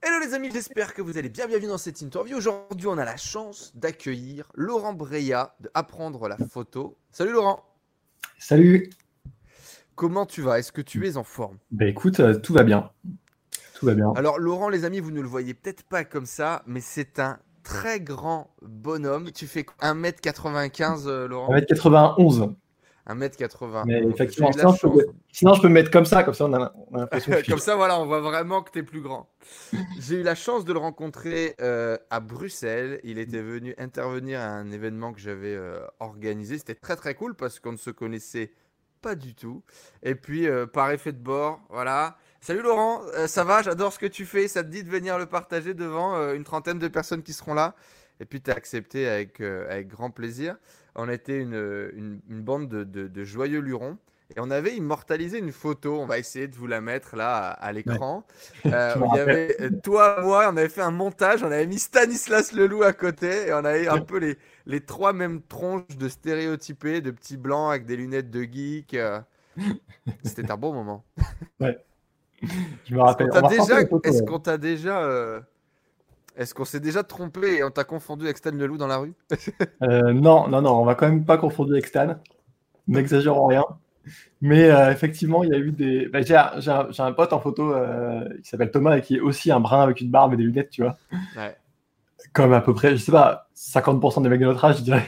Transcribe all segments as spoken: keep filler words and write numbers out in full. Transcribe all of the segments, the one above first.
Hello les amis, j'espère que vous allez bien. Bienvenue dans cette interview. Aujourd'hui, on a la chance d'accueillir Laurent Breillat de Apprendre la photo. Salut Laurent. Salut. Comment tu vas? Est-ce que tu es en forme? Bah écoute, euh, tout va bien. Tout va bien. Alors Laurent, les amis, vous ne le voyez peut-être pas comme ça, mais c'est un très grand bonhomme. Tu fais un mètre quatre-vingt-quinze, euh, Laurent? un mètre quatre-vingt-onze. un mètre Mais quatre-vingt-onze. J'ai effectivement, eu de la sinon je, chance. peux, sinon je peux me mettre comme ça, comme ça on a, on a l'impression que je suis. Comme ça, voilà, on voit vraiment que tu es plus grand. J'ai eu la chance de le rencontrer euh, à Bruxelles. Il était venu intervenir à un événement que j'avais euh, organisé. C'était très très cool parce qu'on ne se connaissait pas du tout. Et puis, euh, par effet de bord, voilà. Salut Laurent, euh, ça va? J'adore ce que tu fais. Ça te dit de venir le partager devant euh, une trentaine de personnes qui seront là? Et puis, tu as accepté avec, euh, avec grand plaisir. On était une, une, une bande de, de, de joyeux lurons. Et on avait immortalisé une photo, on va essayer de vous la mettre là à, à Ouais, l'écran, euh, je me où il y rappelle. avait euh, toi, moi, on avait fait un montage, on avait mis Stanislas Leloup à côté, et on avait un peu les, les trois mêmes tronches de stéréotypés, de petits blancs avec des lunettes de geek. euh. C'était un beau moment. Ouais, je me Est-ce qu'on rappelle. On t'a va repartir déjà, les photos. est-ce Ouais. qu'on t'a déjà, euh, est-ce qu'on s'est déjà trompé et on t'a confondu avec Stan Leloup dans la rue? Euh, non, non, non, on va quand même pas confondre avec Stan. N'exagérons rien. Mais euh, effectivement, il y a eu des. Bah, j'ai, un, j'ai un- j'ai un pote en photo euh, qui s'appelle Thomas et qui est aussi un brun avec une barbe et des lunettes, tu vois. Ouais, Comme à peu près, je sais pas, cinquante pour cent des mecs de notre âge, je dirais.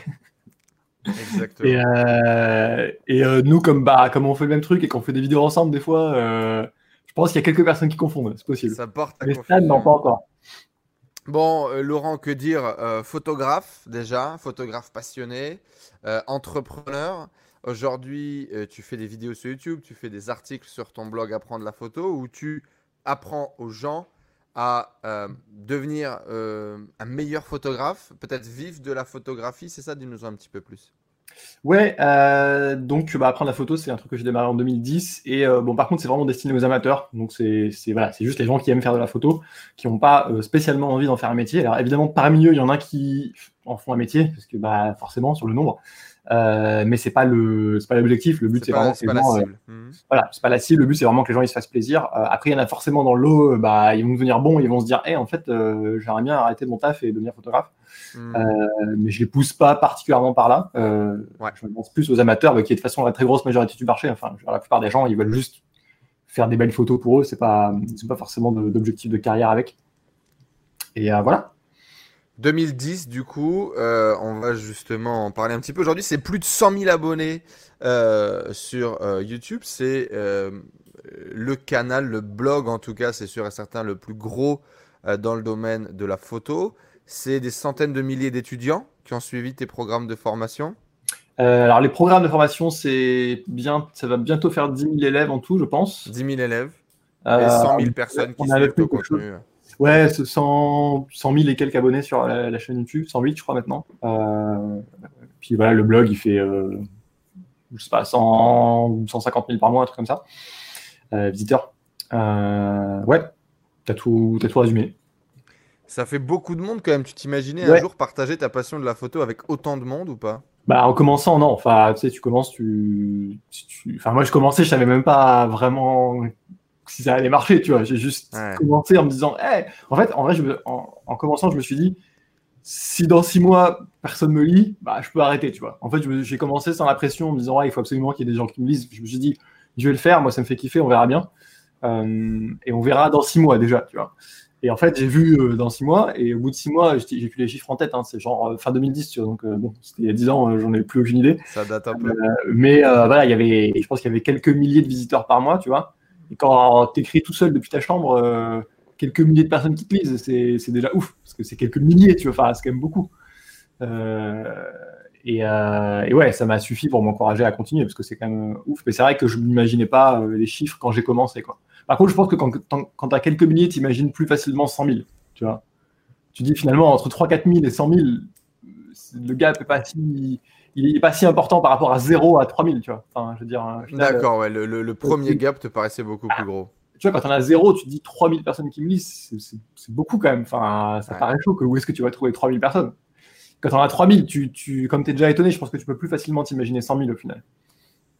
Et, exactement. euh, et euh, nous, comme, bah, comme on fait le même truc et qu'on fait des vidéos ensemble, des fois, euh, je pense qu'il y a quelques personnes qui confondent, c'est possible. Ça porte à Mais Stan, non, pas confusion. encore. Bon, euh, Laurent, que dire? Euh, photographe déjà, photographe passionné, euh, entrepreneur. Aujourd'hui, euh, tu fais des vidéos sur YouTube, tu fais des articles sur ton blog Apprendre la photo où tu apprends aux gens à euh, devenir euh, un meilleur photographe, peut-être vivre de la photographie. C'est ça, dis-nous un petit peu plus. Ouais, euh, donc bah, apprendre la photo, c'est un truc que j'ai démarré en deux mille dix. Et euh, bon, par contre, c'est vraiment destiné aux amateurs. Donc, c'est c'est- voilà, c'est juste les gens qui aiment faire de la photo, qui n'ont pas euh, spécialement envie d'en faire un métier. Alors, évidemment, parmi eux, il y en a qui en font un métier, parce que bah, forcément, sur le nombre. Euh, mais c'est pas le, c'est pas l'objectif. Le but, C'est c'est vraiment pas, que c'est les pas la gens, euh, cible. Mhm. voilà, c'est pas la cible. Le but, c'est vraiment que les gens ils se fassent plaisir. Euh, après, il y en a forcément dans le lot, euh, bah, ils vont devenir bons, ils vont se dire, hey, en fait, euh, j'aimerais bien arrêter mon taf et devenir photographe. Euh, Mhm. mais je les pousse pas particulièrement par là. Euh, Ouais. je pense plus aux amateurs, bah, qui est de toute façon la très grosse majorité du marché. Enfin, je veux dire, la plupart des gens, ils veulent juste faire des belles photos pour eux. C'est pas, c'est pas forcément de- d'objectif de carrière avec. Et euh, voilà. deux mille dix, du coup, euh, on va justement en parler un petit peu. Aujourd'hui, c'est plus de cent mille abonnés euh, sur euh, YouTube. C'est euh, le canal, le blog en tout cas, c'est sûr et certain, le plus gros euh, dans le domaine de la photo. C'est des centaines de milliers d'étudiants qui ont suivi tes programmes de formation. Euh, alors, les programmes de formation, c'est bien, ça va bientôt faire dix mille élèves en tout, je pense. dix mille élèves et Euh, cent mille personnes qui on avait suivent pris ton quelque chose. contenu. Ouais, ce cent, cent mille et quelques abonnés sur la, la chaîne YouTube, cent huit, je crois, maintenant. Euh, puis voilà, le blog, il fait, euh, je sais pas, cent ou cent cinquante mille par mois, un truc comme ça. Euh, visiteurs. Euh, ouais, t'as tout, t'as tout résumé. Ça fait beaucoup de monde quand même. Tu t'imaginais un Ouais. jour partager ta passion de la photo avec autant de monde ou pas? Bah, en commençant, non. Enfin, tu sais, tu commences, tu, tu- tu- Enfin, moi, je commençais, je savais même pas vraiment si ça allait marcher, tu vois. J'ai juste Ouais. commencé en me disant, hey! En fait, en vrai, je me- en, en commençant, je me suis dit, si dans six mois, personne me lit, bah, je peux arrêter, tu vois. En fait, je me- j'ai commencé sans la pression en me disant, ouais, il faut absolument qu'il y ait des gens qui me lisent. Je me suis dit, je vais le faire, moi, ça me fait kiffer, on verra bien. Euh, et on verra dans six mois déjà, tu vois. Et en fait, j'ai vu euh, dans six mois, et au bout de six mois, j'ai j'ai plus les chiffres en tête, hein, c'est genre euh, fin deux mille dix, tu vois, donc euh, bon, c'était il y a dix ans, euh, j'en ai plus aucune idée. Ça date un Euh, peu. mais euh, voilà, il y avait, je pense qu'il y avait quelques milliers de visiteurs par mois, tu vois. Et quand tu écris tout seul depuis ta chambre, euh, quelques milliers de personnes qui te lisent, c'est c'est déjà ouf, parce que c'est quelques milliers, tu vois, enfin, c'est quand même beaucoup. Euh, et, euh, et ouais, ça m'a suffi pour m'encourager à continuer, parce que c'est quand même ouf. Mais c'est vrai que je n'imaginais pas euh, les chiffres quand j'ai commencé, quoi. Par contre, je pense que quand, quand tu as quelques milliers, tu imagines plus facilement cent mille, tu vois. Tu dis finalement, entre trois quatre mille et cent mille, le gap n'est pas si, il est pas si important par rapport à zéro à trois mille, tu vois. Enfin, je veux dire, au final, D'accord, ouais, le, le- le euh, premier gap te paraissait beaucoup plus gros. tu vois, quand on a zéro, tu te dis trois mille personnes qui me lisent, c'est- c'est c'est beaucoup quand même. Enfin, ça Ouais. paraît chaud que où est-ce que tu vas trouver trois mille personnes? Quand on a trois mille, tu, tu, comme tu es déjà étonné, je pense que tu peux plus facilement t'imaginer cent mille au final.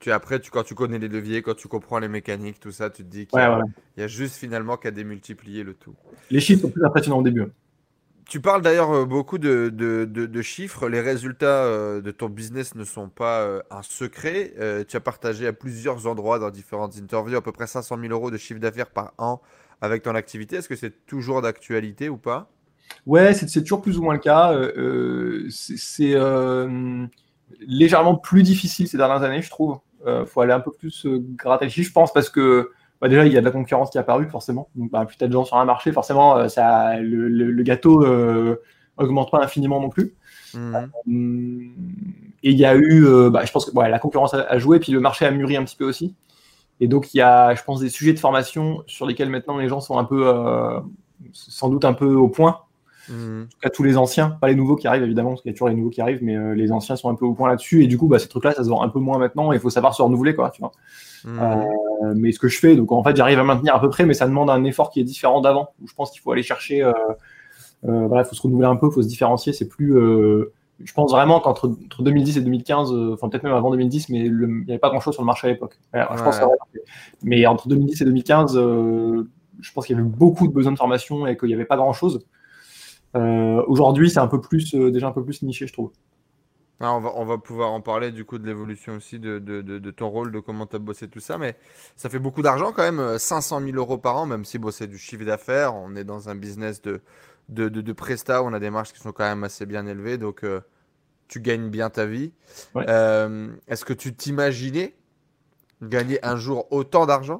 Tu, après, tu, quand tu connais les leviers, quand tu comprends les mécaniques, tout ça, tu te dis qu'il y Ouais, a, voilà. il y a juste finalement qu'à démultiplier le tout. Les chiffres sont plus impressionnants au début. Hein. Tu parles d'ailleurs euh, beaucoup de, de- de- de chiffres. Les résultats euh, de ton business ne sont pas euh, un secret. Euh, tu as partagé à plusieurs endroits dans différentes interviews à peu près cinq cent mille euros de chiffre d'affaires par an avec ton activité. Est-ce que c'est toujours d'actualité ou pas? Ouais, c'est c'est toujours plus ou moins le cas. Euh, euh, c'est c'est, euh, légèrement plus difficile ces dernières années, je trouve. Il faut aller un peu plus euh, gratter le chiffre, je pense, parce que bah, déjà, il y a de la concurrence qui est apparue, forcément. Donc, bah, plus tu as de gens sur un marché, forcément, euh, ça, le, le- le gâteau euh, augmente pas infiniment non plus. Mhm. Hum, Et il y a eu, euh, bah, je pense que ouais, la concurrence a, a joué, puis le marché a mûri un petit peu aussi. Et donc, il y a, je pense, des sujets de formation sur lesquels maintenant les gens sont un peu, euh, sans doute un peu au point. Mhm. En tout cas, tous les anciens, pas les nouveaux qui arrivent évidemment, parce qu'il y a toujours les nouveaux qui arrivent, mais euh, les anciens sont un peu au point là-dessus. Et du coup, bah, ces trucs-là, ça se vend un peu moins maintenant. Il faut savoir se renouveler, quoi. Tu vois. Mhm. Euh, mais ce que je fais, donc en fait, j'arrive à maintenir à peu près, mais ça demande un effort qui est différent d'avant. Où je pense qu'il faut aller chercher, euh, euh, voilà, il faut se renouveler un peu, il faut se différencier. C'est plus, euh, je pense vraiment qu'entre entre deux mille dix et deux mille quinze, euh, enfin peut-être même avant deux mille dix, mais le- il n'y avait pas grand-chose sur le marché à l'époque. Alors, je pense que c'est Ouais. vrai. Mais entre deux mille dix et deux mille quinze, euh, je pense qu'il y avait beaucoup de besoins de formation et qu'il n'y avait pas grand-chose. Euh, aujourd'hui, c'est un peu plus, euh, déjà un peu plus niché, je trouve. Ah, on va, on va pouvoir en parler du coup de l'évolution aussi de, de, de- de ton rôle, de comment tu as bossé tout ça, mais ça fait beaucoup d'argent quand même, euh, cinq cent mille euros par an, même si bon, c'est du chiffre d'affaires, on est dans un business de, de, de, de presta, où on a des marges qui sont quand même assez bien élevées, donc euh, tu gagnes bien ta vie. Ouais. Euh, est-ce que tu t'imaginais gagner un jour autant d'argent?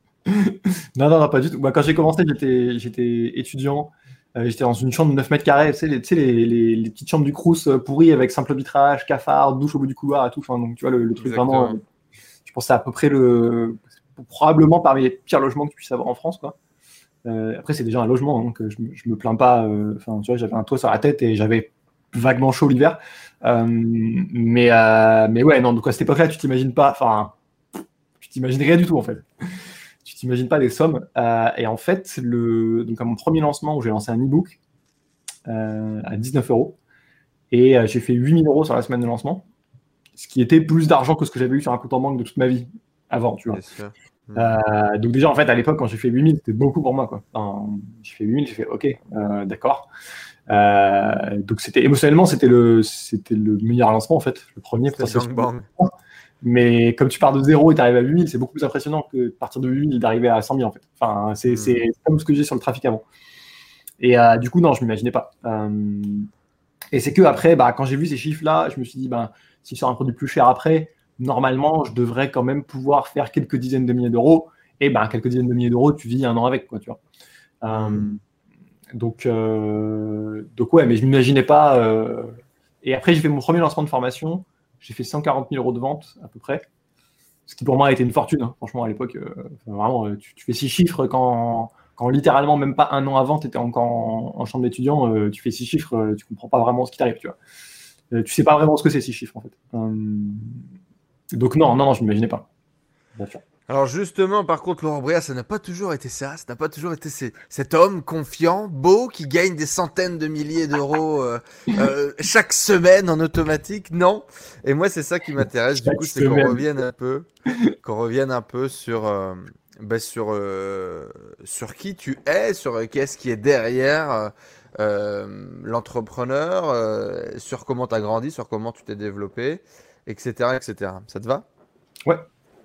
Non, non, non, pas du tout. Bah, quand j'ai commencé, j'étais, j'étais étudiant. Euh, j'étais dans une chambre de neuf mètres carrés, tu sais, les, tu sais, les, les, les petites chambres du Crous euh, pourries avec simple vitrage, cafard, douche au bout du couloir et tout. Enfin, donc, tu vois, le, le truc vraiment, euh, Exactement. je pense que c'est à peu près le, probablement parmi les pires logements que tu puisses avoir en France, quoi. Euh, après, c'est déjà un logement, hein, donc euh, je, me- je me plains pas. euh, Enfin, tu vois, j'avais un toit sur la tête et j'avais vaguement chaud l'hiver. Euh, mais, euh, mais ouais, non, donc à cette époque-là, tu t'imagines pas, enfin, tu t'imagines rien du tout, en fait. Tu t'imagines pas les sommes. Euh, et en fait, le, donc à mon premier lancement où j'ai lancé un e-book euh, à dix-neuf euros et euh, j'ai fait huit mille euros sur la semaine de lancement, ce qui était plus d'argent que ce que j'avais eu sur un compte en banque de toute ma vie avant, tu Bien vois. sûr. Mhm. Euh, donc déjà, en fait, à l'époque, quand j'ai fait huit mille, c'était beaucoup pour moi, quoi. Enfin, j'ai fait huit mille, j'ai fait OK, euh, d'accord. Euh, donc c'était émotionnellement, c'était le, c'était le meilleur lancement en fait, le premier C'était le parce que gangbang. mais comme tu pars de zéro et tu arrives à huit mille, c'est beaucoup plus impressionnant que de partir de huit mille d'arriver à cent mille en fait. Enfin, c'est Mhm. c'est comme ce que j'ai sur le trafic avant. Et euh, du coup, non, je m'imaginais pas. Euh, et c'est que après, bah, quand j'ai vu ces chiffres-là, je me suis dit, ben, si je sors un produit plus cher après, normalement, je devrais quand même pouvoir faire quelques dizaines de milliers d'euros. Et ben, quelques dizaines de milliers d'euros, tu vis un an avec, quoi, tu vois. Euh, Mhm. donc, euh, donc ouais, mais je m'imaginais pas. euh, Et après, j'ai fait mon premier lancement de formation. J'ai fait cent quarante mille euros de vente à peu près. Ce qui pour moi a été une fortune, hein. Franchement, à l'époque, euh, enfin, vraiment, euh, tu, tu fais six chiffres quand, quand littéralement, même pas un an avant, tu étais encore en, en chambre d'étudiant, euh, tu fais six chiffres, euh, tu comprends pas vraiment ce qui t'arrive, tu vois. Euh, tu sais pas vraiment ce que c'est six chiffres, en fait. Euh, donc non, non, non, je m'imaginais pas, bien sûr. Alors justement, par contre, Laurent Bria, ça n'a pas toujours été ça. Ça n'a pas toujours été ces- cet homme confiant, beau, qui gagne des centaines de milliers d'euros euh, euh, chaque semaine en automatique. Non. Et moi, c'est ça qui m'intéresse. Du Chaque coup, c'est qu'on semaine. revienne un peu, qu'on revienne un peu sur, euh, ben, sur, euh, sur qui tu es, sur euh, qu'est-ce qui est derrière euh, euh, l'entrepreneur, euh, sur comment tu as grandi, sur comment tu t'es développé, et cetera, et cetera. Ça te va? Ouais.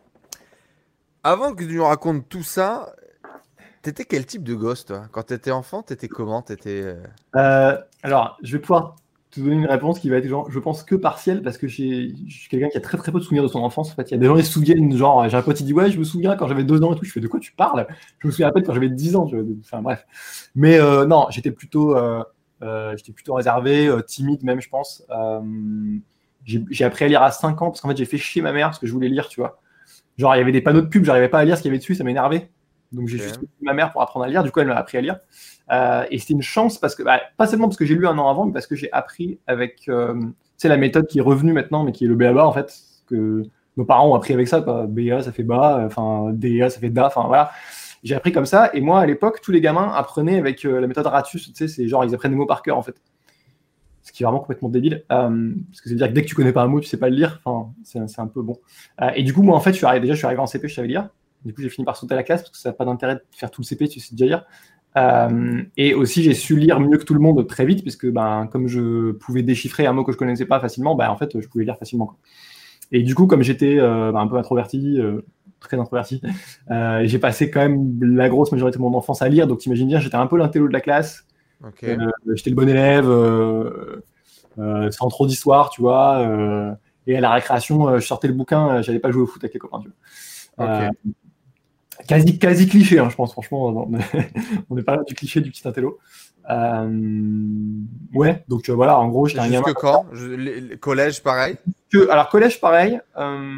Avant que tu nous racontes tout ça, t'étais quel type de gosse, toi? Quand t'étais enfant, t'étais comment? T'étais... euh, Euh, alors, je vais pouvoir te donner une réponse qui va être, genre, je pense que partielle, parce que j'ai- je suis quelqu'un qui a très très peu de souvenirs de son enfance. En fait, il y a des gens qui se souviennent, genre, j'ai un pote qui dit, ouais, je me souviens quand j'avais deux ans et tout. Je fais, de quoi tu parles? Je me souviens à peine quand j'avais dix ans. Je- Enfin, bref. Mais euh, non, j'étais plutôt, euh, euh, j'étais plutôt réservé, euh, timide même, je pense. Euh, j'ai j'ai appris à lire à cinq ans parce qu'en fait, j'ai fait chier ma mère parce que je voulais lire, tu vois. Genre, il y avait des panneaux de pub, j'arrivais pas à lire ce qu'il y avait dessus, ça m'énervait. Donc, j'ai juste Ok. fait ma mère pour apprendre à lire. Du coup, elle m'a appris à lire. Euh, et c'était une chance parce que, bah, pas seulement parce que j'ai lu un an avant, mais parce que j'ai appris avec, euh, tu sais, la méthode qui est revenue maintenant, mais qui est le B A B A en fait, que nos parents ont appris avec ça, quoi. B A ça fait bas, enfin D A ça fait da, enfin voilà. J'ai appris comme ça. Et moi, à l'époque, tous les gamins apprenaient avec euh, la méthode Ratus, tu sais, c'est genre ils apprennent des mots par cœur en fait. ce qui est vraiment complètement débile, euh, parce que ça veut dire que dès que tu connais pas un mot, tu sais pas le lire. Enfin, c'est, c'est un peu bon. Euh, et du coup, moi, en fait, je suis arrivé, déjà, je suis arrivé en C P, je savais lire. Du coup, j'ai fini par sauter la classe parce que ça n'a pas d'intérêt de faire tout le C P, tu sais déjà lire. Euh, et aussi, j'ai su lire mieux que tout le monde très vite, puisque ben, comme je pouvais déchiffrer un mot que je connaissais pas facilement, ben, en fait, je pouvais lire facilement, quoi. Et du coup, comme j'étais euh, ben, un peu introverti, euh, très introverti, euh, j'ai passé quand même la grosse majorité de mon enfance à lire. Donc, t'imagines bien, j'étais un peu l'intello de la classe. Okay. Euh, j'étais le bon élève, euh, euh, sans trop d'histoire, tu vois. Euh, et à la récréation, euh, je sortais le bouquin, euh, j'allais pas jouer au foot avec les copains, tu vois. Okay. Euh, quasi, quasi cliché, hein, je pense, franchement. On n'est pas là du cliché du petit intello. Euh, ouais, donc euh, voilà, en gros, j'étais un gamin. Jusque quand? Je, les, les, collège, pareil? Que, alors, collège, pareil. Euh,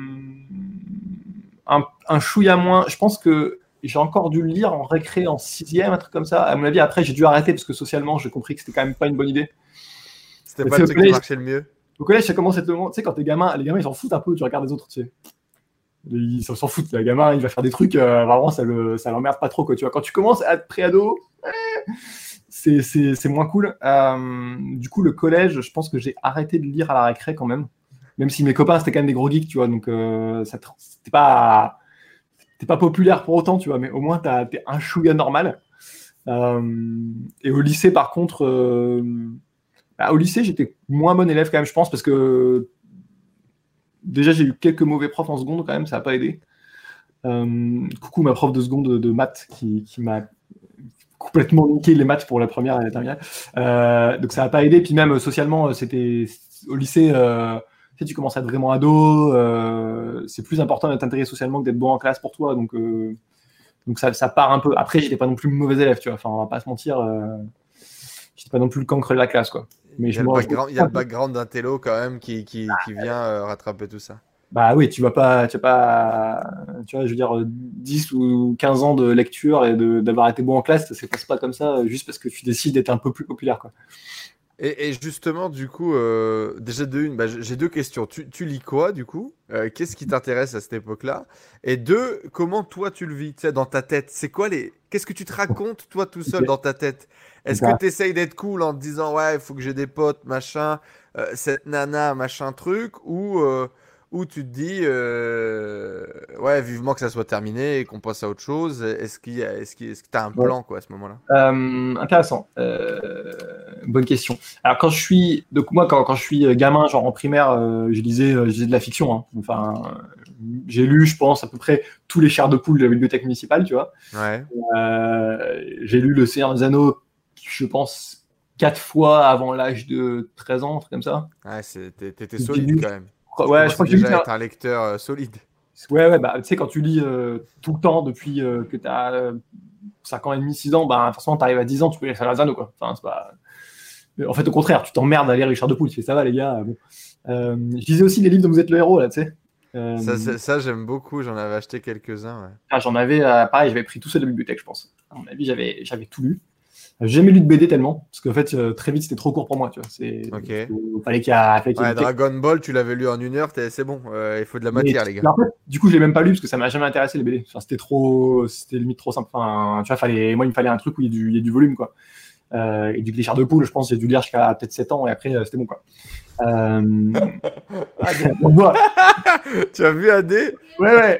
un, un chouïa moins. Je pense que j'ai encore dû le lire en récré en sixième, un truc comme ça. À mon avis, après, j'ai dû arrêter parce que socialement, j'ai compris que c'était quand même pas une bonne idée. C'était pas le truc qui marchait le mieux. Au collège, ça commence à être le moment. Tu sais, quand t'es gamin, les gamins, ils s'en foutent un peu, tu regardes les autres, tu sais. Ils s'en foutent, le gamin, il va faire des trucs, euh, vraiment, ça, le, ça l'emmerde pas trop, quoi. Tu vois, quand tu commences à être pré-ado, eh, c'est, c'est, c'est moins cool. Euh, du coup, le collège, je pense que j'ai arrêté de lire à la récré quand même. Même si mes copains, c'était quand même des gros geeks, tu vois, donc euh, ça, c'était pas. T'es pas populaire pour autant, tu vois, mais au moins t'as, t'es un chouïa normal. Euh, et au lycée, par contre, euh, bah, au lycée, j'étais moins bon élève quand même, je pense, parce que déjà, j'ai eu quelques mauvais profs en seconde quand même, ça n'a pas aidé. Euh, coucou ma prof de seconde de, de maths qui, qui m'a complètement niqué les maths pour la première et la terminale. Euh, donc ça n'a pas aidé. Puis même socialement, c'était au lycée. Euh, tu sais, tu commences à être vraiment ado, euh, c'est plus important d'être intégré socialement que d'être bon en classe pour toi, donc, euh, donc ça, ça part un peu. Après, j'étais pas non plus mauvais élève, tu vois, enfin, on va pas se mentir, euh, j'étais pas non plus le cancre de la classe, quoi. Mais il y a, le background, il y a le background d'un télo quand même qui, qui, qui vient euh, rattraper tout ça. Bah oui, tu vas pas, tu vas pas, tu vois, je veux dire, dix ou quinze ans de lecture et de, d'avoir été bon en classe, ça se passe pas comme ça, juste parce que tu décides d'être un peu plus populaire, quoi. Et, et justement, du coup, euh, déjà de une, bah, j'ai deux questions. Tu, tu lis quoi, du coup? euh, Qu'est-ce qui t'intéresse à cette époque-là? Et deux, comment toi tu le vis, tu sais, dans ta tête? C'est quoi les... Qu'est-ce que tu te racontes, toi, tout seul, Okay. dans ta tête? Est-ce que tu essayes d'être cool en te disant, ouais, il faut que j'ai des potes, machin, euh, cette nana, machin truc, ou... Euh, Ou tu te dis, euh, ouais, vivement que ça soit terminé et qu'on passe à autre chose. Est-ce qu'il y a, est-ce qu'il, est-ce que tu as un plan, quoi, à ce moment-là? Euh, intéressant. Euh, bonne question. Alors, quand je suis. Donc, moi, quand, quand je suis gamin, genre en primaire, euh, je, lisais, je lisais de la fiction. Hein. Enfin, j'ai lu, je pense, à peu près tous les chairs de poule de la bibliothèque municipale, tu vois. Ouais. Euh, j'ai lu Le Seigneur des Anneaux, je pense, quatre fois avant l'âge de treize ans, un truc comme ça. Ouais, t'étais solide quand même. Ouais, je crois que j'ai déjà être un lecteur euh, solide. Ouais, ouais, bah, tu sais, quand tu lis euh, tout le temps depuis euh, que tu as euh, cinq ans et demi, six ans, bah, forcément, tu arrives à dix ans, tu peux lire Seigneur des Anneaux, quoi. Enfin, c'est pas... En fait, au contraire, tu t'emmerdes à lire Richard de Poule. Tu fais ça va, les gars. Bon. Euh, je lisais aussi les livres dont vous êtes le héros, là, tu sais. Euh... Ça, ça j'aime beaucoup. J'en avais acheté quelques-uns. Ouais. Ah, j'en avais, euh, pareil, j'avais pris tout seul de la bibliothèque, je pense. À mon avis, j'avais, j'avais tout lu. J'ai jamais lu de B D tellement, parce qu'en fait, euh, très vite, c'était trop court pour moi, tu vois. C'est, ok. Il fallait qu'il y a, fallait qu'il y ouais, Dragon Ball, tu l'avais lu en une heure, c'est bon. Euh, il faut de la matière, mais, les gars. En fait, du coup, je l'ai même pas lu parce que ça m'a jamais intéressé les B D. Enfin, c'était trop, c'était limite trop simple. Enfin, tu vois, fallait, moi, il me fallait un truc où il y a du, il y a du volume, quoi. Euh, et du Richard de Poule, je pense, j'ai dû lire jusqu'à peut-être sept ans et après, euh, c'était bon, quoi. Euh... tu as vu A D? Ouais, ouais.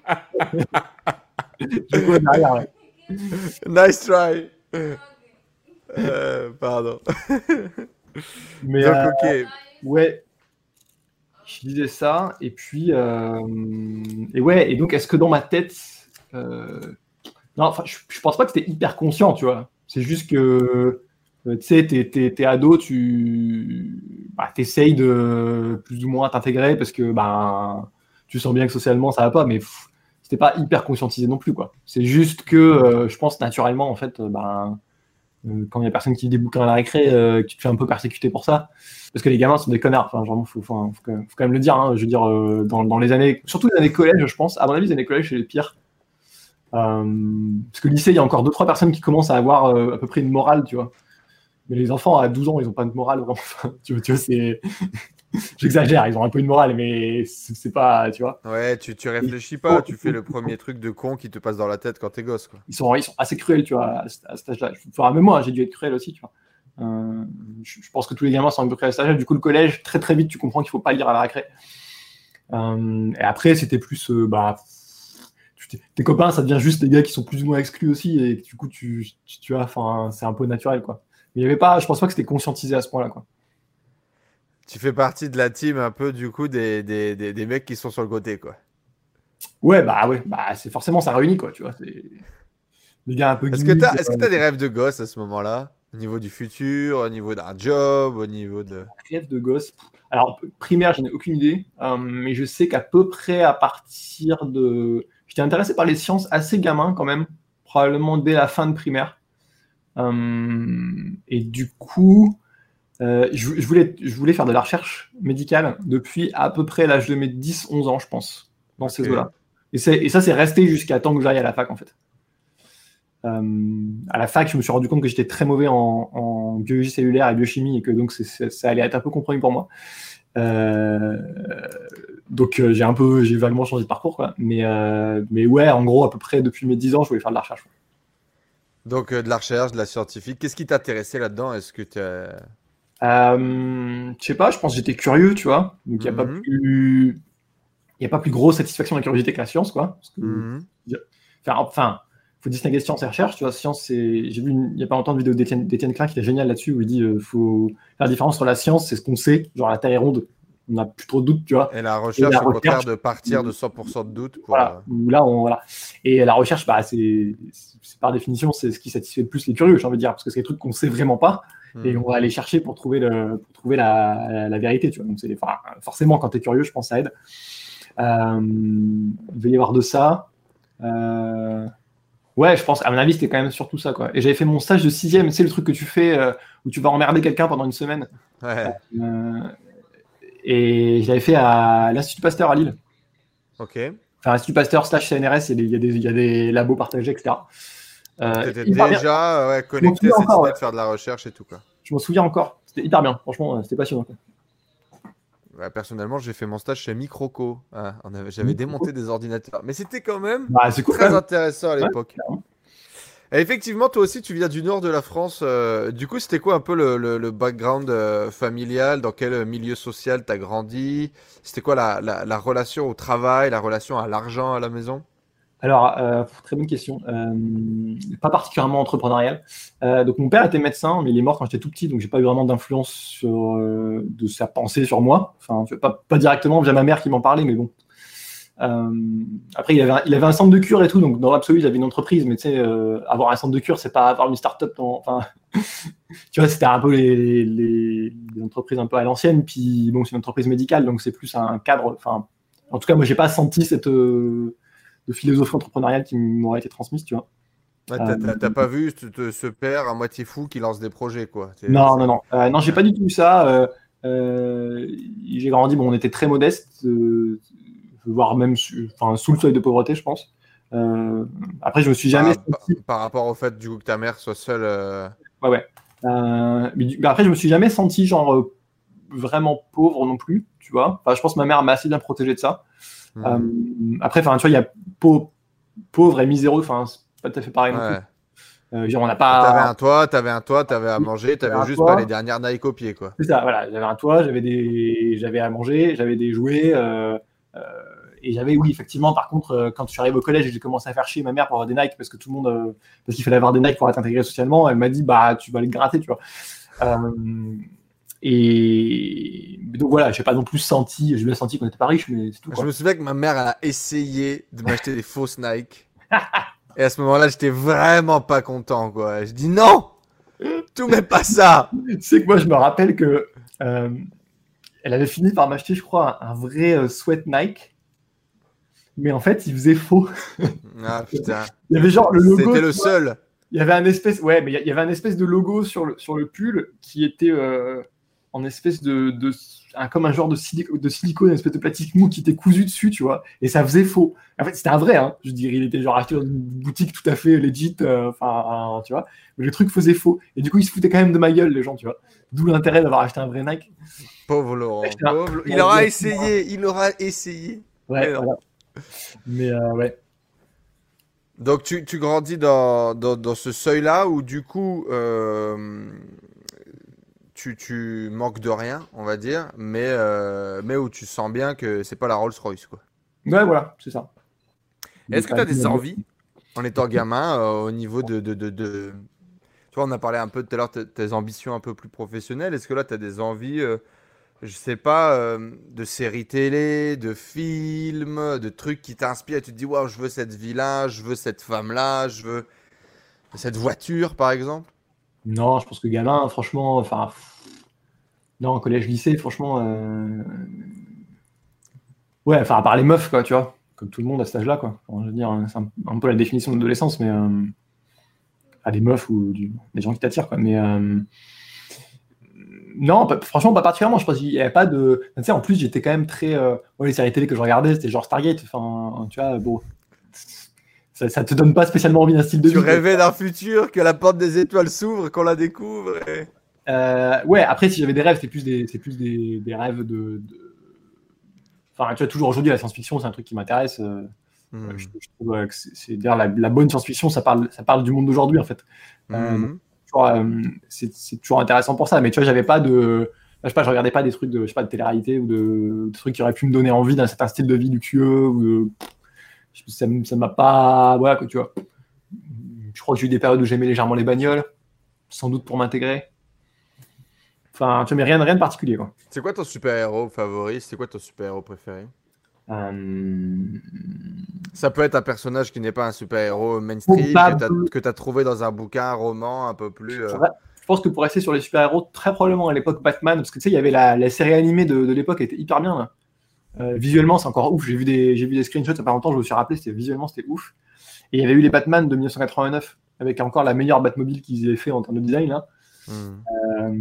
Je vois derrière, ouais. Nice try. Euh, pardon. Mais donc, euh, ok. Ouais. Je disais ça, et puis. Euh... Et ouais, et donc, est-ce que dans ma tête. Euh... Non, enfin, je, je pense pas que c'était hyper conscient, tu vois. C'est juste que. Tu sais, t'es, t'es, t'es ado, tu bah, essayes de plus ou moins t'intégrer parce que bah, tu sens bien que socialement ça va pas, mais pff, c'était pas hyper conscientisé non plus, quoi. C'est juste que euh, je pense naturellement, en fait, bah, euh, quand il y a personne qui lit des bouquins à la récré, euh, tu te fais un peu persécuter pour ça. Parce que les gamins sont des connards, enfin, genre, faut, faut, faut, faut quand même le dire, hein. Je veux dire, euh, dans, dans les années, surtout les années collège, je pense, à mon avis, les années collège, c'est les pires. Euh, parce que lycée, il y a encore deux trois personnes qui commencent à avoir euh, à peu près une morale, tu vois. Mais les enfants, à douze ans, ils n'ont pas de morale, vraiment. tu vois, tu vois c'est... J'exagère, ils ont un peu une morale, mais c'est, c'est pas, tu vois. Ouais, tu, tu réfléchis pas, tu fais le premier truc de con qui te passe dans la tête quand t'es gosse, quoi. Ils sont, ils sont assez cruels, tu vois, à, à cet âge-là. Enfin, même moi, j'ai dû être cruel aussi, tu vois. Euh, je, je pense que tous les gamins sont à peu près à cet âge. Du coup, le collège, très très vite, tu comprends qu'il faut pas lire à la récré. Euh, et après, c'était plus, euh, bah, tu- tes copains, ça devient juste les gars qui sont plus ou moins exclus aussi, et du coup, tu, tu, tu vois, enfin, c'est un peu naturel, quoi. Mais il y avait pas, je pense pas que c'était conscientisé à ce point-là, quoi. Tu fais partie de la team un peu du coup des, des, des, des mecs qui sont sur le côté, quoi. Ouais, bah ouais, bah c'est forcément ça réunit, quoi, tu vois. C'est les gars un peu Est-ce que geeks. t'as, est-ce que t'as des rêves de gosse à ce moment-là? Au niveau du futur, au niveau d'un job, au niveau de... Rêve de gosse. Alors, primaire, j'en ai aucune idée, euh, mais je sais qu'à peu près à partir de. J'étais intéressé par les sciences assez gamin quand même, probablement dès la fin de primaire. Euh, et du coup, euh, je, je voulais, je voulais faire de la recherche médicale depuis à peu près l'âge de mes dix onze ans, je pense, dans ces Ok. eaux-là. Et, c'est- et ça, c'est resté jusqu'à temps que j'aille à la fac, en fait. Euh, à la fac, je me suis rendu compte que j'étais très mauvais en, en biologie cellulaire et biochimie et que donc c'est- c'est- ça allait être un peu compromis pour moi. Euh, donc euh, j'ai un peu, j'ai vaguement changé de parcours, quoi. Mais, euh, mais ouais, en gros, à peu près depuis mes dix ans, je voulais faire de la recherche. Donc euh, de la recherche, de la scientifique. Qu'est-ce qui t'intéressait là-dedans? Est-ce que tu as... Euh, je sais pas, je pense que j'étais curieux, tu vois. Donc il n'y a pas Mhm, plus, il y a pas plus grosse satisfaction de la curiosité que la science, quoi. Parce que, mhm. enfin, enfin, faut distinguer science et recherche, tu vois. Science, c'est, j'ai vu une- il y a pas longtemps une vidéo d'Étienne d'Étienne Klein qui est géniale là-dessus où il dit, euh, faut faire la différence entre la science, c'est ce qu'on sait, genre la Terre est ronde, on n'a plus trop de doutes, tu vois. Et la Et la recherche, au contraire, recherche, de partir de cent pour cent de doute pour... voilà, euh, où là, on, voilà. Et la recherche, bah, c'est, c'est par définition, c'est ce qui satisfait le plus les curieux, j'ai envie de dire, parce que c'est des trucs qu'on sait vraiment pas, et hmm. on va aller chercher pour trouver, le, pour trouver la, la, la vérité, tu vois. Donc, c'est, enfin, forcément, quand tu es curieux, je pense que ça aide. Euh, il va y avoir de ça. Euh, ouais, je pense, à mon avis, c'était quand même surtout ça, quoi. Et j'avais fait mon stage de sixième, c'est le truc que tu fais euh, où tu vas emmerder quelqu'un pendant une semaine. Ouais, Euh, et j'avais fait à l'Institut Pasteur à Lille. ok. Enfin, Institut Pasteur slash C N R S, il y a des, il y a des, il y a des labos partagés, et cetera. Donc Euh, tu étais hyper bien. déjà euh, ouais, Je m'en connecté à souviens cette encore, ouais. idée de faire de la recherche et tout, quoi. Je m'en souviens encore. C'était hyper bien. Franchement, euh, c'était passionnant, quoi. Ouais, personnellement, j'ai fait mon stage chez Microco. Ah, on avait- j'avais démonté des ordinateurs. Mais c'était quand même Bah, c'est cool quand très même. intéressant à Ouais, l'époque. clairement. Et effectivement, toi aussi, tu viens du nord de la France. euh, du coup, c'était quoi un peu le, le- le background euh, familial? Dans quel euh, milieu social t'as grandi? C'était quoi la, la- la relation au travail, la relation à l'argent à la maison? Alors, euh, très bonne question. Euh, pas particulièrement entrepreneurial. Euh, donc, mon père était médecin, mais il est mort quand j'étais tout petit, donc j'ai pas eu vraiment d'influence sur, euh, de sa pensée sur moi. Enfin, tu vois, pas, pas directement via ma mère qui m'en parlait, mais bon. Euh, après, il avait, un, il avait un centre de cure et tout, donc dans l'absolu, il avait une entreprise, mais tu sais, euh, avoir un centre de cure, c'est pas avoir une start-up. Dans, enfin, tu vois, c'était un peu les, les, les entreprises un peu à l'ancienne, puis bon, c'est une entreprise médicale, donc c'est plus un cadre. Enfin, en tout cas, moi, j'ai pas senti cette euh, de philosophie entrepreneuriale qui m'aurait été transmise, tu vois. Ouais, Euh, t'as t'as- t'as pas vu ce, te- ce père à moitié fou qui lance des projets, quoi. C'est- non, non, c'est- non, euh, non, j'ai Ouais. pas du tout eu ça. Euh, euh, j'ai grandi, bon, on était très modeste, euh, voire même su- enfin, sous le seuil de pauvreté, je pense. Euh, après, je me suis jamais Par, par- senti. par rapport au fait du coup que ta mère soit seule. euh, Ouais, ouais. Euh, mais, du- mais après, je me suis jamais senti genre euh, vraiment pauvre non plus, tu vois. Enfin, je pense que ma mère m'a assez bien protégé de ça. Euh, hmm. après, enfin, tu vois, il y a pau- pauvre et miséreux, enfin, c'est pas tout à fait pareil non plus. Ouais. Euh, je veux dire, on n'a Bah, t'avais pas. un toit, t'avais un toit, t'avais à manger, J'avais t'avais un juste pas les toit, dernières Nike au pied, quoi. c'est ça, voilà. J'avais un toit, j'avais des, j'avais à manger, j'avais des jouets. Euh, euh, et j'avais, oui, effectivement, par contre, euh, quand je suis arrivé au collège et j'ai commencé à faire chier ma mère pour avoir des Nike, parce que tout le monde, euh, parce qu'il fallait avoir des Nike pour être intégré socialement, elle m'a dit, bah, tu vas les gratter, tu vois. Euh, et donc voilà, j'ai pas non plus senti, j'ai bien senti qu'on n'était pas riche, mais c'est tout, Je quoi. me souviens que ma mère elle a essayé de m'acheter des fausses Nike. Et à ce moment-là, j'étais vraiment pas content, quoi. Je dis non, tout mais pas ça. Tu sais que moi, je me rappelle que euh, elle avait fini par m'acheter, je crois, un, un vrai euh, sweat Nike, mais en fait, il faisait faux. Ah putain, Il y avait genre le logo, c'était tu le vois, seul. il y avait un espèce, ouais, mais il y avait un espèce de logo sur le, sur le pull qui était euh, en espèce de, de un, comme un genre de, silico, de silicone, une espèce de plastique mou qui était cousu dessus, tu vois, et ça faisait faux. En fait, c'était un vrai, hein, je dirais, il était genre acheté dans une boutique tout à fait legit, euh, enfin, tu vois, mais le truc faisait faux. Et du coup, ils se foutaient quand même de ma gueule, les gens, tu vois. D'où l'intérêt d'avoir acheté un vrai Nike. Pauvre Laurent, Acheté un- pauvre. Il aura essayé, il aura essayé. Ouais, Mais non. voilà. Mais euh, ouais. Donc tu, tu grandis dans, dans, dans ce seuil-là où du coup, euh, tu, tu manques de rien, on va dire, mais, euh, mais où tu sens bien que c'est pas la Rolls-Royce, quoi. Ouais, voilà, c'est ça. Il est Est-ce que pas tu as du tout des dans le- envies en étant gamin euh, au niveau de, de, de, de- Tu vois, on a parlé un peu tout à l'heure de tes ambitions un peu plus professionnelles. Est-ce que là, tu as des envies, euh, je sais pas, euh, de séries télé, de films, de trucs qui t'inspirent et tu te dis, waouh, je veux cette vie-là, je veux cette femme-là, je veux cette voiture, par exemple? Non, je pense que gamin, franchement, enfin, pff, non, collège, lycée, franchement, euh, ouais, enfin, à part les meufs, quoi, tu vois, comme tout le monde à cet âge-là, quoi. Enfin, je veux dire, hein, c'est un, un peu la définition de l'adolescence, mais euh, à des meufs ou du- des gens qui t'attirent, quoi. Mais euh, non, pas- franchement, pas particulièrement. Je pense qu'il n'y avait pas de. Tu sais, en plus, j'étais quand même très. Euh, ouais, les séries télé que je regardais, c'était genre Stargate. Enfin, tu vois, bon, ça, ça te donne pas spécialement envie d'un style de Tu vie, quoi. rêvais d'un futur, que la porte des étoiles s'ouvre, qu'on la découvre. et- Euh, ouais, après, si j'avais des rêves, c'est plus des, c'est plus des, des rêves de, de- Enfin, tu vois, toujours aujourd'hui, la science-fiction, c'est un truc qui m'intéresse. euh, euh, je, Hmm. je trouve euh, que c'est c'est- d'ailleurs la, la bonne science-fiction, ça parle, ça parle du monde d'aujourd'hui, en fait. Euh, donc, Hmm. toujours, euh, c'est c'est toujours intéressant pour ça. Mais tu vois, j'avais pas de. Je sais pas, je regardais pas des trucs de, je sais pas, de télé-réalité ou de, des trucs qui auraient pu me donner envie d'un certain style de vie luxueux ou de, ça m- ça m'a pas. Voilà, quoi, tu vois. Je crois que j'ai eu des périodes où j'aimais légèrement les bagnoles, sans doute pour m'intégrer. Enfin, tu vois, mais rien, rien de particulier, quoi. C'est quoi ton super-héros favori? C'est quoi ton super-héros préféré? Euh, Ça peut être un personnage qui n'est pas un super-héros mainstream, que tu as, Probable. que tu trouvé dans un bouquin, un roman un peu plus. euh, Ouais. Je pense que pour rester sur les super-héros, très probablement à l'époque Batman, parce que tu sais, il y avait la, la série animée de, de l'époque, elle était hyper bien, là. Euh, visuellement, c'est encore ouf. J'ai vu des, j'ai vu des screenshots il y a pas longtemps, je me suis rappelé, c'était visuellement, c'était ouf. Et il y avait eu les Batman de mille neuf cent quatre-vingt-neuf, avec encore la meilleure Batmobile qu'ils aient fait en termes de design, là. hmm. Euh,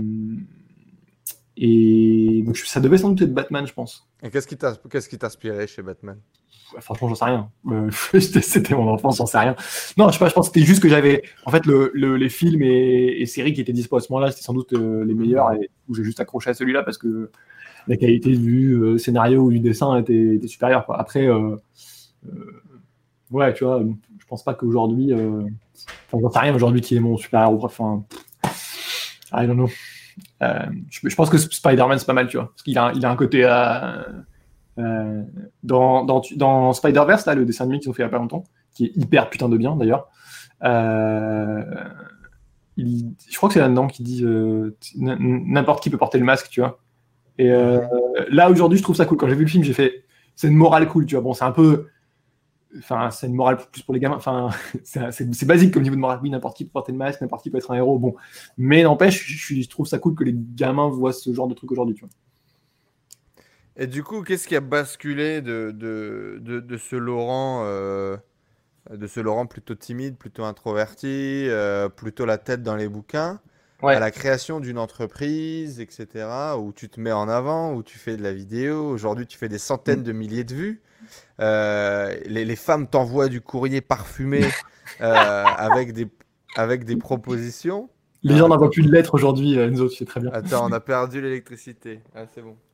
et donc ça devait sans doute être Batman, je pense. Et qu'est-ce qui t'a, qu'est-ce qui t'inspirait chez Batman? Ouais, franchement, j'en sais rien. Euh, c'était c'était mon enfance, j'en sais rien. Non, je sais pas, je pense que c'était juste que j'avais. En fait, le, le- les films et, et séries qui étaient dispo à ce moment-là, c'était sans doute euh, les meilleurs. Hmm. Et où j'ai juste accroché à celui-là parce que la qualité du euh, scénario ou du dessin était, était supérieure, quoi. Après, euh, euh, ouais, tu vois, je pense pas qu'aujourd'hui. Euh, Enfin, j'en sais rien aujourd'hui qui est mon super-héros. Enfin, I don't know. Euh, je, je pense que Spider-Man, c'est pas mal, tu vois. Parce qu'il a, il a un côté. Euh, euh, dans, dans, dans Spider-Verse, là, le dessin animé qu'ils ont fait il y a pas longtemps, qui est hyper putain de bien d'ailleurs, euh, il, je crois que c'est là-dedans qui dit euh, n'importe qui peut porter le masque, tu vois. Et euh, Mhm. là, aujourd'hui, je trouve ça cool. Quand j'ai vu le film, j'ai fait c'est une morale cool, tu vois. Bon, c'est un peu. Enfin, c'est une morale plus pour les gamins. Enfin, c'est, c'est, c'est basique comme niveau de morale. Oui, n'importe qui peut porter le masque, n'importe qui peut être un héros. Bon, mais n'empêche, je, je trouve ça cool que les gamins voient ce genre de truc aujourd'hui, tu vois. Et du coup, qu'est-ce qui a basculé de, de, de, de ce Laurent, euh, de ce Laurent plutôt timide, plutôt introverti, euh, plutôt la tête dans les bouquins, à Ouais. la création d'une entreprise, et cetera, où tu te mets en avant, où tu fais de la vidéo. Aujourd'hui, tu fais des centaines de milliers de vues. Euh, les, les femmes t'envoient du courrier parfumé euh, avec des, avec des propositions. Les Ah, gens n'envoient attends, plus de lettres aujourd'hui, euh, Enzo, tu sais très bien. attends, on a perdu l'électricité. Ah, c'est bon.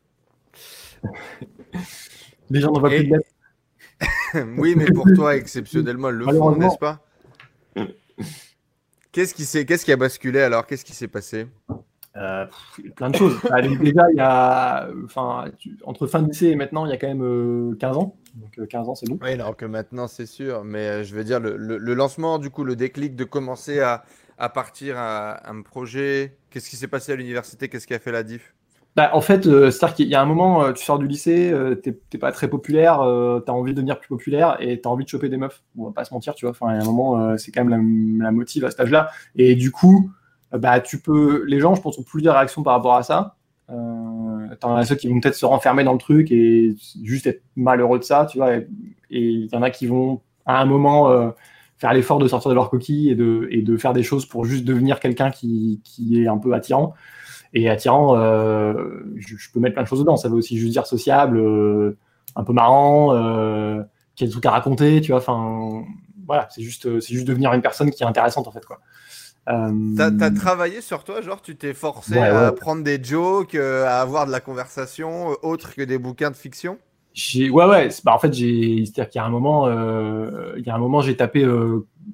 Les gens n'envoient plus de Et lettres. oui, mais pour toi, exceptionnellement, elles le font, n'est-ce Malheureusement. pas? Qu'est-ce qui s'est, qu'est-ce qui a basculé alors? Qu'est-ce qui s'est passé? Euh, pff, plein de choses. Bah, déjà, il y a, enfin, tu- entre fin de lycée et maintenant, il y a quand même euh, quinze ans. Donc euh, quinze ans, c'est bon. Oui, alors que maintenant, c'est sûr. Mais euh, je veux dire, le, le- le lancement, du coup, le déclic de commencer à, à partir à un projet. Qu'est-ce qui s'est passé à l'université? Qu'est-ce qui a fait la diff? Bah, en fait, euh, c'est-à-dire qu'il y a un moment, euh, tu sors du lycée, euh, t'es t'es pas très populaire, euh, t'as envie de devenir plus populaire et t'as envie de choper des meufs. On va pas se mentir, tu vois. Enfin, il y a un moment, euh, c'est quand même la, la motive à cet âge-là. Et du coup, euh, bah, tu peux, les gens, je pense, ont plusieurs réactions par rapport à ça. Euh, t'en as ceux qui vont peut-être se renfermer dans le truc et juste être malheureux de ça, tu vois. Et et il y en a qui vont, à un moment, euh, faire l'effort de sortir de leur coquille et de, et de faire des choses pour juste devenir quelqu'un qui, qui est un peu attirant. Et attirant, euh, je, je peux mettre plein de choses dedans. Ça veut aussi juste dire sociable, euh, un peu marrant, euh, qui a des trucs à raconter, tu vois. Enfin, voilà, c'est juste, c'est juste devenir une personne qui est intéressante, en fait, quoi. Euh, T'as, t'as travaillé sur toi, genre tu t'es forcé ouais, à ouais. prendre des jokes, euh, à avoir de la conversation, euh, autre que des bouquins de fiction? J'ai, ouais, ouais. c'est- Bah, en fait, j'ai, c'est-à-dire qu'il y a un moment, euh, il y a un moment, j'ai tapé euh,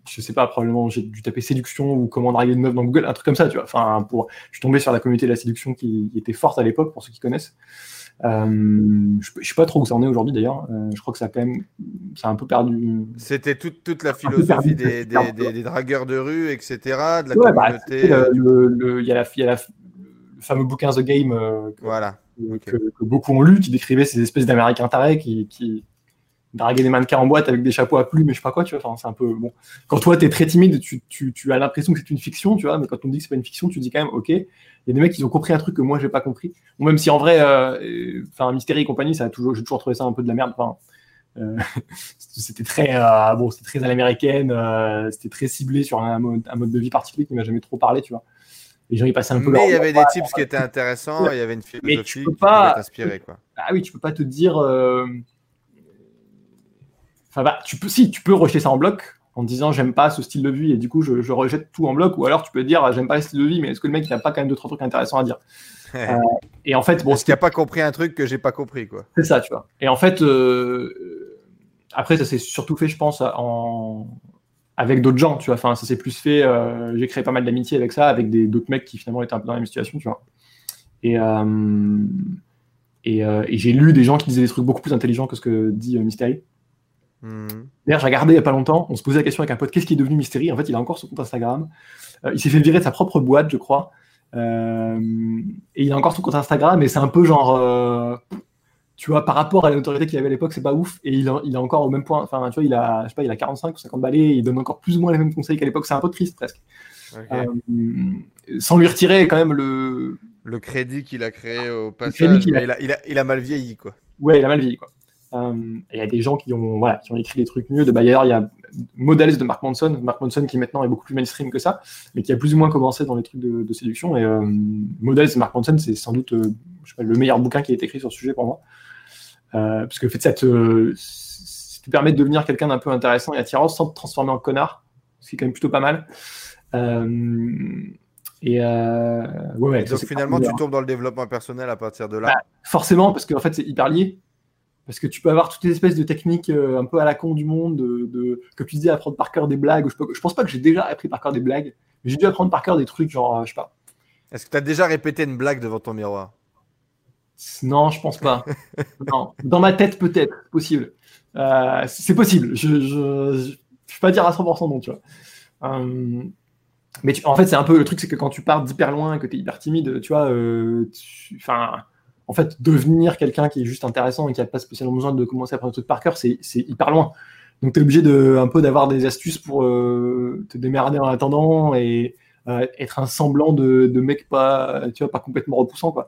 je sais pas, probablement j'ai dû taper séduction ou comment draguer une meuf dans Google, un truc comme ça, tu vois. Enfin, pour, je suis tombé sur la communauté de la séduction qui, qui était forte à l'époque, pour ceux qui connaissent. Euh, je, je sais pas trop où ça en est aujourd'hui d'ailleurs. Euh, je crois que ça a quand même, ça a un peu perdu. C'était toute, toute la philosophie perdu, des, des, des, des dragueurs de rue, et cetera, de la ouais, bah, communauté. le, euh, du- le, le, il y a la, il y a la, le fameux bouquin The Game euh, que, Voilà. que, Ok. que, que beaucoup ont lu, qui décrivait ces espèces d'Américains tarés qui, qui draguaient des mannequins en boîte avec des chapeaux à plumes, mais je sais pas quoi, tu vois. Enfin, c'est un peu bon. Quand toi t'es très timide, tu, tu, tu as l'impression que c'est une fiction, tu vois, mais quand on dit que c'est pas une fiction, tu dis quand même, ok. Il y a des mecs qui ont compris un truc que moi j'ai pas compris. Ou même si en vrai, enfin, euh, Mystery et compagnie, ça a toujours, j'ai toujours trouvé ça un peu de la merde. Enfin, euh, c'était très, euh, bon, c'était très à l'américaine, euh, c'était très ciblé sur un mode, un mode de vie particulier qui m'a jamais trop parlé, tu vois. Les gens ils passaient un peu. Mais il y leur avait des tips qui étaient intéressants, il y avait une mais tu philosophie peux qui pas. pouvait t'inspirer, quoi. Ah oui, tu peux pas te dire. Euh... Enfin, bah, tu peux, si, tu peux rejeter ça en bloc en disant j'aime pas ce style de vie et du coup je, je rejette tout en bloc, ou alors tu peux dire j'aime pas le style de vie, mais est-ce que le mec il a pas quand même deux trois trucs intéressants à dire. Euh, et en fait, bon, Est-ce qu'il n'a pas compris un truc que j'ai pas compris, quoi. C'est ça, tu vois. Et en fait, euh, après, ça s'est surtout fait, je pense, en... avec d'autres gens, tu vois. Enfin, ça s'est plus fait. Euh, j'ai créé pas mal d'amitié avec ça, avec des, d'autres mecs qui finalement étaient un peu dans la même situation, tu vois. Et, euh, et, euh, et j'ai lu des gens qui disaient des trucs beaucoup plus intelligents que ce que dit euh, Mystery. Mmh. D'ailleurs, j'ai regardé il n'y a pas longtemps, on se posait la question avec un pote, qu'est-ce qui est devenu Mystery? En fait, il a encore son compte Instagram. Euh, il s'est fait virer de sa propre boîte, je crois. Euh, et il a encore son compte Instagram, mais c'est un peu genre, euh, tu vois, par rapport à la notoriété qu'il avait à l'époque, c'est pas ouf. Et il, a, il est encore au même point. Enfin, tu vois, il a, je sais pas, il a quarante-cinq ou cinquante balais, il donne encore plus ou moins les mêmes conseils qu'à l'époque. C'est un peu triste presque. Okay. Euh, sans lui retirer quand même le le crédit qu'il a créé au passage, mais a... Il, a, il, a, il a mal vieilli, quoi. Ouais, il a mal vieilli, quoi. Euh, il y a des gens qui ont, voilà, qui ont écrit des trucs mieux. De, bah, d'ailleurs, il y a Models de Mark Manson, Mark Manson qui maintenant est beaucoup plus mainstream que ça, mais qui a plus ou moins commencé dans les trucs de, de séduction. Et euh, Models de Mark Manson, c'est sans doute euh, je sais pas, le meilleur bouquin qui a été écrit sur ce sujet pour moi. Euh, parce que le fait, ça te, ça te permet de devenir quelqu'un d'un peu intéressant et attirant sans te transformer en connard, ce qui est quand même plutôt pas mal. Euh, et, euh, ouais, ouais, et donc finalement, tu tombes dans le développement personnel à partir de là. Bah, forcément, parce qu'en fait, c'est hyper lié. Parce que tu peux avoir toutes les espèces de techniques euh, un peu à la con du monde, de, de, comme tu disais, apprendre par cœur des blagues. Je, peux, je pense pas que j'ai déjà appris par cœur des blagues, mais j'ai dû apprendre par cœur des trucs genre, euh, je sais pas. Est-ce que tu as déjà répété une blague devant ton miroir? Non, je pense pas. Non. Dans ma tête, peut-être, possible. Euh, c'est possible. Je ne peux pas dire à cent pour cent non, tu vois. Euh, mais tu, en fait, c'est un peu le truc, c'est que quand tu pars d'hyper loin, que tu es hyper timide, tu vois, euh, enfin. En fait, devenir quelqu'un qui est juste intéressant et qui n'a pas spécialement besoin de commencer à prendre des trucs par cœur, c'est, c'est hyper loin. Donc, tu es obligé de, un peu d'avoir des astuces pour euh, te démerder en attendant et euh, être un semblant de, de mec pas, tu vois, pas complètement repoussant, quoi.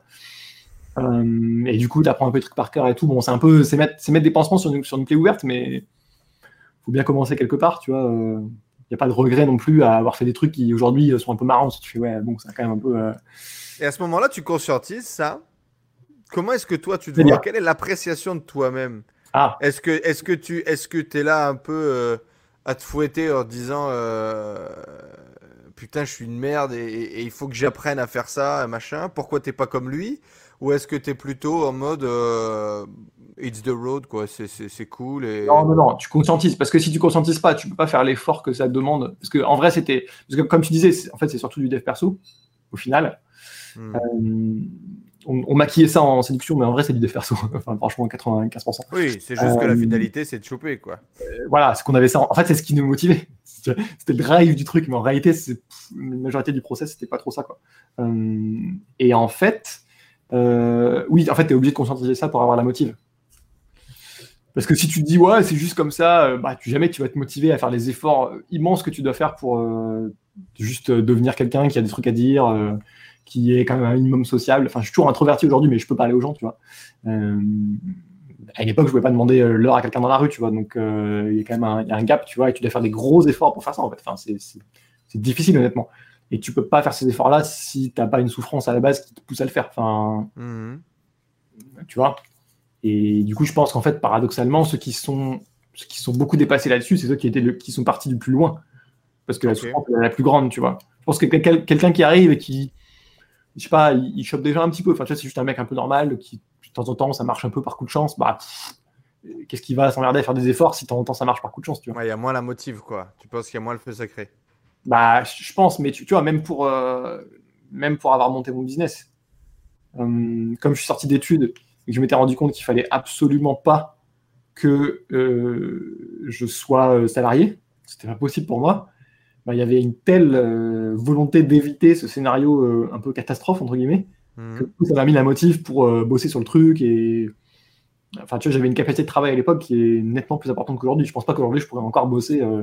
Euh, et du coup, tu apprends un peu des trucs par cœur et tout. Bon, c'est un peu, c'est mettre, c'est mettre des pansements sur une, sur une plaie ouverte, mais faut bien commencer quelque part, tu vois. Il euh, n'y a pas de regret non plus à avoir fait des trucs qui aujourd'hui sont un peu marrants. Si tu fais, ouais, bon, c'est quand même un peu. Euh... Et à ce moment-là, tu conscientises ça. Comment est-ce que toi, tu te vois? Quelle est l'appréciation de toi-même? Ah. Est-ce que, est-ce que tu est-ce que t'es là un peu euh, à te fouetter en te disant euh, putain, je suis une merde et, et, et il faut que j'apprenne à faire ça, machin. Pourquoi t'es pas comme lui? Ou est-ce que t'es plutôt en mode euh, it's the road, quoi, c'est, c'est, c'est cool et... Non, non, non, tu conscientises. Parce que si tu conscientises pas, tu peux pas faire l'effort que ça demande. Parce que en vrai, c'était. Parce que comme tu disais, c'est... en fait, c'est surtout du dev perso, au final. Hmm. Euh... On, on maquillait ça en séduction, mais en vrai, c'est du dev perso. Enfin, franchement, quatre-vingt-quinze pour cent. Oui, c'est juste euh, que la finalité, c'est de choper, quoi. Euh, voilà, c'est qu'on avait ça. En, en fait, c'est ce qui nous motivait. C'était le drive du truc, mais en réalité, c'est, pff, la majorité du process, c'était pas trop ça, quoi. Euh, et en fait, euh, oui, en fait, t'es obligé de conscientiser ça pour avoir la motive. Parce que si tu te dis, ouais, c'est juste comme ça, bah, tu, jamais tu vas te motiver à faire les efforts immenses que tu dois faire pour euh, juste devenir quelqu'un qui a des trucs à dire. Euh, qui est quand même un minimum sociable. Enfin, je suis toujours introverti aujourd'hui, mais je peux parler aux gens, tu vois. Euh, à l'époque, je ne pouvais pas demander l'heure à quelqu'un dans la rue, tu vois. Donc, euh, il y a quand même un, il y a un gap, tu vois, et tu dois faire des gros efforts pour faire ça, en fait. Enfin, c'est, c'est, c'est difficile, honnêtement. Et tu ne peux pas faire ces efforts-là si tu n'as pas une souffrance à la base qui te pousse à le faire. Enfin, mm-hmm. Tu vois. Et du coup, je pense qu'en fait, paradoxalement, ceux qui sont, ceux qui sont beaucoup dépassés là-dessus, c'est ceux qui, étaient le, qui sont partis du plus loin. Parce que okay. La souffrance est la plus grande, tu vois. Je pense que quel, quelqu'un qui arrive et qui je sais pas, il, il chope déjà un petit peu. Enfin, tu vois, c'est juste un mec un peu normal qui, de temps en temps, ça marche un peu par coup de chance. Bah, pff, qu'est-ce qui va s'emmerder à faire des efforts si de temps en temps ça marche par coup de chance, tu vois. Ouais, il y a moins la motive, quoi. Tu penses qu'il y a moins le feu sacré. Bah, je pense, mais tu, tu vois, même pour, euh, même pour avoir monté mon business, euh, comme je suis sorti d'études et que je m'étais rendu compte qu'il fallait absolument pas que euh, je sois salarié, c'était pas possible pour moi. Bah, il y avait une telle euh, volonté d'éviter ce scénario euh, un peu catastrophe, entre guillemets, que Mhm. ça m'a mis la motive pour euh, bosser sur le truc. Et enfin, tu vois, j'avais une capacité de travail à l'époque qui est nettement plus importante qu'aujourd'hui. Je pense pas qu'aujourd'hui, je pourrais encore bosser euh,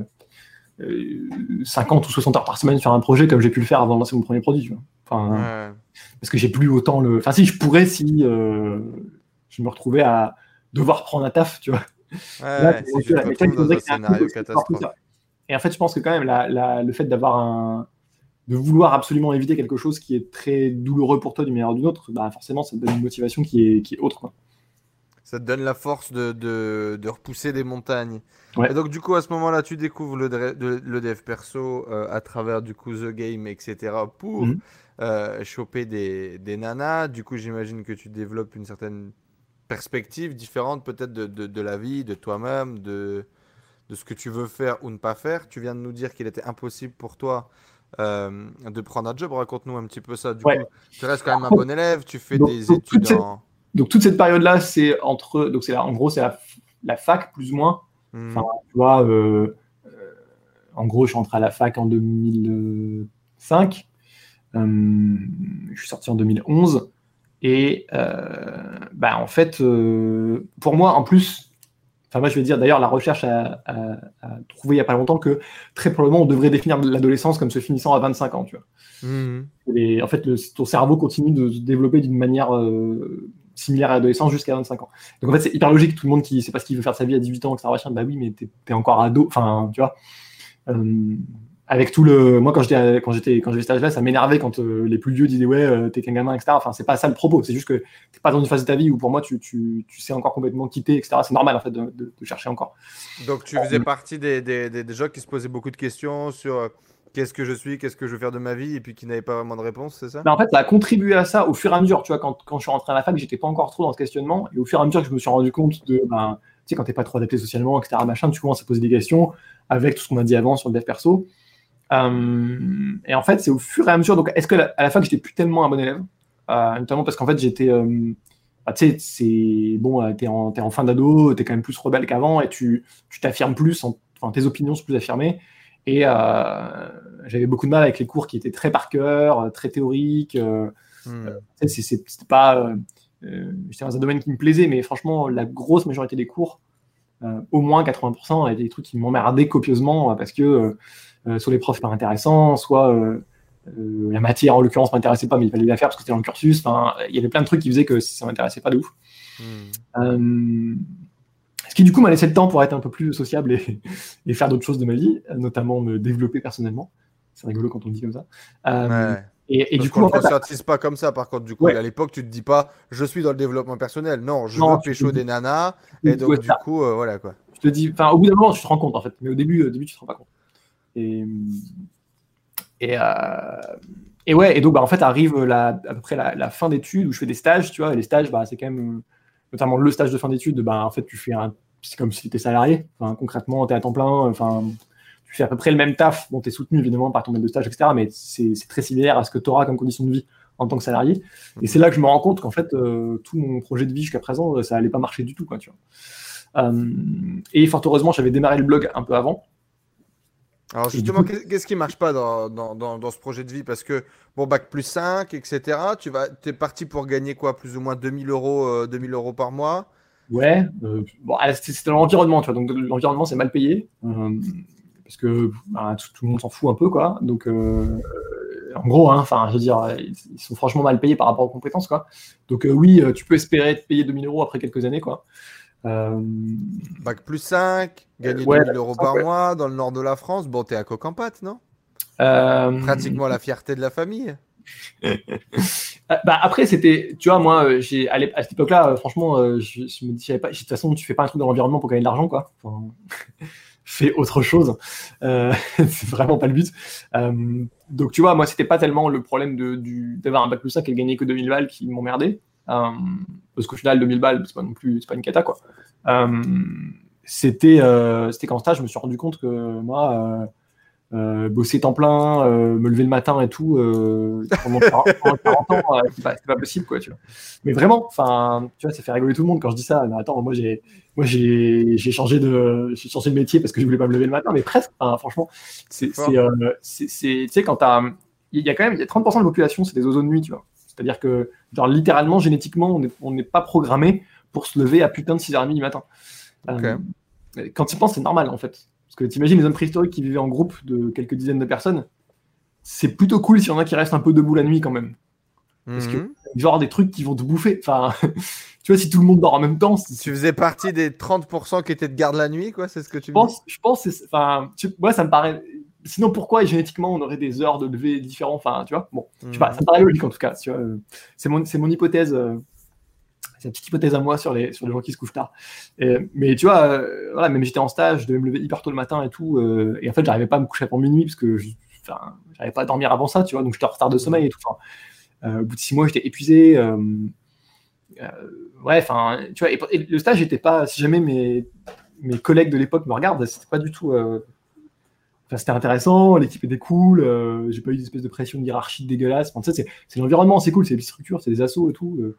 euh, cinquante ou soixante heures par semaine sur un projet comme j'ai pu le faire avant de lancer mon premier produit. Tu vois. Enfin, Ouais. parce que j'ai plus autant le. Enfin, si, je pourrais si euh, je me retrouvais à devoir prendre un taf, tu vois. Ouais, Là, ouais, si tu te voilà. Mais ça, il retrouves dans faudrait un qu'il y ait un truc scénario aussi fort que catastrophe. ça. Et en fait, je pense que quand même, la, la, le fait d'avoir un de vouloir absolument éviter quelque chose qui est très douloureux pour toi d'une manière ou d'une autre, bah forcément, ça te donne une motivation qui est, qui est autre. Quoi. Ça te donne la force de, de, de repousser des montagnes. Et Ouais. donc, du coup, à ce moment-là, tu découvres le, dre- de- le dev perso euh, à travers, du coup, The Game, et cetera pour Mhm. euh, choper des, des nanas. Du coup, j'imagine que tu développes une certaine perspective différente, peut-être, de, de, de la vie, de toi-même, de, de ce que tu veux faire ou ne pas faire. Tu viens de nous dire qu'il était impossible pour toi euh, de prendre un job. Raconte-nous un petit peu ça. Du Ouais. coup, tu restes quand même un bon élève, tu fais Donc, des donc, toute études cette, en... donc, toute cette période-là, c'est entre. Donc, c'est la- en gros, c'est la, la fac, plus ou moins. Enfin, Mhm. tu vois, euh, euh, en gros, je suis entré à la fac en deux mille cinq. Euh, je suis sorti en deux mille onze. Et euh, bah, en fait, euh, pour moi, en plus, enfin, moi, je vais dire, d'ailleurs, la recherche a, a- a trouvé il n'y a pas longtemps que très probablement, on devrait définir l'adolescence comme se finissant à vingt-cinq ans. Tu vois. Mhm. Et en fait, le- ton cerveau continue de se développer d'une manière euh, similaire à l'adolescence jusqu'à vingt-cinq ans. Donc, en fait, c'est hyper logique. Tout le monde qui sait pas ce qu'il veut faire de sa vie à dix-huit ans, et cetera machin, bah oui, mais t'es es encore ado. Enfin, tu vois. Euh, avec tout le. Moi, quand j'étais quand j'étais quand j'avais cet âge-là, ça m'énervait quand euh, les plus vieux disaient ouais, euh, t'es qu'un gamin, et cetera. Enfin, c'est pas ça le propos. C'est juste que t'es pas dans une phase de ta vie où pour moi, tu, tu, tu sais encore complètement quitter, et cetera. C'est normal en fait de, de, de chercher encore. Donc, tu faisais partie des, des, des- des gens qui se posaient beaucoup de questions sur euh, qu'est-ce que je suis, qu'est-ce que je veux faire de ma vie, et puis qui n'avaient pas vraiment de réponse, c'est ça? Mais en fait, ça a contribué à ça au fur et à mesure. Tu vois, quand, quand je suis rentré à la fac, j'étais pas encore trop dans ce questionnement. Et au fur et à mesure que je me suis rendu compte de, ben, tu sais, quand t'es pas trop adapté socialement, et cetera, machin, tu commences à poser des questions avec tout ce qu'on a dit avant sur le dev perso. Euh, et en fait, c'est au fur et à mesure. Donc, est-ce que la- à la fac, j'étais plus tellement un bon élève, Euh, notamment parce qu'en fait, j'étais, euh, bah, tu sais, c'est bon, euh, t'es en, t'es en fin d'ado, t'es quand même plus rebelle qu'avant et tu tu t'affirmes plus, en- enfin, tes opinions sont plus affirmées. Et euh, j'avais beaucoup de mal avec les cours qui étaient très par cœur, euh, très théoriques. euh, euh, Hmm. tu sais, c'est- c'est- c'était pas, euh, euh, j'étais dans un domaine qui me plaisait, mais franchement, la grosse majorité des cours, euh, au moins quatre-vingts pour cent, étaient des trucs qui m'emmerdaient copieusement euh, parce que euh, euh, soit les profs pas intéressants, soit euh, euh, la matière en l'occurrence m'intéressait pas, mais il fallait la faire parce que c'était dans le cursus. Enfin, il y avait plein de trucs qui faisaient que ça m'intéressait pas de ouf. Hmm. Euh, ce qui du coup m'a laissé le temps pour être un peu plus sociable et, et faire d'autres choses de ma vie, notamment me développer personnellement. C'est rigolo quand on le dit comme ça. Euh, Ouais. et, et Parce du qu'on coup, ne en te fait, conscientise pas comme ça, par contre, du coup. ouais, À l'époque, tu te dis pas, je suis dans le développement personnel. Non, je non, veux tu te pécho dis, des nanas, tu et te dis, ouais, donc, c'est du ça. coup, euh, voilà, quoi. Tu te dis, enfin, au bout d'un moment, tu te rends compte en fait, mais au début, au début, tu te rends pas compte. Et, et, euh, et ouais, et donc bah, en fait arrive la, à peu près la, la fin d'études où je fais des stages, tu vois, et les stages, bah, c'est quand même, notamment le stage de fin d'études, bah, en fait tu fais un, c'est comme si tu étais salarié, enfin, concrètement tu es à temps plein, enfin tu fais à peu près le même taf, bon tu es soutenu évidemment par ton maître de stage, et cetera, mais c'est, c'est très similaire à ce que tu auras comme condition de vie en tant que salarié, et c'est Mhm. là que je me rends compte qu'en fait euh, tout mon projet de vie jusqu'à présent, ça allait pas marcher du tout, quoi, tu vois. Euh, et fort heureusement j'avais démarré le blog un peu avant, Alors, et du justement, coup, qu'est- qu'est-ce qui marche pas dans, dans, dans, dans ce projet de vie? Parce que, bon, bac plus cinq, et cetera, tu vas, t'es parti pour gagner quoi? Plus ou moins deux mille euros, euh, deux mille euros par mois? ouais, euh, bon, ah, c'est c'est dans l'environnement, tu vois. Donc l'environnement c'est mal payé euh, parce que bah, tout, tout le monde s'en fout un peu, quoi. Donc euh, en gros, hein, enfin, je veux dire, ils, ils sont franchement mal payés par rapport aux compétences, quoi. Donc euh, oui, euh, tu peux espérer être payé deux mille euros après quelques années, quoi. Euh, Bac plus cinq, euh, gagner deux ouais, mille euros par ouais. mois dans le nord de la France. Bon, t'es à coq en pâte, non? Euh, Pratiquement la fierté de la famille. Ah, bah, après, c'était, tu vois, moi, euh, j'ai, à l'ép- à cette époque-là, euh, franchement, euh, je, je me dis, j'avais pas, de toute façon, tu fais pas un truc dans l'environnement pour gagner de l'argent, quoi. Enfin, fais autre chose. Euh, c'est vraiment pas le but. Euh, donc, tu vois, moi, c'était pas tellement le problème de, du, d'avoir un bac plus cinq et de gagner que deux mille balles qui m'emmerdait. Euh, parce qu'au final, deux mille balles, c'est pas non plus, c'est pas une cata, quoi. Euh, c'était, euh, c'était qu'en stage, je me suis rendu compte que moi, euh, euh, bosser temps plein, euh, me lever le matin et tout, euh, pendant quarante ans, euh, c'est pas, c'est pas possible, quoi, tu vois. Mais vraiment, enfin, tu vois, ça fait rigoler tout le monde quand je dis ça. Mais attends, moi, j'ai, moi, j'ai, j'ai changé de, j'ai changé de métier parce que je voulais pas me lever le matin, mais presque, enfin, franchement, c'est, Fort. c'est, euh, c'est, c'est, tu sais, quand t'as, il y a quand même, il y a trente pour cent de la population, c'est des oiseaux de nuit, tu vois. C'est-à-dire que, genre, littéralement, génétiquement, on n'est on n'est pas programmé pour se lever à putain de six heures trente du matin. Ok. Euh, quand tu y penses, c'est normal, en fait. Parce que t'imagines les hommes préhistoriques qui vivaient en groupe de quelques dizaines de personnes, c'est plutôt cool s'il y en a qui restent un peu debout la nuit, quand même. Parce que, Mhm. genre, des trucs qui vont te bouffer. Enfin, tu vois, si tout le monde dort en même temps, c'est- Tu faisais partie des trente pour cent qui étaient de garde la nuit, quoi, c'est ce que tu je me dis? pense, je pense, c'est- enfin, tu- moi, ça me paraît. Sinon, pourquoi génétiquement on aurait des heures de lever différents? Enfin, tu vois, bon, je sais pas, ça Mhm. me paraît logique en tout cas. Tu vois, euh, c'est mon, c'est mon hypothèse. euh, C'est une petite hypothèse à moi sur les, sur les gens qui se couchent tard. Et, mais tu vois, euh, voilà, même j'étais en stage, je devais me lever hyper tôt le matin et tout. Euh, et en fait, j'arrivais pas à me coucher avant minuit parce que je n'arrivais pas à dormir avant ça, tu vois. Donc j'étais en retard de sommeil et tout. Enfin, euh, au bout de six mois, j'étais épuisé. Euh, euh, ouais, enfin, tu vois, et, et le stage n'était pas, si jamais mes, mes collègues de l'époque me regardent, c'était pas du tout. Euh, Enfin, c'était intéressant, l'équipe était cool, euh, j'ai pas eu d'espèce de pression de hiérarchie dégueulasse. Enfin, tu sais, c'est, c'est l'environnement, c'est cool, c'est des petites structures, c'est des assos et tout. Euh,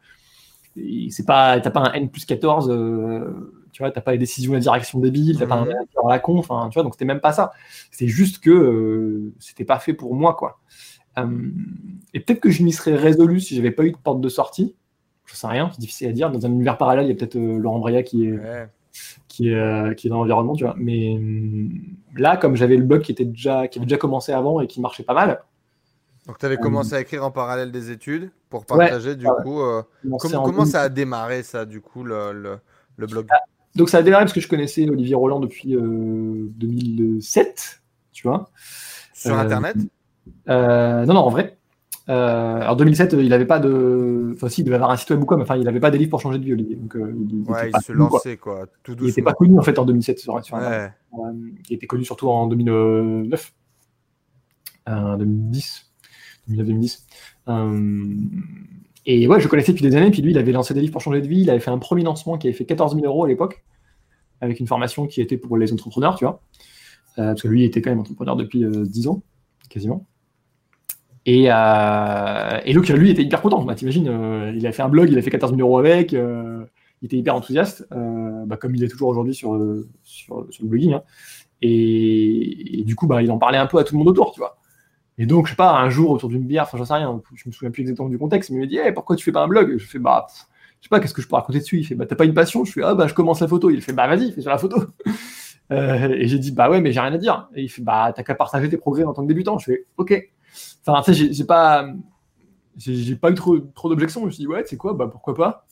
et c'est pas, t'as pas un N plus quatorze, euh, tu vois, t'as pas les décisions de la direction débile, t'as pas un Mhm. manager à la con, enfin, tu vois, donc c'était même pas ça. C'est juste que euh, c'était pas fait pour moi, quoi. Euh, et peut-être que je m'y serais résolu si j'avais pas eu de porte de sortie. Je sais rien, c'est difficile à dire. Dans un univers parallèle, il y a peut-être euh, Laurent Breya qui est, Ouais. qui est, euh, qui est dans l'environnement, tu vois. Mais euh, là, comme j'avais le bug qui, était déjà, qui avait déjà commencé avant et qui marchait pas mal, Donc, tu avais euh, commencé à écrire en parallèle des études pour ouais, partager, du ouais, ouais. coup. euh, Commencé com- en comment deux mille. ça a démarré, ça, du coup, le, le, le blog? Donc ça a démarré parce que je connaissais Olivier Roland depuis euh, deux mille sept, tu vois. Sur Euh, Internet? euh, non, non, en vrai. Euh, alors deux mille sept, il n'avait pas de. Enfin, si, il devait avoir un site web ou quoi, mais enfin, il n'avait pas des livres pour changer de vie, Olivier. Donc euh, il n'était Ouais, il pas se connu, quoi. lançait, quoi, tout Il n'était pas doucement. connu, en fait, en deux mille sept sur, sur Internet. Ouais. Euh, il était connu surtout en deux mille neuf, euh, deux mille dix. deux mille neuf deux mille dix. Euh, et ouais, je le connaissais depuis des années, puis lui, il avait lancé des livres pour changer de vie, il avait fait un premier lancement qui avait fait quatorze mille euros à l'époque, avec une formation qui était pour les entrepreneurs, tu vois. Euh, parce que lui, il était quand même entrepreneur depuis euh, dix ans, quasiment. Et, euh, et donc, lui, il était hyper content. Bah, t'imagines, euh, il a fait un blog, il a fait quatorze mille euros avec, euh, il était hyper enthousiaste, euh, bah, comme il est toujours aujourd'hui sur, euh, sur, sur le blogging. Hein. Et, et du coup, bah, il en parlait un peu à tout le monde autour, tu vois. Et donc, je sais pas, un jour, autour d'une bière, enfin, j'en sais rien, je me souviens plus exactement du contexte, mais il me dit, hey, pourquoi tu fais pas un blog? Je fais, bah, pff, je sais pas, qu'est-ce que je peux raconter dessus? Il fait, bah, t'as pas une passion? Je fais, ah, bah, je commence la photo. Il fait, bah, vas-y, fais sur la photo. Euh, et j'ai dit, bah ouais, mais j'ai rien à dire. Et il fait, bah, t'as qu'à partager tes progrès en tant que débutant. Je fais, ok. Enfin, tu sais, j'ai, j'ai pas, j'ai, j'ai pas eu trop, trop d'objections. Je me suis dit, ouais, tu sais quoi, bah pourquoi pas.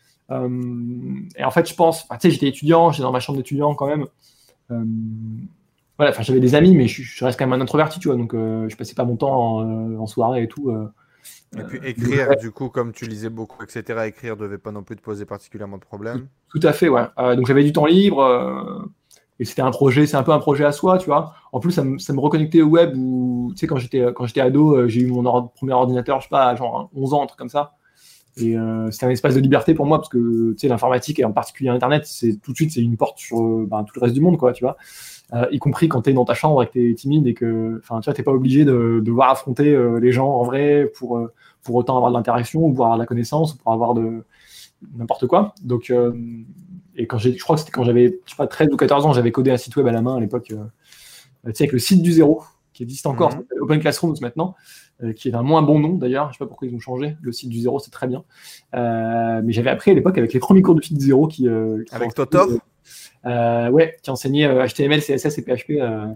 Euh, et en fait, je pense, enfin, tu sais, j'étais étudiant, j'étais dans ma chambre d'étudiant quand même. Euh, voilà, enfin, j'avais des amis, mais je, je reste quand même un introverti, tu vois. Donc, euh, je passais pas mon temps en, euh, en soirée et tout. Euh, Et puis donc, écrire, ouais, du coup, comme tu lisais beaucoup, et cetera, écrire devait pas non plus te poser particulièrement de tout, problème. tout à fait, ouais. Euh, donc, j'avais du temps libre. Euh, et c'était un projet, c'est un peu un projet à soi, tu vois. En plus, ça me, ça me reconnectait au web où, tu sais, quand j'étais, quand j'étais ado, euh, j'ai eu mon or- premier ordinateur, je sais pas, genre onze ans, un truc comme ça. Et euh, c'était un espace de liberté pour moi parce que, tu sais, l'informatique et en particulier Internet, c'est tout de suite, c'est une porte sur euh, ben, tout le reste du monde, quoi, tu vois. Euh, y compris quand t'es dans ta chambre et que t'es timide et que, enfin, tu vois, t'es pas obligé de devoir affronter euh, les gens en vrai pour, euh, pour autant avoir de l'interaction ou pour avoir de la connaissance ou pour avoir de n'importe quoi. Donc, euh, et quand j'ai, je crois que c'était quand j'avais, je sais pas, treize ou quatorze ans, j'avais codé un site web à la main à l'époque, euh, tu sais, avec le site du zéro, qui existe encore, ça Mhm. s'appelle Open Classrooms maintenant, euh, qui est un moins bon nom d'ailleurs, je sais pas pourquoi ils ont changé, le site du zéro, c'est très bien. Euh, mais j'avais appris à l'époque avec les premiers cours de site du zéro qui, euh, qui Avec enseignaient, Totor? euh, ouais, qui enseignait euh, H T M L, C S S et P H P euh,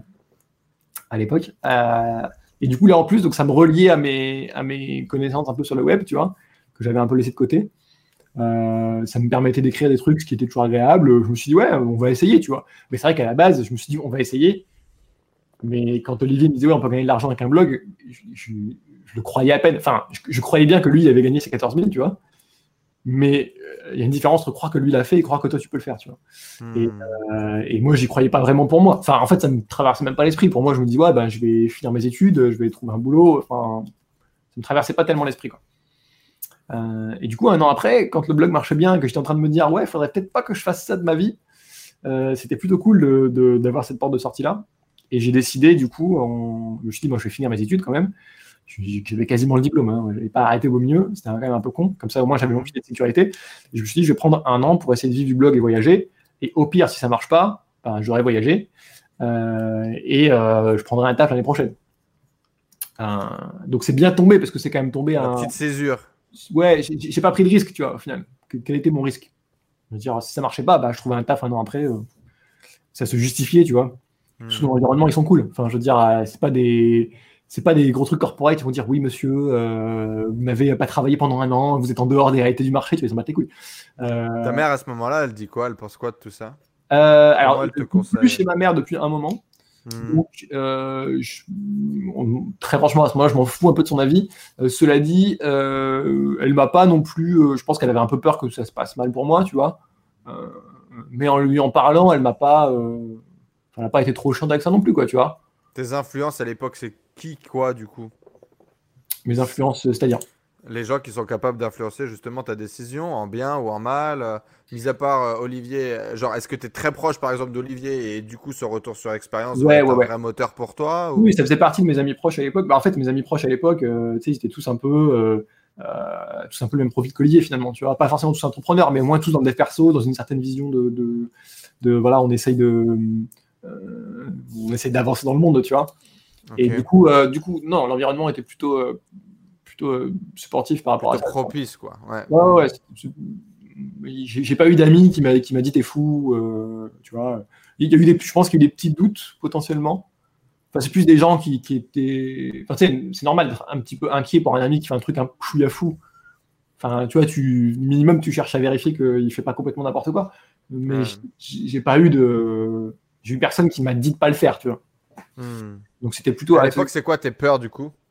à l'époque. Euh, et du coup, là en plus, donc ça me reliait à mes, à mes connaissances un peu sur le web, tu vois, que j'avais un peu laissé de côté. Euh, ça me permettait d'écrire des trucs, ce qui était toujours agréable. Je me suis dit, ouais, on va essayer, tu vois. Mais c'est vrai qu'à la base, je me suis dit, on va essayer. Mais quand Olivier me disait, ouais, on peut gagner de l'argent avec un blog, je, je, je le croyais à peine. Enfin, je, je, croyais bien que lui, il avait gagné ses quatorze mille, tu vois. Mais il euh, y a une différence entre croire que lui l'a fait et croire que toi, tu peux le faire, tu vois. Hmm. Et, euh, et moi, j'y croyais pas vraiment pour moi. Enfin, en fait, ça me traversait même pas l'esprit. Pour moi, je me dis, ouais, ben, je vais finir mes études, je vais trouver un boulot. Enfin, ça me traversait pas tellement l'esprit, quoi. Euh, et du coup, un an après, quand le blog marchait bien, que j'étais en train de me dire, ouais, faudrait peut-être pas que je fasse ça de ma vie, euh, c'était plutôt cool de, de, d'avoir cette porte de sortie-là. Et j'ai décidé, du coup, en... je me suis dit, moi, je vais finir mes études quand même. J'avais quasiment le diplôme, hein. Je n'avais pas arrêté au beau milieu, c'était quand même un peu con. Comme ça, au moins, j'avais mon filet de sécurité. Et je me suis dit, je vais prendre un an pour essayer de vivre du blog et voyager. Et au pire, si ça marche pas, ben, j'aurais voyagé. Euh, et euh, je prendrai un taf l'année prochaine. Euh, donc, c'est bien tombé, parce que c'est quand même tombé La un... petite césure. Ouais, j'ai, j'ai pas pris de risque, tu vois, au final. Que, quel était mon risque? Je veux dire, si ça marchait pas, bah, je trouvais un taf un an après. Euh, ça se justifiait, tu vois. Hmm. Sous l'environnement, ils sont cool. Enfin, je veux dire, euh, c'est pas des... C'est pas des gros trucs corporate qui vont dire oui monsieur, euh, vous n'avez pas travaillé pendant un an, vous êtes en dehors des réalités du marché, tu vas s'en battre les couilles. Euh, Ta mère à ce moment-là, elle dit quoi? Elle pense quoi de tout ça? euh, alors, Comment elle te je ne suis plus conseille? chez ma mère depuis un moment. Hmm. Donc, euh, je- on- très franchement, à ce moment-là, je m'en fous un peu de son avis. Euh, cela dit, euh, elle m'a pas non plus. Euh, je pense qu'elle avait un peu peur que ça se passe mal pour moi, tu vois. Euh, mais en lui en parlant, elle m'a pas. Euh, enfin, elle n'a pas été trop chiante avec ça non plus, quoi, tu vois. Tes influences à l'époque, c'est qui, quoi, du coup? Mes influences, euh, c'est-à-dire. Les gens qui sont capables d'influencer justement ta décision, en bien ou en mal. euh, mis à part euh, Olivier, euh, genre, est-ce que tu es très proche par exemple d'Olivier et du coup ce retour sur expérience va Ouais, être ouais, un ouais. vrai moteur pour toi Oui, ou... ça faisait partie de mes amis proches à l'époque. Bah, en fait, mes amis proches à l'époque, euh, tu sais, ils étaient tous un peu, euh, euh, tous un peu le même profil qu'Olivier finalement. Tu vois, pas forcément tous entrepreneurs, mais au moins tous dans des persos, dans une certaine vision de, de, de- voilà, on essaye de, euh, on essaye d'avancer dans le monde, tu vois. Ok. Et du coup, euh, du coup, non, l'environnement était plutôt, euh, plutôt euh, supportif par rapport à Plutôt ça. propice quoi. Ouais. Ouais, ouais, Hmm. ouais, c'est- c'est- j'ai j'ai pas eu d'amis qui m'a qui m'a dit t'es fou, euh, tu vois. Il y a eu des, je pense qu'il y a eu des petits doutes potentiellement. Enfin, c'est plus des gens qui, qui étaient. Enfin, tu sais, c'est normal d'être un petit peu inquiet pour un ami qui fait un truc un chouïa fou. Enfin, tu vois, tu minimum tu cherches à vérifier qu'il fait pas complètement n'importe quoi. Mais Ouais. j'ai j'ai pas eu de, j'ai eu personne qui m'a dit de pas le faire, tu vois. Hmm. Donc c'était plutôt. À À- l'époque, c'est quoi tes peurs du coup?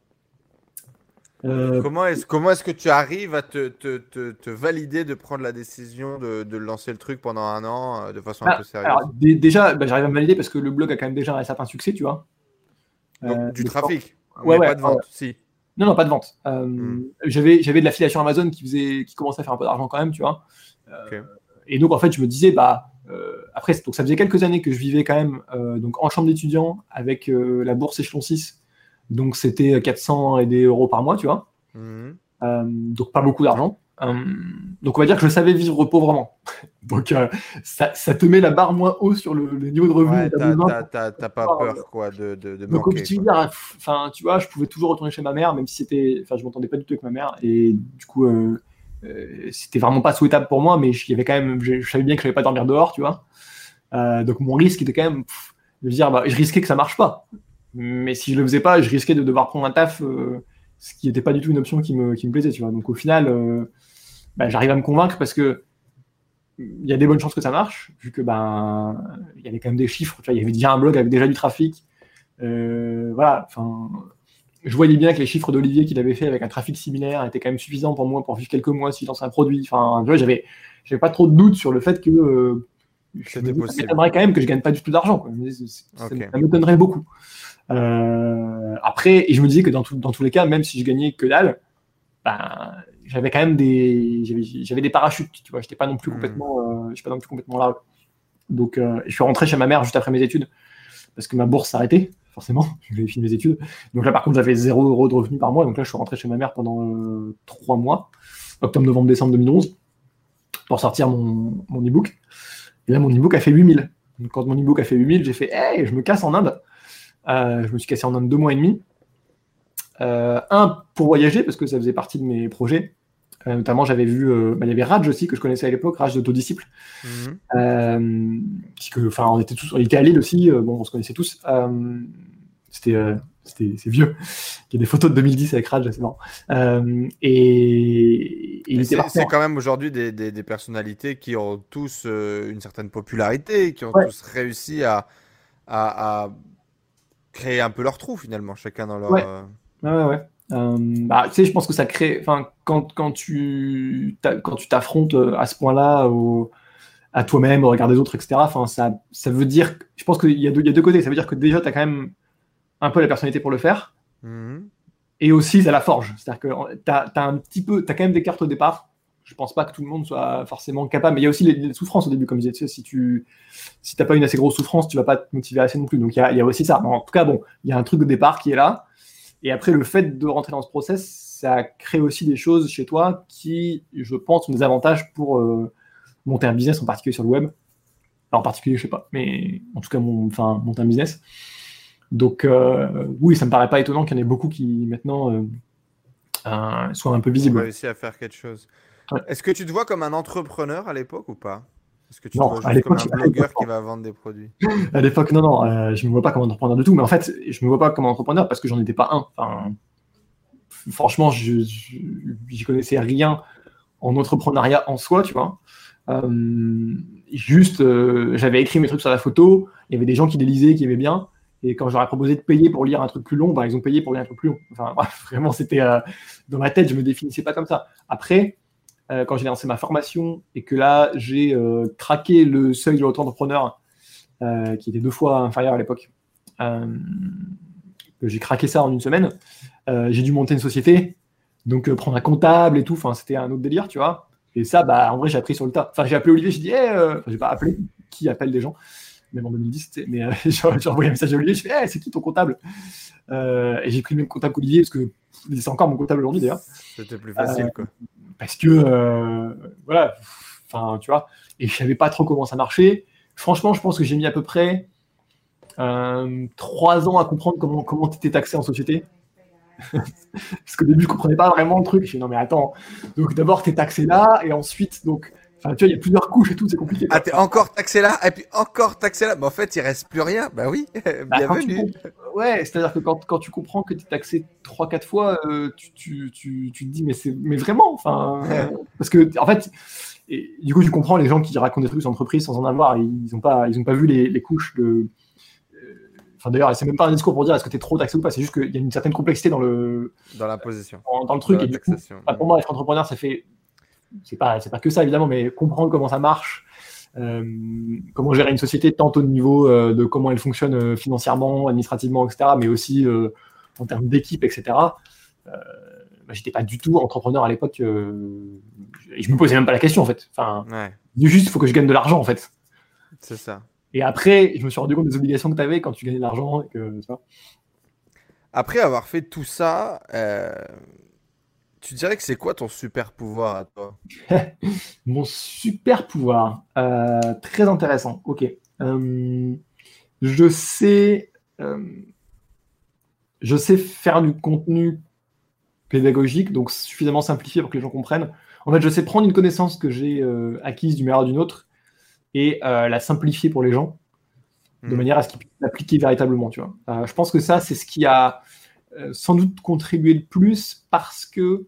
euh, Comment est-ce comment est-ce que tu arrives à te, te, te, te valider de prendre la décision de, de lancer le truc pendant un an euh, de façon un ah, peu sérieuse? alors dé- déjà, bah, j'arrive à me valider parce que le blog a quand même déjà un certain succès, tu vois. Donc Euh, du donc, trafic, ouais, mais ouais, pas de ouais. vente, si. Non, non, pas de vente. Euh, Hmm. j'avais, j'avais de l'affiliation Amazon qui faisait, qui commençait à faire un peu d'argent quand même, tu vois. Euh, Ok. et donc, en fait, je me disais, bah, euh, après, donc, ça faisait quelques années que je vivais quand même euh, donc, en chambre d'étudiant avec euh, la bourse échelon six. Donc, c'était quatre cents et des euros par mois, tu vois. Mhm. Euh, donc, pas beaucoup d'argent. Euh, donc, on va dire que je savais vivre pauvrement. Donc, euh, ça, ça te met la barre moins haut sur le, le niveau de revenu dont Ouais, tu as t'as, besoin t'as, pour t'as, t'as pas pouvoir, euh, peur quoi de, de, de donc, au manquer quoi. quotidien, enfin, tu vois, je pouvais toujours retourner chez ma mère, même si c'était, enfin, je m'entendais pas du tout avec ma mère, et du coup, euh, euh, c'était vraiment pas souhaitable pour moi, mais il y avait quand même, je, je savais bien que je n'allais pas dormir dehors, tu vois. Euh, donc mon risque était quand même pff, de dire, bah, je risquais que ça marche pas, mais si je le faisais pas, je risquais de devoir prendre un taf, euh, ce qui n'était pas du tout une option qui me, qui me plaisait, tu vois. Donc au final, euh, bah, j'arrive à me convaincre parce que il y a des bonnes chances que ça marche, vu que ben il y avait quand même des chiffres, tu vois, il y avait déjà un blog avec déjà du trafic. Euh, voilà, enfin, je voyais bien que les chiffres d'Olivier qu'il avait fait avec un trafic similaire étaient quand même suffisants pour moi pour vivre quelques mois s'il lance un produit. Enfin, tu vois, j'avais, j'avais pas trop de doutes sur le fait que euh, je C'était me disais, ça possible. m'étonnerait quand même que je gagne pas du tout d'argent, quoi. Je me disais, ça, Ok. ça m'étonnerait beaucoup. Euh, après, et je me disais que dans, tout, dans tous les cas, même si je gagnais que dalle, ben, j'avais quand même des, j'avais, j'avais des parachutes, tu vois. J'étais pas non plus Hmm. complètement, euh, j'étais pas non plus complètement là. Donc, euh, je suis rentré chez ma mère juste après mes études parce que ma bourse s'arrêtait, forcément, j'avais fini mes études. Donc là, par contre, j'avais zéro euro de revenus par mois. Donc là, je suis rentré chez ma mère pendant euh, trois mois, octobre, novembre, décembre deux mille onze, pour sortir mon, mon e-book. Et là, mon e-book a fait huit mille. Donc quand mon e-book a fait huit mille, j'ai fait hey, je me casse en Inde. Euh, je me suis cassé en Inde deux mois et demi. Euh, un, pour voyager, parce que ça faisait partie de mes projets. Euh, notamment, j'avais vu, euh, bah, il y avait Raj aussi, que je connaissais à l'époque, Raj d'Autodisciple. Mhm. Euh, que, enfin, on était tous, on était à Lille aussi, euh, bon, on se connaissait tous. Euh, c'était, euh, c'était, c'est vieux. Il y a des photos de deux mille dix avec Raj, c'est marrant. Euh, et, et il Et était c'est, parti c'est en- quand même aujourd'hui des, des, des personnalités qui ont tous euh, une certaine popularité, qui ont Ouais, tous réussi à, à, à créer un peu leur trou finalement, chacun dans leur. ouais, euh, ouais, ouais, ouais. Euh, bah, tu sais, je pense que ça crée, enfin, quand, quand tu, t'a- quand tu t'affrontes euh, à ce point-là au- à toi-même, au regard des autres, et cetera. Enfin, ça, ça veut dire, que- je pense qu'il y a deux, il y a deux côtés. Ça veut dire que déjà, tu as quand même un peu la personnalité pour le faire. Mhm. et aussi, c'est la forge. C'est-à-dire que tu as un petit peu, tu as quand même des cartes au départ. Je pense pas que tout le monde soit forcément capable, mais il y a aussi les, les souffrances au début, comme je disais. Tu sais, si tu si t'as pas une assez grosse souffrance, tu vas pas te motiver assez non plus. Donc il y a, y a aussi ça. En tout cas, bon, il y a un truc au départ qui est là. Et après, le fait de rentrer dans ce process, ça crée aussi des choses chez toi qui, je pense, sont des avantages pour euh, monter un business, en particulier sur le web. Alors, en particulier, je sais pas, mais en tout cas, mon, enfin, monter un business. Donc, euh, oui, ça me paraît pas étonnant qu'il y en ait beaucoup qui, maintenant, euh, euh, soient un peu visibles. On réussit à faire quelque chose. Ouais. Est-ce que tu te vois comme un entrepreneur à l'époque ou pas? Est-ce que tu Non, te vois à juste comme l'époque, un blogueur qui va vendre des produits? à l'époque, non, non, euh, je me vois pas comme entrepreneur du tout. Mais en fait, je me vois pas comme entrepreneur parce que j'en étais pas un. Enfin, franchement, je, je, j'y connaissais rien en entrepreneuriat en soi, tu vois. Euh, juste, euh, j'avais écrit mes trucs sur la photo, il y avait des gens qui les lisaient, qui aimaient bien, et quand je leur ai proposé de payer pour lire un truc plus long, bah, ils ont payé pour lire un truc plus long. Enfin, bref, vraiment, c'était euh, dans ma tête, je me définissais pas comme ça. Après, euh, quand j'ai lancé ma formation et que là, j'ai euh, craqué le seuil de l'auto-entrepreneur, euh, qui était deux fois inférieur à l'époque, euh, que j'ai craqué ça en une semaine, euh, j'ai dû monter une société, donc euh, prendre un comptable et tout, enfin, c'était un autre délire, tu vois. Et ça, bah, en vrai, j'ai appris sur le tas. Enfin, j'ai appelé Olivier, j'ai dit, hey, euh... enfin, j'ai pas appelé, qui appelle des gens, même en deux mille dix, mais euh, j'ai envoyé un message à Olivier, je fais, hey, c'est qui ton comptable? euh, Et j'ai pris le même comptable qu'Olivier, parce que c'est encore mon comptable aujourd'hui, d'ailleurs. C'était plus facile, euh, quoi. Parce que, euh, voilà, enfin, tu vois, et je savais pas trop comment ça marchait. Franchement, je pense que j'ai mis à peu près euh, trois ans à comprendre comment, comment tu étais taxé en société. Parce qu'au début, je comprenais pas vraiment le truc. Je dis non, mais attends. Donc d'abord, tu es taxé là, et ensuite, donc, enfin, tu vois, il y a plusieurs couches et tout, c'est compliqué. Ah, t'es encore taxé là, et puis encore taxé là. Mais en fait, il reste plus rien. Bah oui, Bah, quand tu bienvenue. comp- ouais, c'est-à-dire que quand, quand tu comprends que tu es taxé trois quatre fois, euh, tu, tu, tu, tu te dis, mais, c'est, mais vraiment, enfin. euh, parce que, en fait, et, du coup, tu comprends les gens qui racontent des trucs sur l'entreprise sans en avoir, ils n'ont pas, ils ont pas vu les, les couches de. Enfin, d'ailleurs, c'est même pas un discours pour dire est-ce que tu es trop taxé ou pas, c'est juste qu'il y a une certaine complexité dans le, Dans l'imposition. dans, dans le truc. Dans la Et du coup, taxation. bah, pour moi, être entrepreneur, ça fait. C'est pas, c'est pas que ça, évidemment, mais comprendre comment ça marche, euh, comment gérer une société, tant au niveau euh, de comment elle fonctionne euh, financièrement, administrativement, et cetera, mais aussi euh, en termes d'équipe, et cetera. Euh, bah, j'étais pas du tout entrepreneur à l'époque. Euh, et je me posais même pas la question, en fait. Enfin, Ouais, juste, il faut que je gagne de l'argent, en fait. c'est ça. Et après, je me suis rendu compte des obligations que tu avais quand tu gagnais de l'argent. Et que, tu vois. Après avoir fait tout ça, euh, tu dirais que c'est quoi ton super pouvoir à toi? Mon super pouvoir, euh, très intéressant. Ok. Euh, je sais, euh, je sais faire du contenu pédagogique, donc suffisamment simplifié pour que les gens comprennent. En fait, je sais prendre une connaissance que j'ai euh, acquise d'une manière ou d'une autre et euh, la simplifier pour les gens de Hmm. manière à ce qu'ils puissent l'appliquer véritablement. Tu vois. Euh, je pense que ça, c'est ce qui a euh, sans doute contribué le plus parce que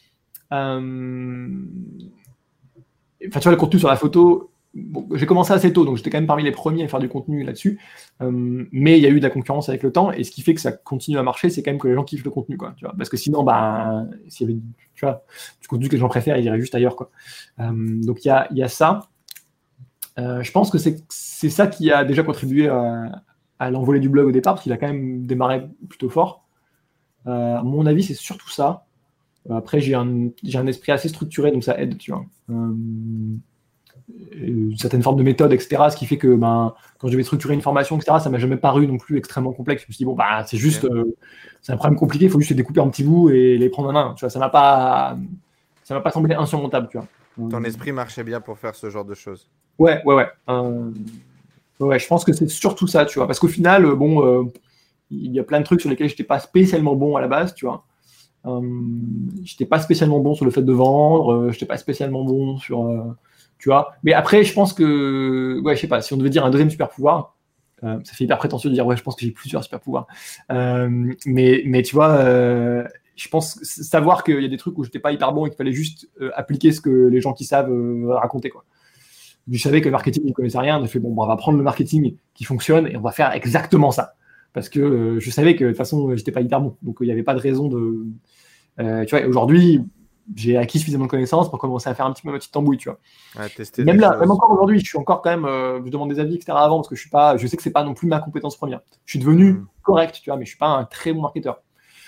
euh, enfin, tu vois, le contenu sur la photo, bon, j'ai commencé assez tôt, donc j'étais quand même parmi les premiers à faire du contenu là-dessus. Euh, mais il y a eu de la concurrence avec le temps, et ce qui fait que ça continue à marcher, c'est quand même que les gens kiffent le contenu, quoi. Tu vois, parce que sinon, bah, s'il y avait, tu vois, du contenu que les gens préfèrent, ils iraient juste ailleurs, quoi. Euh, donc il y a, y a ça. Euh, je pense que c'est, c'est ça qui a déjà contribué à, à l'envolée du blog au départ, parce qu'il a quand même démarré plutôt fort. Euh, à mon avis, c'est surtout ça. Après, j'ai un, j'ai un esprit assez structuré, donc ça aide, tu vois. Euh, une certaine forme de méthode, et cetera. Ce qui fait que ben, quand je devais structurer une formation, et cetera, ça m'a jamais paru non plus extrêmement complexe. Je me suis dit, bon, bah, c'est juste, Ok. euh, c'est un problème compliqué, il faut juste les découper en petits bouts et les prendre en main. Tu vois, ça m'a pas, ça m'a pas semblé insurmontable, tu vois. Ton Euh, esprit marchait bien pour faire ce genre de choses. ouais, ouais, ouais. Euh, ouais, je pense que c'est surtout ça, tu vois. Parce qu'au final, euh, bon, euh, il y a plein de trucs sur lesquels je n'étais pas spécialement bon à la base, tu vois. Euh, j'étais pas spécialement bon sur le fait de vendre, euh, j'étais pas spécialement bon sur, euh, tu vois. Mais après, je pense que, ouais, je sais pas, si on devait dire un deuxième super pouvoir, euh, ça fait hyper prétentieux de dire, ouais, je pense que j'ai plusieurs super pouvoirs. Euh, mais, mais tu vois, euh, je pense savoir qu'il y a des trucs où j'étais pas hyper bon et qu'il fallait juste euh, appliquer ce que les gens qui savent euh, raconter, quoi. Je savais que le marketing, je ne connaissais rien, j'ai fait, bon, bon, on va prendre le marketing qui fonctionne et on va faire exactement ça. Parce que euh, je savais que de toute façon, j'étais pas hyper bon. Donc, il n'y avait pas de raison de. Euh, tu vois, aujourd'hui, j'ai acquis suffisamment de connaissances pour commencer à faire un petit peu ma petite tambouille, tu vois. À tester Même des là, choses. même encore aujourd'hui, je suis encore quand même, euh, je demande des avis, et cetera avant, parce que je suis pas, je sais que c'est pas non plus ma compétence première. Je suis devenu Hmm. correct, tu vois, mais je suis pas un très bon marketeur.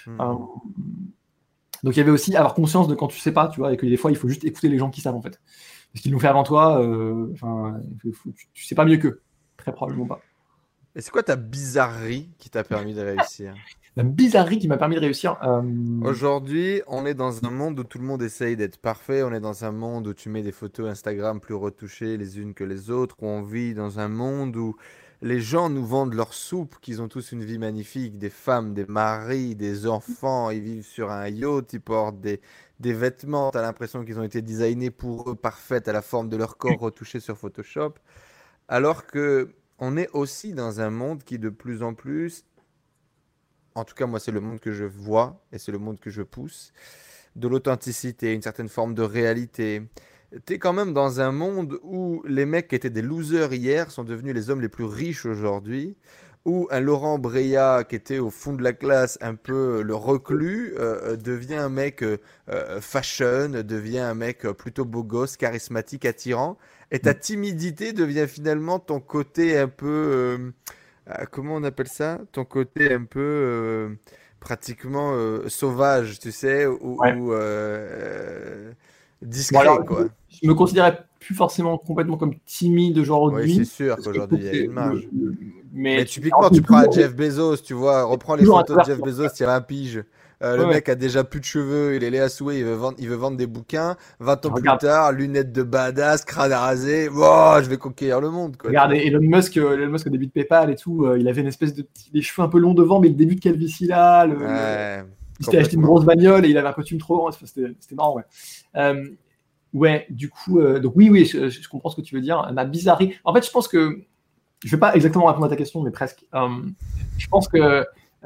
Hmm. Euh, donc il y avait aussi avoir conscience de quand tu sais pas, tu vois, et que des fois il faut juste écouter les gens qui savent en fait. Parce qu'ils l'ont fait avant toi, euh, enfin, il faut- tu, tu sais pas mieux qu'eux. Très probablement pas. Et c'est quoi ta bizarrerie qui t'a permis de réussir? La bizarrerie qui m'a permis de réussir. euh, Aujourd'hui, on est dans un monde où tout le monde essaye d'être parfait. On est dans un monde où tu mets des photos Instagram plus retouchées les unes que les autres. Où on vit dans un monde où les gens nous vendent leur soupe, qu'ils ont tous une vie magnifique. Des femmes, des maris, des enfants. Ils vivent sur un yacht, ils portent des, des vêtements. T'as l'impression qu'ils ont été designés pour eux, parfaits à la forme de leur corps retouchés sur Photoshop. Alors que on est aussi dans un monde qui de plus en plus, en tout cas moi c'est le monde que je vois et c'est le monde que je pousse, de l'authenticité, une certaine forme de réalité. T'es quand même dans un monde où les mecs qui étaient des losers hier sont devenus les hommes les plus riches aujourd'hui, où un Laurent Breillat qui était au fond de la classe, un peu le reclus, euh, euh, devient un mec euh, euh, fashion, devient un mec euh, plutôt beau gosse, charismatique, attirant, et ta timidité devient finalement ton côté un peu, euh, euh, comment on appelle ça? Ton côté un peu euh, pratiquement euh, sauvage, tu sais, ou, ouais. ou, euh, Bon alors, discret, quoi. je me considérais plus forcément complètement comme timide Oui, c'est aujourd'hui, sûr parce que je qu'aujourd'hui, trouve il que y a une c'est le, marge. le- mais Mais tu typiquement, es tu prends un toujours, Jeff Bezos, tu vois, reprends les toujours photos de introverti. Jeff Bezos il y a un pige. Euh, Ouais, le ouais. mec a déjà plus de cheveux, il est Léa Soué, il veut vendre, il veut vendre des bouquins. vingt ans plus Regarde, tard, lunettes de badass, crâne rasé. Wow, je vais conquérir le monde, quoi, tu regarde, vois. Elon Musk, euh, Elon Musk au début de PayPal et tout, euh, il avait une espèce de petit, les cheveux un peu longs devant, mais le début de calvitie là, le, le- Ouais, il s'était acheté une complètement. grosse bagnole et il avait un costume trop grand, enfin, c'était c'était marrant, ouais. Euh, ouais, du coup, euh, donc oui, oui, je, je comprends ce que tu veux dire. Ma bizarrerie, en fait, je pense que je vais pas exactement répondre à ta question, mais presque. Euh, je pense que,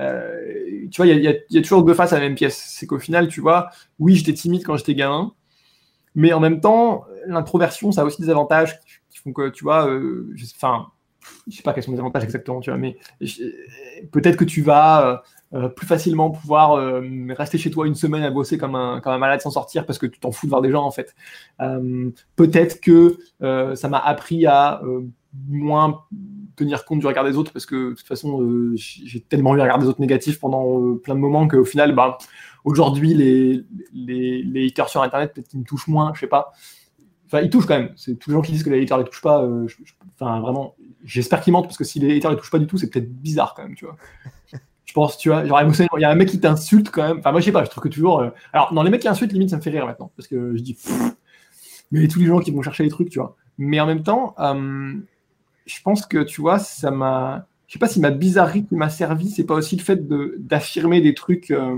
euh, tu vois, il y, a- il y a toujours deux faces à la même pièce. C'est qu'au final, tu vois, oui, j'étais timide quand j'étais gamin, mais en même temps, l'introversion, ça a aussi des avantages qui, qui font que, tu vois, euh, je, enfin, je sais pas quels sont les avantages exactement, tu vois, mais je- peut-être que tu vas euh, euh, plus facilement pouvoir euh, rester chez toi une semaine à bosser comme un, comme un malade sans sortir parce que tu t'en fous de voir des gens, en fait. Euh, peut-être que euh, ça m'a appris à euh, moins tenir compte du regard des autres parce que de toute façon, euh, j'ai tellement eu un regard des autres négatif pendant euh, plein de moments qu'au final, bah, aujourd'hui, les, les, les haters sur Internet, peut-être qu'ils me touchent moins, je sais pas. Enfin, ils touchent quand même. C'est tous les gens qui disent que les haters les touchent pas. Euh, je- je- enfin, vraiment, j'espère qu'ils mentent parce que si les haters les touchent pas du tout, c'est peut-être bizarre quand même, tu vois. Je pense, tu vois, genre émotionnellement, il y a un mec qui t'insulte quand même. Enfin, moi, je sais pas, je trouve que toujours. euh, Alors, dans les mecs qui insultent, limite, ça me fait rire maintenant parce que je dis, pff, mais tous les gens qui vont chercher les trucs, tu vois. Mais en même temps, euh, je pense que, tu vois, ça m'a. Je sais pas si ma bizarrerie qui m'a servi, c'est pas aussi le fait de d'affirmer des trucs. euh,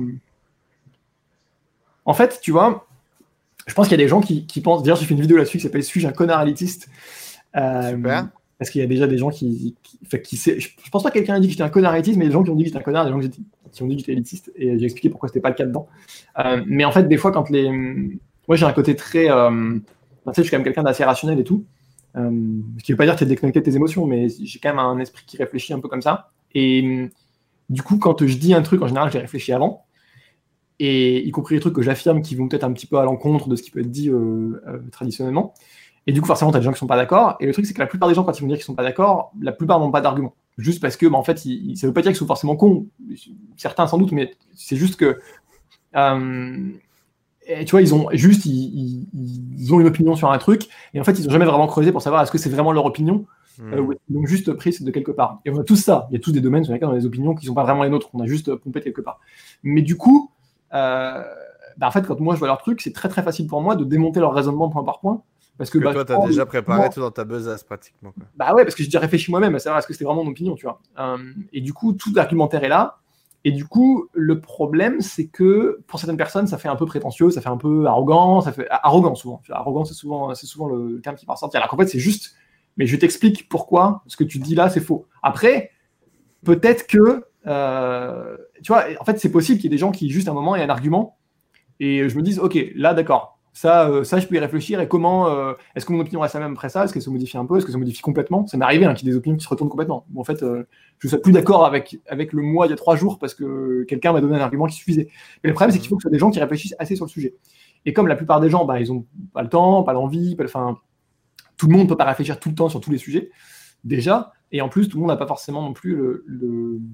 En fait, tu vois, je pense qu'il y a des gens qui, qui pensent. D'ailleurs, j'ai fait une vidéo là-dessus qui s'appelle Suis-je un connard élitiste. Euh, Super. Parce qu'il y a déjà des gens qui. qui, enfin, qui sait- je, je pense pas que quelqu'un ait dit que j'étais un connard élitiste, mais des gens qui ont dit que j'étais un connard, des gens qui, j'étais- qui ont dit que j'étais élitiste, et j'ai expliqué pourquoi c'était pas le cas dedans. Euh, mais en fait, des fois, quand les. Moi, j'ai un côté très. Euh... enfin, tu sais, je suis quand même quelqu'un d'assez rationnel et tout. Euh, ce qui veut pas dire que tu es déconnecté de tes émotions, mais j'ai quand même un esprit qui réfléchit un peu comme ça. Et du coup, quand je dis un truc, en général, j'ai réfléchi avant. Et y compris les trucs que j'affirme qui vont peut-être un petit peu à l'encontre de ce qui peut être dit euh, euh, traditionnellement. Et du coup, forcément, tu as des gens qui sont pas d'accord. Et le truc, c'est que la plupart des gens, quand ils vont dire qu'ils sont pas d'accord, la plupart n'ont pas d'argument. Juste parce que, bah, en fait, ils, ça veut pas dire qu'ils sont forcément cons. Certains, sans doute, mais c'est juste que. Euh, et tu vois, ils ont juste, ils, ils, ils ont une opinion sur un truc, et en fait, ils ont jamais vraiment creusé pour savoir est-ce que c'est vraiment leur opinion, euh, ou Hmm. ils l'ont juste prise de quelque part. Et on a tous ça. Il y a tous des domaines sur lesquels on a des opinions qui sont pas vraiment les nôtres, qu'on a juste pompé de quelque part. Mais du coup, euh, bah, en fait, quand moi je vois leur truc, c'est très très facile pour moi de démonter leur raisonnement point par point, parce que Que bah, toi, je t'as prends déjà le- préparé tout dans ta besace, pratiquement, quoi. bah ouais, parce que j'ai déjà réfléchi moi-même à savoir est-ce que c'était vraiment mon opinion, tu vois. Euh, et du coup, tout l'argumentaire est là. Et du coup, le problème, c'est que pour certaines personnes, ça fait un peu prétentieux, ça fait un peu arrogant, ça fait arrogant souvent. Arrogant, c'est souvent, c'est souvent le terme qui va ressortir. Alors qu'en fait, c'est juste, mais je t'explique pourquoi ce que tu dis là, c'est faux. Après, peut-être que, euh, tu vois, en fait, c'est possible qu'il y ait des gens qui, juste à un moment, aient un argument et je me dise, ok, là, d'accord. Ça, euh, ça, je peux y réfléchir. Et comment euh, est-ce que mon opinion reste la même après ça? Est-ce qu'elle se modifie un peu? Est-ce que ça se modifie complètement? Ça m'est arrivé hein, qu'il y ait des opinions qui se retournent complètement. Bon, en fait, euh, je ne suis plus d'accord avec, avec le moi il y a trois jours parce que quelqu'un m'a donné un argument qui suffisait. Mais le problème, c'est qu'il Hmm. faut que ce soit des gens qui réfléchissent assez sur le sujet. Et comme la plupart des gens, bah, ils n'ont pas le temps, pas l'envie, pas, enfin, tout le monde ne peut pas réfléchir tout le temps sur tous les sujets, déjà. Et en plus, tout le monde n'a pas forcément non plus le, le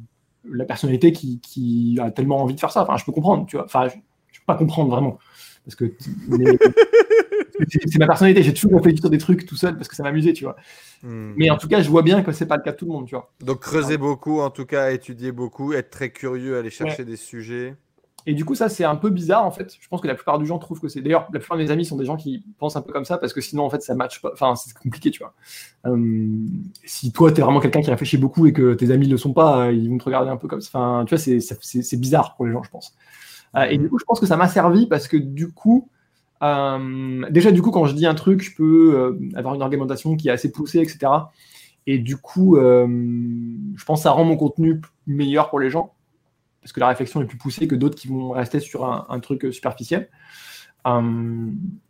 la personnalité qui, qui a tellement envie de faire ça. Enfin, je peux comprendre, tu vois. Enfin, je, je peux pas comprendre vraiment. Parce que mais, c'est, c'est ma personnalité. J'ai toujours réfléchi sur des trucs tout seul parce que ça m'amusait, tu vois. Hmm. Mais en tout cas, je vois bien que c'est pas le cas de tout le monde, tu vois. Donc, creuser beaucoup, en tout cas, étudier beaucoup, être très curieux, aller chercher ouais. des sujets. Et du coup, ça, c'est un peu bizarre, en fait. Je pense que la plupart des gens trouvent que c'est... D'ailleurs, la plupart de mes amis sont des gens qui pensent un peu comme ça, parce que sinon, en fait, ça matche pas... Enfin, c'est compliqué, tu vois. Euh, si toi, t'es vraiment quelqu'un qui réfléchit beaucoup et que tes amis le sont pas, ils vont te regarder un peu comme ça. Enfin, tu vois, c'est, c'est, c'est bizarre pour les gens, je pense. Euh, et du coup, je pense que ça m'a servi, parce que du coup... Euh, déjà, du coup, quand je dis un truc, je peux euh, avoir une argumentation qui est assez poussée, et cetera. Et du coup, euh, je pense que ça rend mon contenu meilleur pour les gens, parce que la réflexion est plus poussée que d'autres qui vont rester sur un, un truc superficiel. Euh,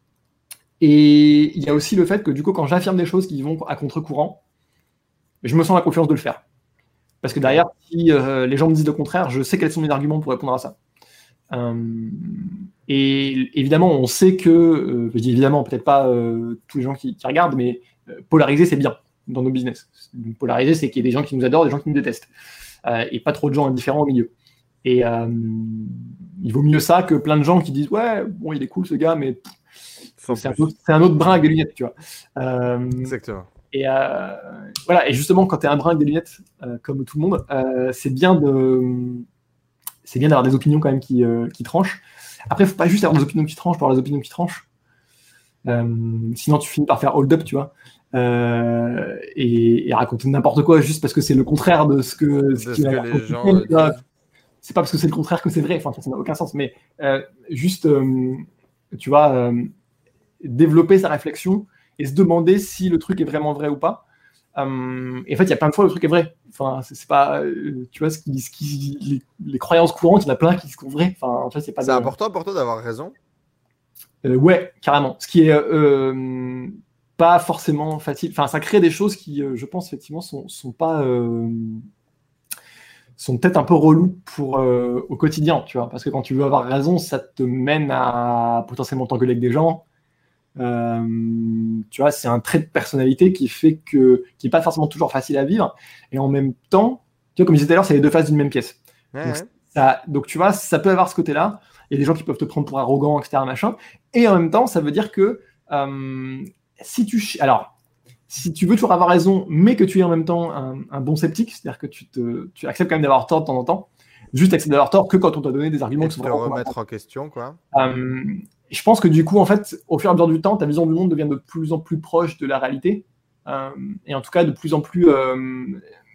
et il y a aussi le fait que du coup, quand j'affirme des choses qui vont à contre-courant, je me sens la confiance de le faire. Parce que derrière, si euh, les gens me disent le contraire, je sais quels sont mes arguments pour répondre à ça. Euh, et évidemment, on sait que, euh, je dis évidemment, peut-être pas euh, tous les gens qui, qui regardent, mais euh, polariser, c'est bien dans nos business. Polariser, c'est qu'il y ait des gens qui nous adorent, des gens qui nous détestent. Euh, et pas trop de gens indifférents au milieu. Et euh, il vaut mieux ça que plein de gens qui disent ouais, bon, il est cool ce gars, mais pff, c'est, un autre, c'est un autre brin avec des lunettes, tu vois. Euh, Exactement. Et euh, voilà. Et justement, quand tu es un brin avec des lunettes, euh, comme tout le monde, euh, c'est bien de, c'est bien d'avoir des opinions quand même qui, euh, qui tranchent. Après, il faut pas juste avoir des opinions qui tranchent pour avoir des opinions qui tranchent. Euh, sinon, tu finis par faire hold up, tu vois. Euh, et, et raconter n'importe quoi juste parce que c'est le contraire de ce que, ce de qui ce que les gens euh, disent. C'est pas parce que c'est le contraire que c'est vrai, enfin ça n'a aucun sens, mais euh, juste, euh, tu vois, euh, développer sa réflexion et se demander si le truc est vraiment vrai ou pas. Euh, et en fait, il y a plein de fois où le truc est vrai. Enfin, c'est, c'est pas, euh, tu vois, ce qui, ce qui, les, les croyances courantes, il y en a plein qui sont vraies. Enfin, en fait, c'est pas. C'est de... important pour toi d'avoir raison. Euh, ouais, carrément. Ce qui est euh, pas forcément facile. Enfin, ça crée des choses qui, euh, je pense, effectivement, sont, sont pas. Euh, sont peut-être un peu relous pour, euh, au quotidien, tu vois, parce que quand tu veux avoir raison, ça te mène à potentiellement t'engueuler avec des gens. Euh, tu vois, c'est un trait de personnalité qui fait que, qui est pas forcément toujours facile à vivre, et en même temps, tu vois, comme je disais tout à l'heure, c'est les deux faces d'une même pièce. Ouais, donc, ouais. ça, donc, tu vois, ça peut avoir ce côté-là. Il y a des gens qui peuvent te prendre pour arrogant, et cetera, machin. Et en même temps, ça veut dire que euh, si tu, alors. Si tu veux toujours avoir raison, mais que tu es en même temps un, un bon sceptique, c'est-à-dire que tu, te, tu acceptes quand même d'avoir tort de temps en temps, juste accepter d'avoir tort que quand on t'a donné des arguments et qui sont te vraiment remettre en question, quoi. Euh, je pense que du coup, en fait, au fur et à mesure du temps, ta vision du monde devient de plus en plus proche de la réalité, euh, et en tout cas de plus en plus, euh,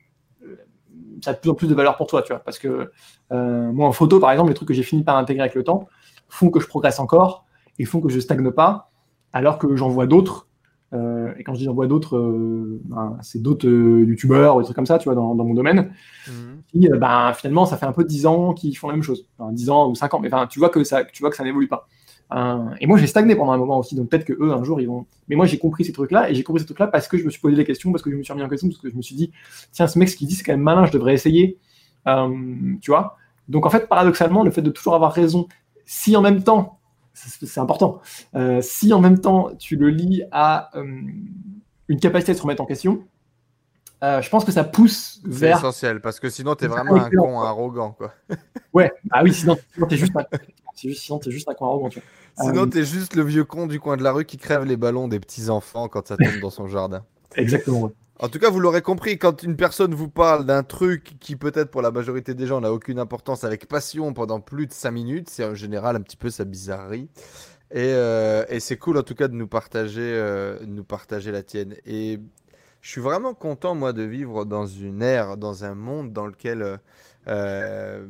ça a de plus en plus de valeur pour toi, tu vois, parce que euh, moi en photo, par exemple, les trucs que j'ai fini par intégrer avec le temps font que je progresse encore et font que je stagne pas, alors que j'en vois d'autres. Euh, et quand je dis j'en vois d'autres, euh, ben, c'est d'autres euh, youtubeurs ou des trucs comme ça, tu vois, dans, dans mon domaine, mmh. qui, euh, ben, finalement, ça fait un peu dix ans qu'ils font la même chose. Enfin, dix ans ou cinq ans, mais enfin, tu vois que ça, tu vois que ça n'évolue pas. Euh, et moi, j'ai stagné pendant un moment aussi, donc peut-être que eux, un jour, ils vont. Mais moi, j'ai compris ces trucs-là, et j'ai compris ces trucs-là parce que je me suis posé des questions, parce que je me suis remis en question, parce que je me suis dit, tiens, ce mec, ce qu'il dit, c'est quand même malin, je devrais essayer. Euh, tu vois. Donc, en fait, paradoxalement, le fait de toujours avoir raison, si en même temps, c'est important. Euh, si en même temps tu le lis à euh, une capacité de se remettre en question, euh, je pense que ça pousse c'est vers. C'est essentiel parce que sinon t'es vraiment un con quoi. arrogant quoi. Ouais, ah oui, sinon, sinon t'es juste un, sinon t'es juste un con arrogant. Tu vois. Sinon euh... t'es juste le vieux con du coin de la rue qui crève les ballons des petits enfants quand ça tombe dans son jardin. Exactement. Ouais. En tout cas, vous l'aurez compris, quand une personne vous parle d'un truc qui peut-être pour la majorité des gens n'a aucune importance avec passion pendant plus de cinq minutes, c'est en général un petit peu sa bizarrerie. Et, euh, et c'est cool en tout cas de nous partager, euh, nous partager la tienne. Et je suis vraiment content moi de vivre dans une ère, dans un monde dans lequel euh,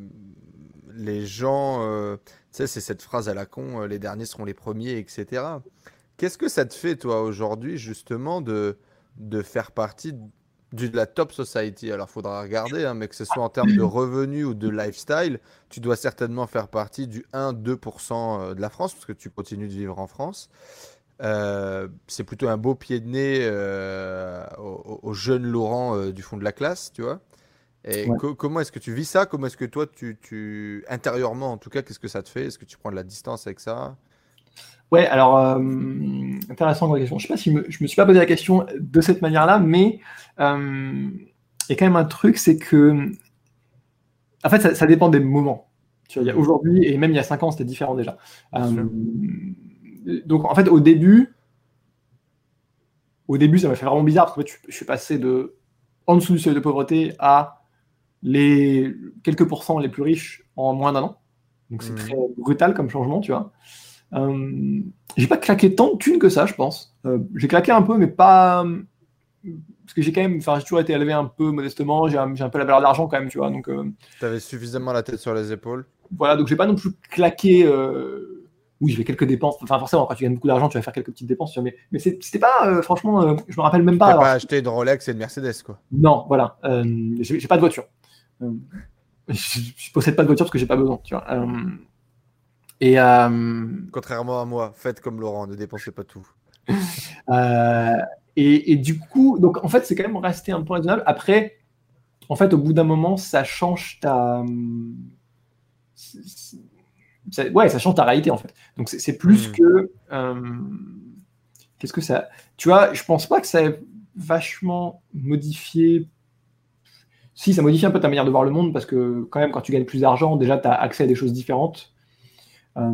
les gens, euh, tu sais, c'est cette phrase à la con, euh, les derniers seront les premiers, et cetera. Qu'est-ce que ça te fait toi aujourd'hui justement de de faire partie de la top society? Alors, il faudra regarder, hein, mais que ce soit en termes de revenus ou de lifestyle, tu dois certainement faire partie du un à deux pour cent de la France, parce que tu continues de vivre en France. Euh, c'est plutôt un beau pied de nez euh, au, au jeune Laurent euh, du fond de la classe, tu vois. Et Ouais. co- comment est-ce que tu vis ça? Comment est-ce que toi, tu, tu, intérieurement, en tout cas, qu'est-ce que ça te fait? Est-ce que tu prends de la distance avec ça? Ouais, alors, euh, intéressant la question. Je sais pas si me, je me suis pas posé la question de cette manière-là, mais euh, il y a quand même un truc, c'est que En fait, ça, ça dépend des moments. Tu vois, il y a aujourd'hui, et même il y a cinq ans, c'était différent déjà. Euh, donc, en fait, au début, au début, ça m'a fait vraiment bizarre parce que en fait, je, je suis passé de en dessous du seuil de pauvreté à les quelques pourcents les plus riches en moins d'un an. Donc, c'est mmh. très brutal comme changement, tu vois. Euh, j'ai pas claqué tant de thunes que ça, je pense. Euh, j'ai claqué un peu, mais pas... Parce que j'ai quand même... Enfin, j'ai toujours été élevé un peu modestement. J'ai un, j'ai un peu la valeur d'argent quand même, tu vois. Donc, euh... t'avais suffisamment la tête sur les épaules. Voilà, donc j'ai pas non plus claqué... Euh... Oui, j'ai quelques dépenses. Enfin, forcément, quand tu gagnes beaucoup d'argent, tu vas faire quelques petites dépenses. Tu vois, mais mais c'était pas... Euh, franchement, euh, je me rappelle même pas... Tu n'as pas acheté une Rolex et une Mercedes, quoi. Non, voilà. Euh, j'ai, j'ai pas de voiture. Euh, je, je possède pas de voiture parce que j'ai pas besoin, tu vois. Euh, et euh, contrairement à moi, faites comme Laurent, ne dépensez pas tout. euh, et, et du coup, donc en fait, c'est quand même resté un peu raisonnable. Après, en fait, au bout d'un moment, ça change ta, c'est, c'est, ça, ouais, ça change ta réalité en fait. Donc c'est, c'est plus mmh. que, euh, qu'est-ce que ça, tu vois, je pense pas que ça ait vachement modifié. Si, ça modifie un peu ta manière de voir le monde parce que quand même, quand tu gagnes plus d'argent, déjà, tu as accès à des choses différentes. Euh,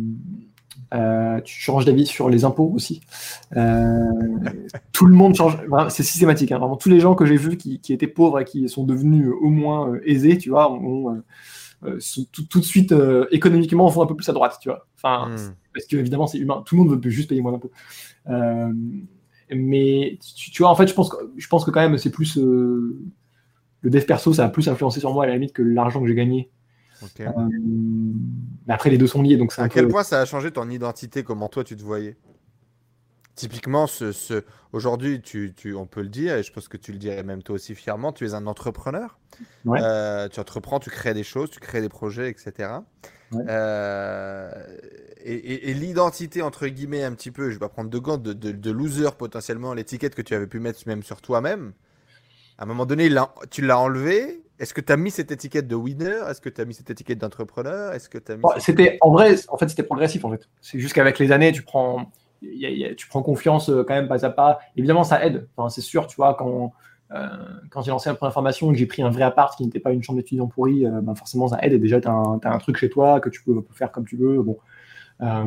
euh, tu changes d'avis sur les impôts aussi. Euh, tout le monde change. C'est systématique. Hein, vraiment, tous les gens que j'ai vus qui, qui étaient pauvres et qui sont devenus euh, au moins euh, aisés, tu vois, ont, euh, sont tout, tout de suite euh, économiquement vont un peu plus à droite, tu vois. Enfin, mm. parce que évidemment, c'est humain. Tout le monde veut juste payer moins d'impôts. Euh, mais tu, tu vois, en fait, je pense que, je pense que quand même, c'est plus euh, le dev perso, ça a plus influencé sur moi à la limite que l'argent que j'ai gagné. Okay. Euh, mais après, les deux sont liés. Donc c'est à un quel peu... point ça a changé ton identité, comment toi tu te voyais? Typiquement, ce, ce... aujourd'hui, tu, tu, on peut le dire, et je pense que tu le dirais même toi aussi fièrement, tu es un entrepreneur. Ouais. Euh, tu entreprends, tu crées des choses, tu crées des projets, et cetera. Ouais. Euh, et, et, et l'identité, entre guillemets, un petit peu, je vais pas prendre de gants, de, de, de loser potentiellement, l'étiquette que tu avais pu mettre même sur toi-même, à un moment donné, tu l'as enlevé. Est-ce que tu as mis cette étiquette de winner? Est-ce que tu as mis cette étiquette d'entrepreneur? Est-ce que tu as mis bon, cette... c'était en vrai, en fait, c'était progressif en fait. C'est juste qu'avec les années, tu prends, y a, y a, tu prends confiance quand même pas à pas. Évidemment, ça aide. Enfin, c'est sûr, tu vois, quand euh, quand j'ai lancé la première formation, que j'ai pris un vrai appart qui n'était pas une chambre d'étudiant pourrie, euh, ben forcément, ça aide. Et déjà, tu as un, t'as un truc chez toi que tu peux faire comme tu veux. Bon, euh,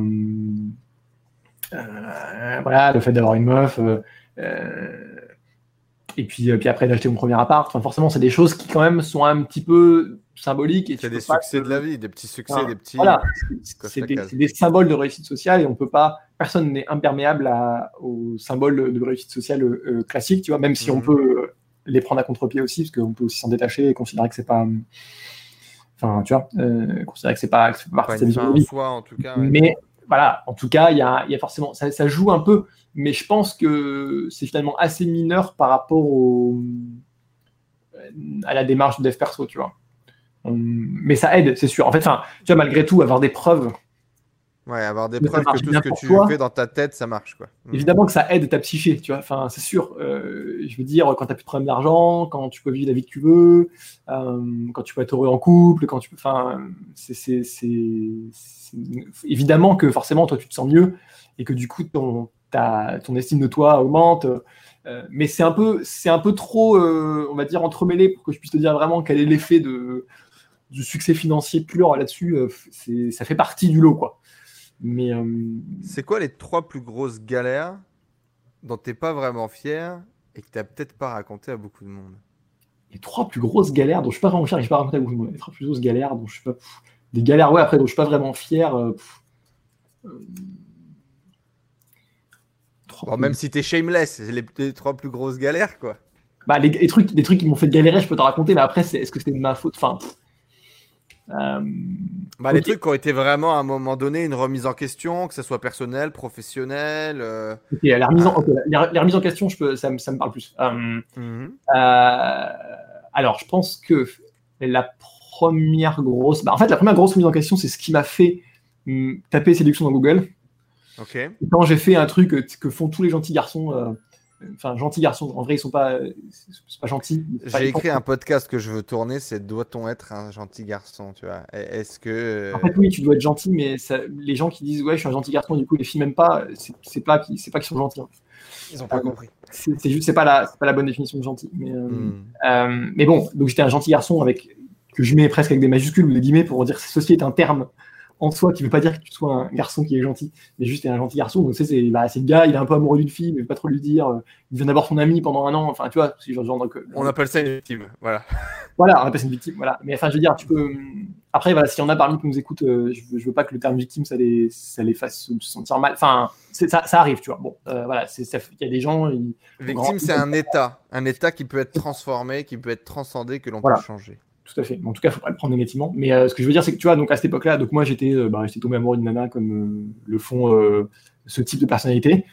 euh, voilà, le fait d'avoir une meuf. Euh, euh, Et puis, euh, puis après d'acheter mon premier appart, enfin, forcément, c'est des choses qui quand même sont un petit peu symboliques. Et c'est des succès que... de la vie, des petits succès, enfin, des petits. Voilà, c'est, c'est, des, c'est des symboles de réussite sociale et on peut pas, personne n'est imperméable à, aux symboles de réussite sociale euh, classiques, tu vois, même si mm-hmm. on peut les prendre à contre-pied aussi, parce qu'on peut aussi s'en détacher et considérer que c'est pas, enfin, tu vois, euh, considérer que c'est pas, que c'est pas partie de sa vie de vie. Soi, en tout cas. Ouais. Mais voilà, en tout cas, il y a, y a forcément, ça, ça joue un peu. Mais je pense que c'est finalement assez mineur par rapport au, à la démarche de dev perso, tu vois. Mais ça aide, c'est sûr. En fait, enfin, tu vois, malgré tout, avoir des preuves. Ouais, avoir des preuves que tout ce que tu toi, fais dans ta tête, ça marche, quoi. Évidemment que ça aide ta psyché, tu vois. Enfin, c'est sûr. Euh, je veux dire, quand tu n'as plus de problème d'argent, quand tu peux vivre la vie que tu veux, euh, quand tu peux être heureux en couple, quand tu peux. Enfin, c'est, c'est, c'est, c'est évidemment que forcément, toi, tu te sens mieux et que du coup, ton Ta, ton estime de toi augmente, euh, mais c'est un peu, c'est un peu trop, euh, on va dire, entremêlé pour que je puisse te dire vraiment quel est l'effet de, du succès financier pur là-dessus. Euh, c'est, ça fait partie du lot, quoi. Mais euh... c'est quoi les trois plus grosses galères dont tu n'es pas vraiment fier et que tu n'as peut-être pas raconté à beaucoup de monde? Les trois plus grosses galères dont je suis pas vraiment fier et que je n'ai pas raconté à beaucoup de monde. Les trois plus grosses galères dont je suis pas, pff, des galères, ouais, après dont je suis pas vraiment fier. Euh, euh... Bon, même si t'es shameless, c'est les, les trois plus grosses galères, quoi. Bah, les, les, trucs, les trucs qui m'ont fait galérer, je peux te raconter, mais après, c'est, est-ce que c'était de ma faute? Enfin, euh, bah, okay. Les trucs qui ont été vraiment, à un moment donné, une remise en question, que ce soit personnel, professionnel. Euh... Ok, la remise en, okay, les, les remises en question, je peux, ça, ça me parle plus. Euh, mm-hmm. euh, alors, je pense que la première grosse... Bah, en fait, la première grosse remise en question, c'est ce qui m'a fait hum, taper séduction dans Google. Okay. Quand j'ai fait un truc que, que font tous les gentils garçons, euh, enfin gentils garçons, en vrai ils sont pas, c'est pas gentils. J'ai pas, écrit un podcast que je veux tourner, c'est doit-on être un gentil garçon, tu vois? Est-ce que en fait oui, tu dois être gentil, mais ça, les gens qui disent ouais je suis un gentil garçon, du coup les filles m'aiment pas, c'est, c'est pas qu'ils, c'est pas qu'ils sont gentils. En fait. Ils ont pas euh, compris. C'est, c'est juste c'est pas la, c'est pas la bonne définition de gentil. Mais, euh, mm. euh, mais bon, donc j'étais un gentil garçon avec que je mets presque avec des majuscules ou des guillemets pour dire que ceci est un terme en soi qui ne veut pas dire que tu sois un garçon qui est gentil, mais juste un gentil garçon. Donc, tu sais, c'est, bah, c'est le gars, il est un peu amoureux d'une fille, mais il ne veut pas trop lui dire. Euh, il vient d'abord son ami pendant un an. Enfin, tu vois, c'est genre, genre donc, on appelle ça une victime. Voilà. Voilà, on appelle ça une victime. Voilà. Mais enfin, je veux dire, tu peux. Après, voilà, s'il y en a parmi qui nous écoutent, euh, je, veux, je veux pas que le terme victime, ça les, ça les fasse se sentir mal. Enfin, c'est, ça, ça arrive, tu vois. Bon, euh, voilà, il y a des gens. Ils, victime, c'est un état, un état qui peut être transformé, qui peut être transcendé, que l'on voilà. peut changer. Tout à fait. En tout cas, il ne faut pas le prendre négativement. Mais euh, ce que je veux dire, c'est que tu vois, donc à cette époque-là, donc moi j'étais, euh, bah, j'étais tombé amoureux d'une nana comme euh, le font euh, ce type de personnalité.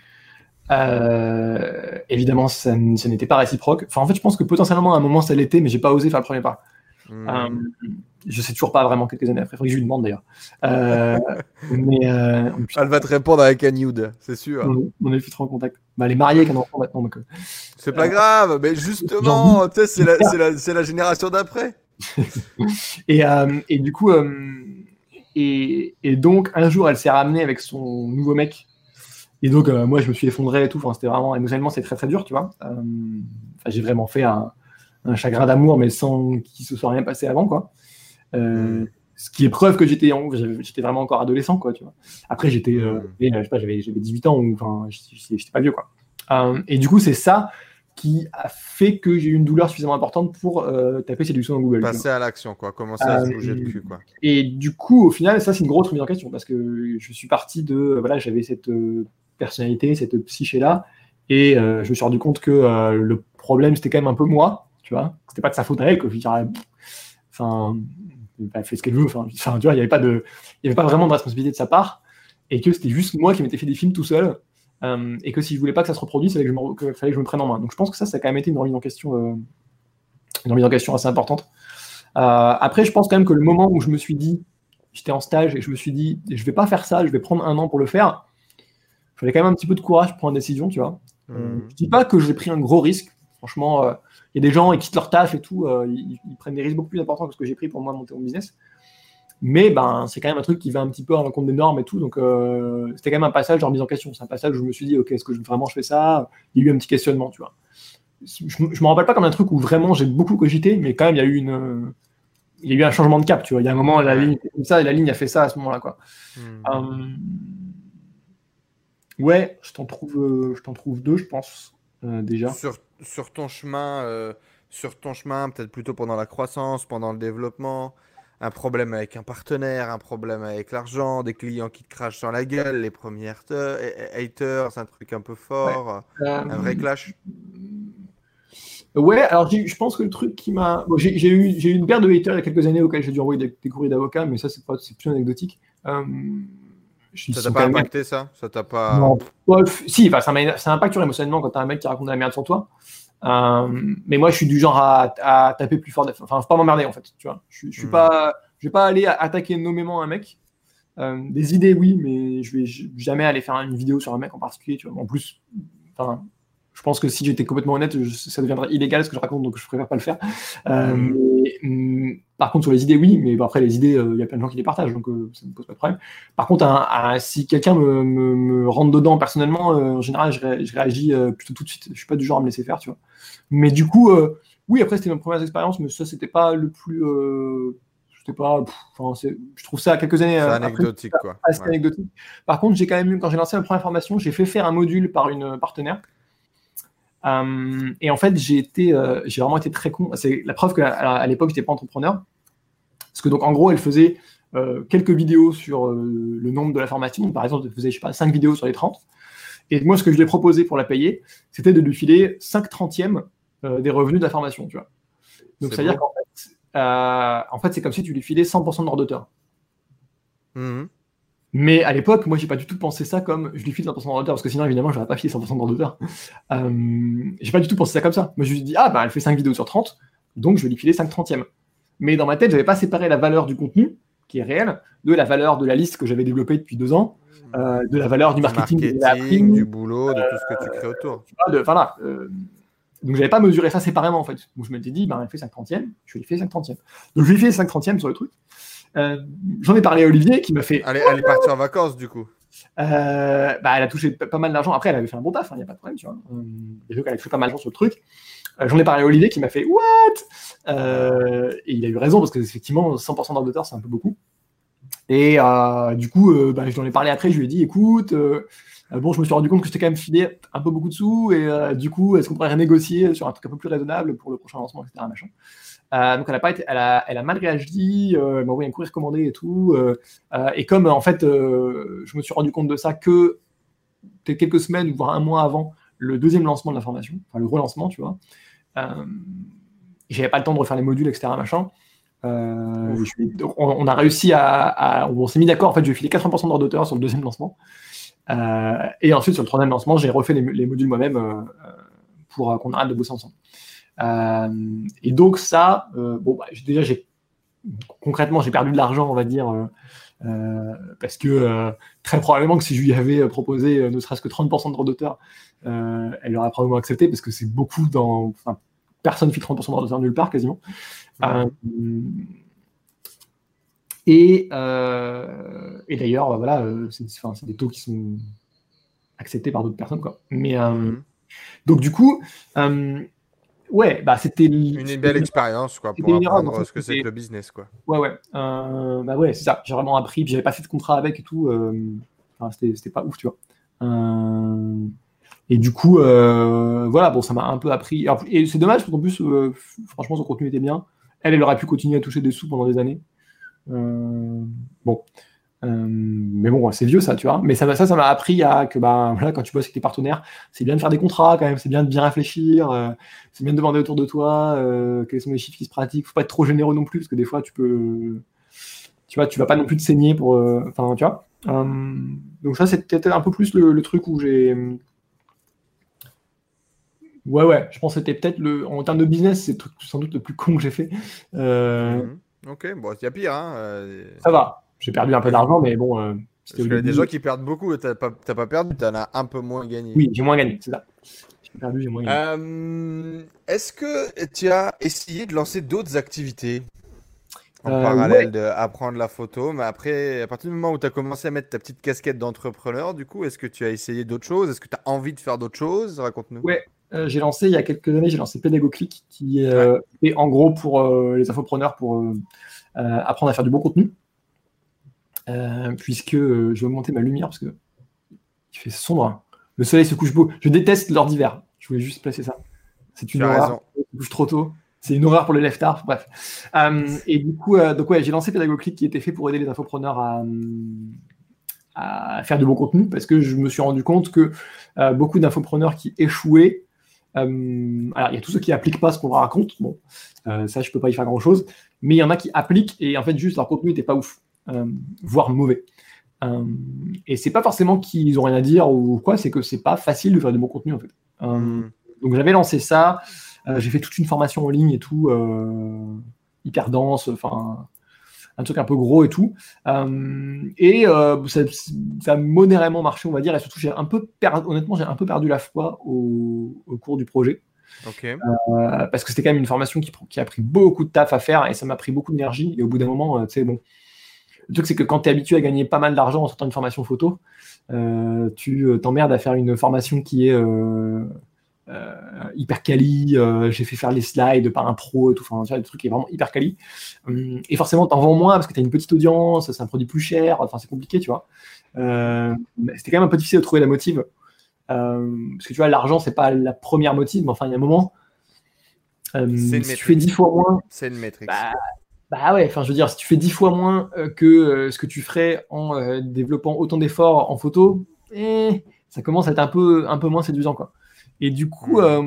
Euh, évidemment, ça, ça n'était pas réciproque. Enfin, en fait, je pense que potentiellement à un moment ça l'était, mais j'ai pas osé faire le premier pas. Mmh. Euh, je sais toujours pas vraiment quelques années après. Il faudrait que je lui demande d'ailleurs. Euh, mais euh, elle va te répondre avec un nude, c'est sûr. On, on est plus trop en contact. Bah, elle est mariée avec un enfant maintenant, donc. Euh, c'est pas euh, grave, mais justement, tu sais, c'est la, c'est la, c'est la génération d'après. et, euh, et du coup, euh, et, et donc un jour, elle s'est ramenée avec son nouveau mec. Et donc, euh, moi, je me suis effondré et tout. Enfin, c'était vraiment émotionnellement, c'est très très dur, tu vois. Euh, enfin, j'ai vraiment fait un, un chagrin d'amour, mais sans qu'il se soit rien passé avant, quoi. Euh, mm. Ce qui est preuve que j'étais, j'étais vraiment encore adolescent, quoi, tu vois. Après, j'étais, euh, mm. je sais pas, j'avais, j'avais dix-huit ans, ou enfin, j'étais pas vieux, quoi. Euh, et du coup, c'est ça qui a fait que j'ai eu une douleur suffisamment importante pour euh, taper séduction dans Google. Passer à l'action, quoi. Commencer à euh, se bouger le cul, quoi. Et du coup, au final, ça, c'est une grosse remise en question parce que je suis parti de, voilà, j'avais cette euh, personnalité, cette psyché-là, et euh, je me suis rendu compte que euh, le problème, c'était quand même un peu moi, tu vois. C'était pas de sa faute à elle, que je dirais, enfin, elle fait ce qu'elle veut, enfin, tu vois, il n'y avait pas de, il y avait pas vraiment de responsabilité de sa part, et que c'était juste moi qui m'étais fait des films tout seul. Euh, et que si je voulais pas que ça se reproduise, il fallait que, je me, que, fallait que je me prenne en main. Donc je pense que ça, ça a quand même été une remise en question, euh, une remise en question assez importante. Euh, après, je pense quand même que le moment où je me suis dit, j'étais en stage et je me suis dit, je vais pas faire ça, je vais prendre un an pour le faire, il fallait quand même un petit peu de courage pour prendre une décision, tu vois. Mmh. Euh, je dis pas que j'ai pris un gros risque. Franchement, il euh, y a des gens, ils quittent leur taf et tout, euh, ils, ils prennent des risques beaucoup plus importants que ce que j'ai pris pour moi monter mon business. Mais ben, c'est quand même un truc qui va un petit peu à l'encontre des normes et tout. Donc, euh, c'était quand même un passage de remise en question. C'est un passage où je me suis dit, OK, est-ce que je, vraiment je fais ça ? Il y a eu un petit questionnement, tu vois. Je ne me rappelle pas comme un truc où vraiment j'ai beaucoup cogité, mais quand même, il y a eu, une, il y a eu un changement de cap, tu vois. Il y a un moment, la ligne était comme ça et la ligne a fait ça à ce moment-là, quoi. Mmh. Euh, ouais, je t'en trouve, euh, je t'en trouve deux, je pense, euh, déjà. Sur, sur ton chemin, euh, sur ton chemin, peut-être plutôt pendant la croissance, pendant le développement. Un problème avec un partenaire, un problème avec l'argent, des clients qui te crachent sur la gueule, les premiers haters, c'est un truc un peu fort, ouais. euh, un vrai clash. Ouais, alors je pense que le truc qui m'a... Bon, j'ai, j'ai, eu, j'ai eu une paire de haters il y a quelques années auxquels j'ai dû envoyer des, des courriers d'avocat, mais ça, c'est, pas, c'est plus anecdotique. Euh, ça t'a pas impacté, même... ça Ça t'a pas... Non, ouais, si, enfin, ça, ça impacte émotionnellement quand t'as un mec qui raconte de la merde sur toi. Euh, mais moi, je suis du genre à, à taper plus fort. Enfin, faut pas m'emmerder en fait. Tu vois, je, je suis mmh. pas, je vais pas aller attaquer nommément un mec. Euh, des idées, oui, mais je vais jamais aller faire une vidéo sur un mec en particulier. Tu vois. En plus, enfin, je pense que si j'étais complètement honnête, je, ça deviendrait illégal ce que je raconte, donc je préfère pas le faire. Euh, mmh. mais, par contre, sur les idées, oui, mais bon, après les idées, il euh, y a plein de gens qui les partagent, donc euh, ça ne me pose pas de problème. Par contre, un, un, si quelqu'un me, me, me rentre dedans personnellement, euh, en général, je, ré, je réagis euh, plutôt tout de suite. Je suis pas du genre à me laisser faire, tu vois. Mais du coup, euh, oui, après c'était mes premières expériences, mais ça c'était pas le plus, euh, c'était pas, enfin, je trouve ça à quelques années. C'est euh, anecdotique, après, quoi. Assez ouais. anecdotique. Par contre, j'ai quand même eu, quand j'ai lancé ma première formation, j'ai fait faire un module par une partenaire. Euh, et en fait, j'ai été, euh, j'ai vraiment été très con. C'est la preuve qu'à à l'époque, j'étais pas entrepreneur. Parce que donc, en gros, elle faisait euh, quelques vidéos sur euh, le nombre de la formation. Donc, par exemple, elle faisait, je sais pas, cinq vidéos sur les trente. Et moi, ce que je lui ai proposé pour la payer, c'était de lui filer cinq trentièmes euh, des revenus de la formation, tu vois. Donc, c'est-à-dire beau. qu'en fait, euh, en fait, c'est comme si tu lui filais cent pour cent de droit d'auteur. Mmh. Mais à l'époque, moi, j'ai pas du tout pensé ça comme je lui file cent pour cent de droit d'auteur, parce que sinon, évidemment, je n'aurais pas filé cent pour cent de droit d'auteur. Euh, j'ai pas du tout pensé ça comme ça. Moi, je lui ai dit, ah, bah, elle fait cinq vidéos sur trente, donc je vais lui filer cinq trentièmes. Mais dans ma tête, j'avais pas séparé la valeur du contenu, qui est réel, de la valeur de la liste que j'avais développée depuis deux ans, euh, de la valeur du marketing, du, marketing, appris, du boulot, de euh, tout ce que tu crées autour. Voilà. Euh, donc, j'avais pas mesuré ça séparément, en fait. Donc, je m'étais dit, bah, elle fait cinq trentièmes, je lui fais cinq trentièmes. Donc, je lui ai fait cinq trentièmes sur le truc. Euh, j'en ai parlé à Olivier qui m'a fait. Elle est, elle est partie en vacances du coup. Euh, bah, elle a touché p- pas mal d'argent. Après, elle avait fait un bon taf, il hein, n'y a pas de problème, tu vois. Euh, et donc, elle a touché pas mal d'argent sur le truc. Euh, J'en ai parlé à Olivier qui m'a fait « What ?» euh, Et il a eu raison parce que effectivement, cent pour cent d'ordre d'auteur, c'est un peu beaucoup. Et euh, du coup, euh, bah, je lui en ai parlé après, je lui ai dit « Écoute, euh, bon, je me suis rendu compte que je t'ai quand même filé un peu beaucoup de sous et euh, du coup, est-ce qu'on pourrait renégocier sur un truc un peu plus raisonnable pour le prochain lancement, et cetera » machin. Euh, donc elle a, pas été, elle, a, elle a mal réagi, euh, elle m'a envoyé un courrier recommandé et tout. Euh, euh, et comme en fait, euh, je me suis rendu compte de ça que peut-être quelques semaines, voire un mois avant le deuxième lancement de la formation, enfin le relancement, tu vois, euh, j'avais pas le temps de refaire les modules, et cetera. Machin. Euh, je, donc on, on a réussi à, à on s'est mis d'accord. En fait, je vais filer quatre-vingts pour cent d'ordre d'auteur sur le deuxième lancement. Euh, et ensuite, sur le troisième lancement, j'ai refait les, les modules moi-même euh, pour euh, qu'on arrête de bosser ensemble. Euh, et donc ça, euh, bon, bah, déjà, j'ai concrètement, j'ai perdu de l'argent, on va dire, euh, euh, parce que euh, très probablement que si je lui avais proposé euh, ne serait-ce que trente pour cent de droit d'auteur, euh, elle aurait probablement accepté, parce que c'est beaucoup dans... Enfin, personne ne fait trente pour cent de droit d'auteur nulle part, quasiment. Mmh. Euh, et, euh, et d'ailleurs, voilà, euh, c'est, enfin, c'est des taux qui sont acceptés par d'autres personnes, quoi. Mais, euh, mmh. Donc du coup... Euh, Ouais, bah c'était une belle expérience quoi pour apprendre erreur, ce que c'est que le business quoi. Ouais ouais, euh, bah ouais c'est ça. J'ai vraiment appris. Puis j'avais pas fait de contrat avec et tout. Euh... Enfin, c'était c'était pas ouf tu vois. Euh... Et du coup euh... voilà bon ça m'a un peu appris. Alors, et c'est dommage parce qu'en plus euh, franchement son contenu était bien. Elle elle aurait pu continuer à toucher des sous pendant des années. Euh... Bon. Euh, mais bon, c'est vieux ça, tu vois. Mais ça, ça, ça m'a appris à que bah, voilà, quand tu bosses avec tes partenaires, c'est bien de faire des contrats quand même, c'est bien de bien réfléchir, euh, c'est bien de demander autour de toi euh, quels sont les chiffres qui se pratiquent. Faut pas être trop généreux non plus parce que des fois tu peux, tu vois, tu vas pas non plus te saigner pour, enfin, euh, tu vois. Euh, donc ça, c'est peut-être un peu plus le, le truc où j'ai, ouais ouais, je pense que c'était peut-être le, en termes de business, c'est sans doute le plus con que j'ai fait. Euh... Mmh. Ok, bon, il y a pire, hein. Euh... Ça va. J'ai perdu un peu d'argent, mais bon. Euh, Parce qu'il y a des gens qui perdent beaucoup et t'as pas, t'as pas perdu, t'en as un peu moins gagné. Oui, j'ai moins gagné, c'est ça. J'ai perdu, j'ai moins gagné. Euh, est-ce que tu as essayé de lancer d'autres activités en euh, parallèle ouais. d'apprendre la photo? Mais après, à partir du moment où tu as commencé à mettre ta petite casquette d'entrepreneur, du coup, est-ce que tu as essayé d'autres choses? Est-ce que tu as envie de faire d'autres choses? Raconte-nous. Ouais, euh, j'ai lancé il y a quelques années, j'ai lancé PédagoClick, qui euh, ouais. est en gros pour euh, les infopreneurs pour euh, euh, apprendre à faire du bon contenu. Euh, puisque euh, je vais augmenter ma lumière parce que il fait sombre. Le soleil se couche beau. Je déteste l'heure d'hiver. Je voulais juste placer ça. C'est une horreur. Il se couche trop tôt. C'est une horreur pour les lève-tard. Bref. Euh, et du coup, euh, donc ouais, j'ai lancé PédagoClick qui était fait pour aider les infopreneurs à, à faire du bon contenu parce que je me suis rendu compte que euh, beaucoup d'infopreneurs qui échouaient. Euh, alors, il y a tous ceux qui n'appliquent pas ce qu'on leur raconte. Bon, euh, ça, je peux pas y faire grand-chose. Mais il y en a qui appliquent et en fait, juste leur contenu n'était pas ouf, euh, voire mauvais. Euh, et c'est pas forcément qu'ils ont rien à dire ou quoi, c'est que c'est pas facile de faire du bon contenu en fait. Euh, mm. Donc j'avais lancé ça, euh, j'ai fait toute une formation en ligne et tout, euh, hyper dense, enfin un truc un peu gros et tout. Euh, et euh, ça, ça a modérément marché, on va dire, et surtout j'ai un peu perdu, honnêtement, j'ai un peu perdu la foi au, au cours du projet. Okay. Euh, parce que c'était quand même une formation qui, qui a pris beaucoup de taf à faire et ça m'a pris beaucoup d'énergie. Et au bout d'un moment, tu sais, bon. Le truc, c'est que quand tu es habitué à gagner pas mal d'argent en sortant une formation photo, euh, tu t'emmerdes à faire une formation qui est euh, euh, hyper quali. Euh, j'ai fait faire les slides par un pro et tout. Enfin, le truc est vraiment hyper quali. Et forcément, tu en vends moins parce que tu as une petite audience, c'est un produit plus cher. Enfin, c'est compliqué, tu vois. Euh, c'était quand même un peu difficile de trouver la motive. Euh, parce que tu vois, l'argent, c'est pas la première motive, mais enfin, il y a un moment. Euh, si tu fais dix fois moins. C'est une métrique. Bah, Bah ouais, enfin je veux dire, si tu fais dix fois moins euh, que euh, ce que tu ferais en euh, développant autant d'efforts en photo, eh, ça commence à être un peu, un peu moins séduisant, quoi. Et du coup, euh,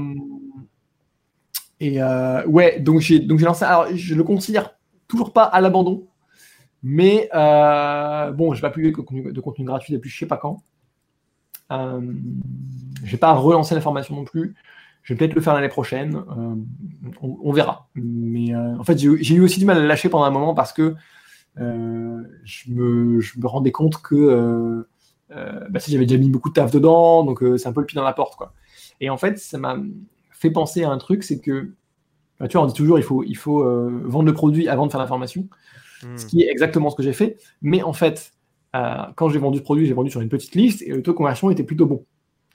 et euh, ouais, donc j'ai, donc j'ai lancé. Alors je le considère toujours pas à l'abandon, mais euh, bon, j'ai pas publié de contenu, de contenu gratuit depuis je sais pas quand. Euh, j'ai pas relancé la formation non plus. Je vais peut-être le faire l'année prochaine. Euh, on, on verra. Mais euh, en fait, j'ai, j'ai eu aussi du mal à le lâcher pendant un moment parce que euh, je, me, je me rendais compte que euh, euh, bah, si j'avais déjà mis beaucoup de taf dedans, donc euh, c'est un peu le pied dans la porte, quoi. Et en fait, ça m'a fait penser à un truc, c'est que bah, tu vois, on dit toujours il faut, il faut euh, vendre le produit avant de faire la formation, mmh. ce qui est exactement ce que j'ai fait. Mais en fait, euh, quand j'ai vendu ce produit, j'ai vendu sur une petite liste et le taux de conversion était plutôt bon.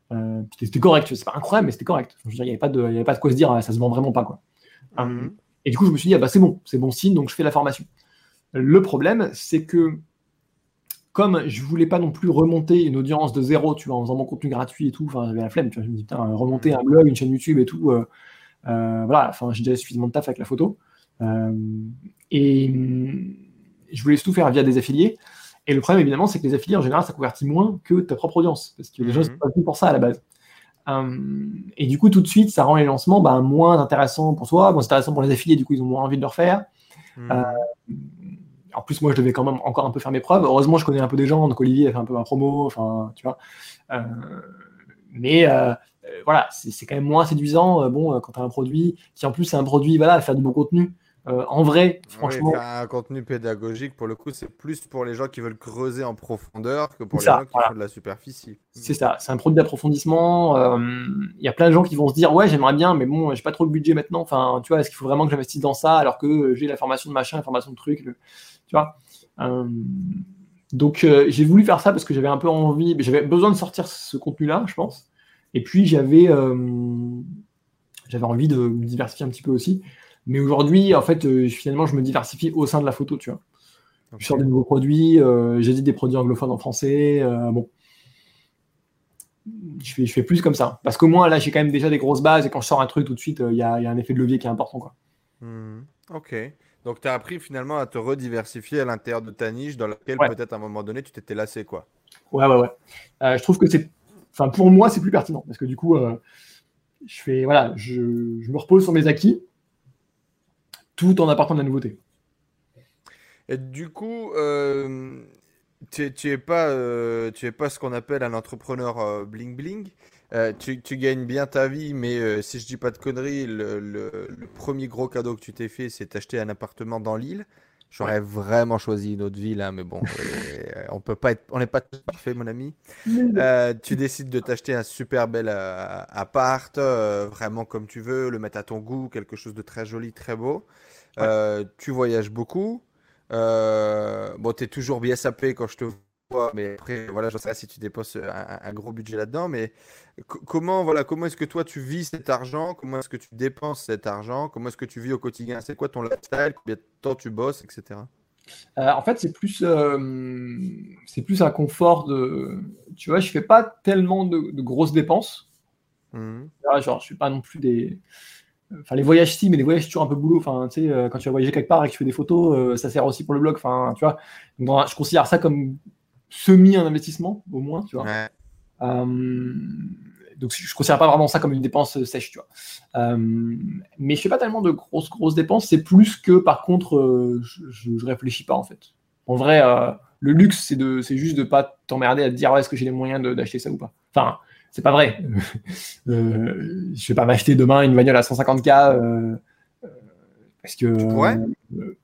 Euh, c'était correct, c'est pas incroyable, mais c'était correct. Enfin, je veux dire, il n'y avait pas de, il y avait pas de quoi se dire, ça se vend vraiment pas, quoi. Mhm. Euh, et du coup, je me suis dit, ah bah c'est bon, c'est bon signe, donc je fais la formation. Le problème, c'est que comme je voulais pas non plus remonter une audience de zéro, tu vois, en faisant mon contenu gratuit et tout, enfin, j'avais la flemme, tu vois, je me dis, putain, remonter un blog, une chaîne YouTube et tout, euh, euh, voilà, enfin, j'ai déjà suffisamment de taf avec la photo. Euh, et hum, je voulais tout faire via des affiliés. Et le problème, évidemment, c'est que les affiliés, en général, ça convertit moins que ta propre audience, parce que les gens ne sont Mhm. pas venus pour ça à la base. Euh, et du coup, tout de suite, ça rend les lancements bah, moins intéressants pour toi, moins intéressants pour les affiliés, du coup, ils ont moins envie de le refaire. Euh, Mhm. en plus, moi, je devais quand même encore un peu faire mes preuves. Heureusement, je connais un peu des gens, donc Olivier a fait un peu ma promo, enfin, tu vois. Euh, mais euh, euh, voilà, c'est c'est quand même moins séduisant, euh, bon, euh, quand tu as un produit qui, en plus, c'est un produit, voilà, à faire du bon contenu. Euh, en vrai, Oui, franchement, faire un contenu pédagogique, pour le coup, c'est plus pour les gens qui veulent creuser en profondeur que c'est pour les ça, gens qui voilà. font de la superficie. C'est ça, c'est un produit d'approfondissement. euh, Il y a plein de gens qui vont se dire, ouais, j'aimerais bien, mais bon, j'ai pas trop le budget maintenant. Enfin, tu vois, est-ce qu'il faut vraiment que j'investisse dans ça alors que j'ai la formation de machin, la formation de truc, le- tu vois. Euh, donc, euh, j'ai voulu faire ça parce que j'avais un peu envie, mais j'avais besoin de sortir ce contenu-là, je pense. Et puis, j'avais euh, j'avais envie de me diversifier un petit peu aussi. Mais aujourd'hui, en fait, euh, finalement, je me diversifie au sein de la photo, tu vois. Je sors des Ok. nouveaux produits, euh, j'édite des produits anglophones en français. euh, bon, je fais, je fais plus comme ça. Parce qu'au moins, là, j'ai quand même déjà des grosses bases et quand je sors un truc tout de suite, il y, a, y a un effet de levier qui est important, quoi. Mhm. Ok. Donc, tu as appris finalement à te rediversifier à l'intérieur de ta niche dans laquelle Ouais, peut-être à un moment donné, tu t'étais lassé, quoi. ouais, ouais, ouais. Euh, je trouve que c'est, enfin, pour moi, c'est plus pertinent parce que du coup, euh, je fais, voilà, je, je me repose sur mes acquis tout en apportant de la nouveauté. Et du coup, euh, tu, es tu es pas, euh, tu es pas ce qu'on appelle un entrepreneur euh, bling bling. Euh, tu, tu gagnes bien ta vie, mais euh, si je dis pas de conneries, le, le- le premier gros cadeau que tu t'es fait, c'est t'acheter un appartement dans l'île. Ouais. J'aurais vraiment choisi une autre ville, hein, mais bon, euh, on peut pas être, on n'est pas tous parfaits, mon ami. Mais bon. Euh, tu décides de t'acheter un super bel euh, appart, euh, vraiment comme tu veux, le mettre à ton goût, quelque chose de très joli, très beau. Ouais. Euh, tu voyages beaucoup. Euh, bon, tu es toujours bien sapé quand je te vois, mais après, voilà, je sais pas si tu dépenses un, un gros budget là-dedans, mais co- comment, voilà, comment est-ce que toi tu vis cet argent? Comment est-ce que tu dépenses cet argent? Comment est-ce que tu vis au quotidien? C'est quoi ton lifestyle? Combien de temps tu bosses, et cetera. Euh, en fait, c'est plus, euh, c'est plus un confort de, tu vois, je fais pas tellement de, de grosses dépenses. Mhm. Là, genre, je fais pas non plus des, enfin, les voyages, si, mais les voyages, c'est toujours un peu boulot. Enfin, tu sais, euh, quand tu vas voyager quelque part et que tu fais des photos, euh, ça sert aussi pour le blog. Enfin, tu vois. Donc, dans- je considère ça comme semi un investissement, au moins, tu vois. Ouais. Euh, donc, je ne considère pas vraiment ça comme une dépense sèche, tu vois. Euh, mais je fais pas tellement de grosses, grosses dépenses. C'est plus que, par contre, euh, je, je, je réfléchis pas, en fait. En vrai, euh, le luxe, c'est de, c'est juste de pas t'emmerder à te dire, ouais, est-ce que j'ai les moyens de- d'acheter ça ou pas. Enfin, c'est pas vrai. Euh, je vais pas m'acheter demain une bagnole à cent cinquante K euh, parce que Tu pourrais? euh,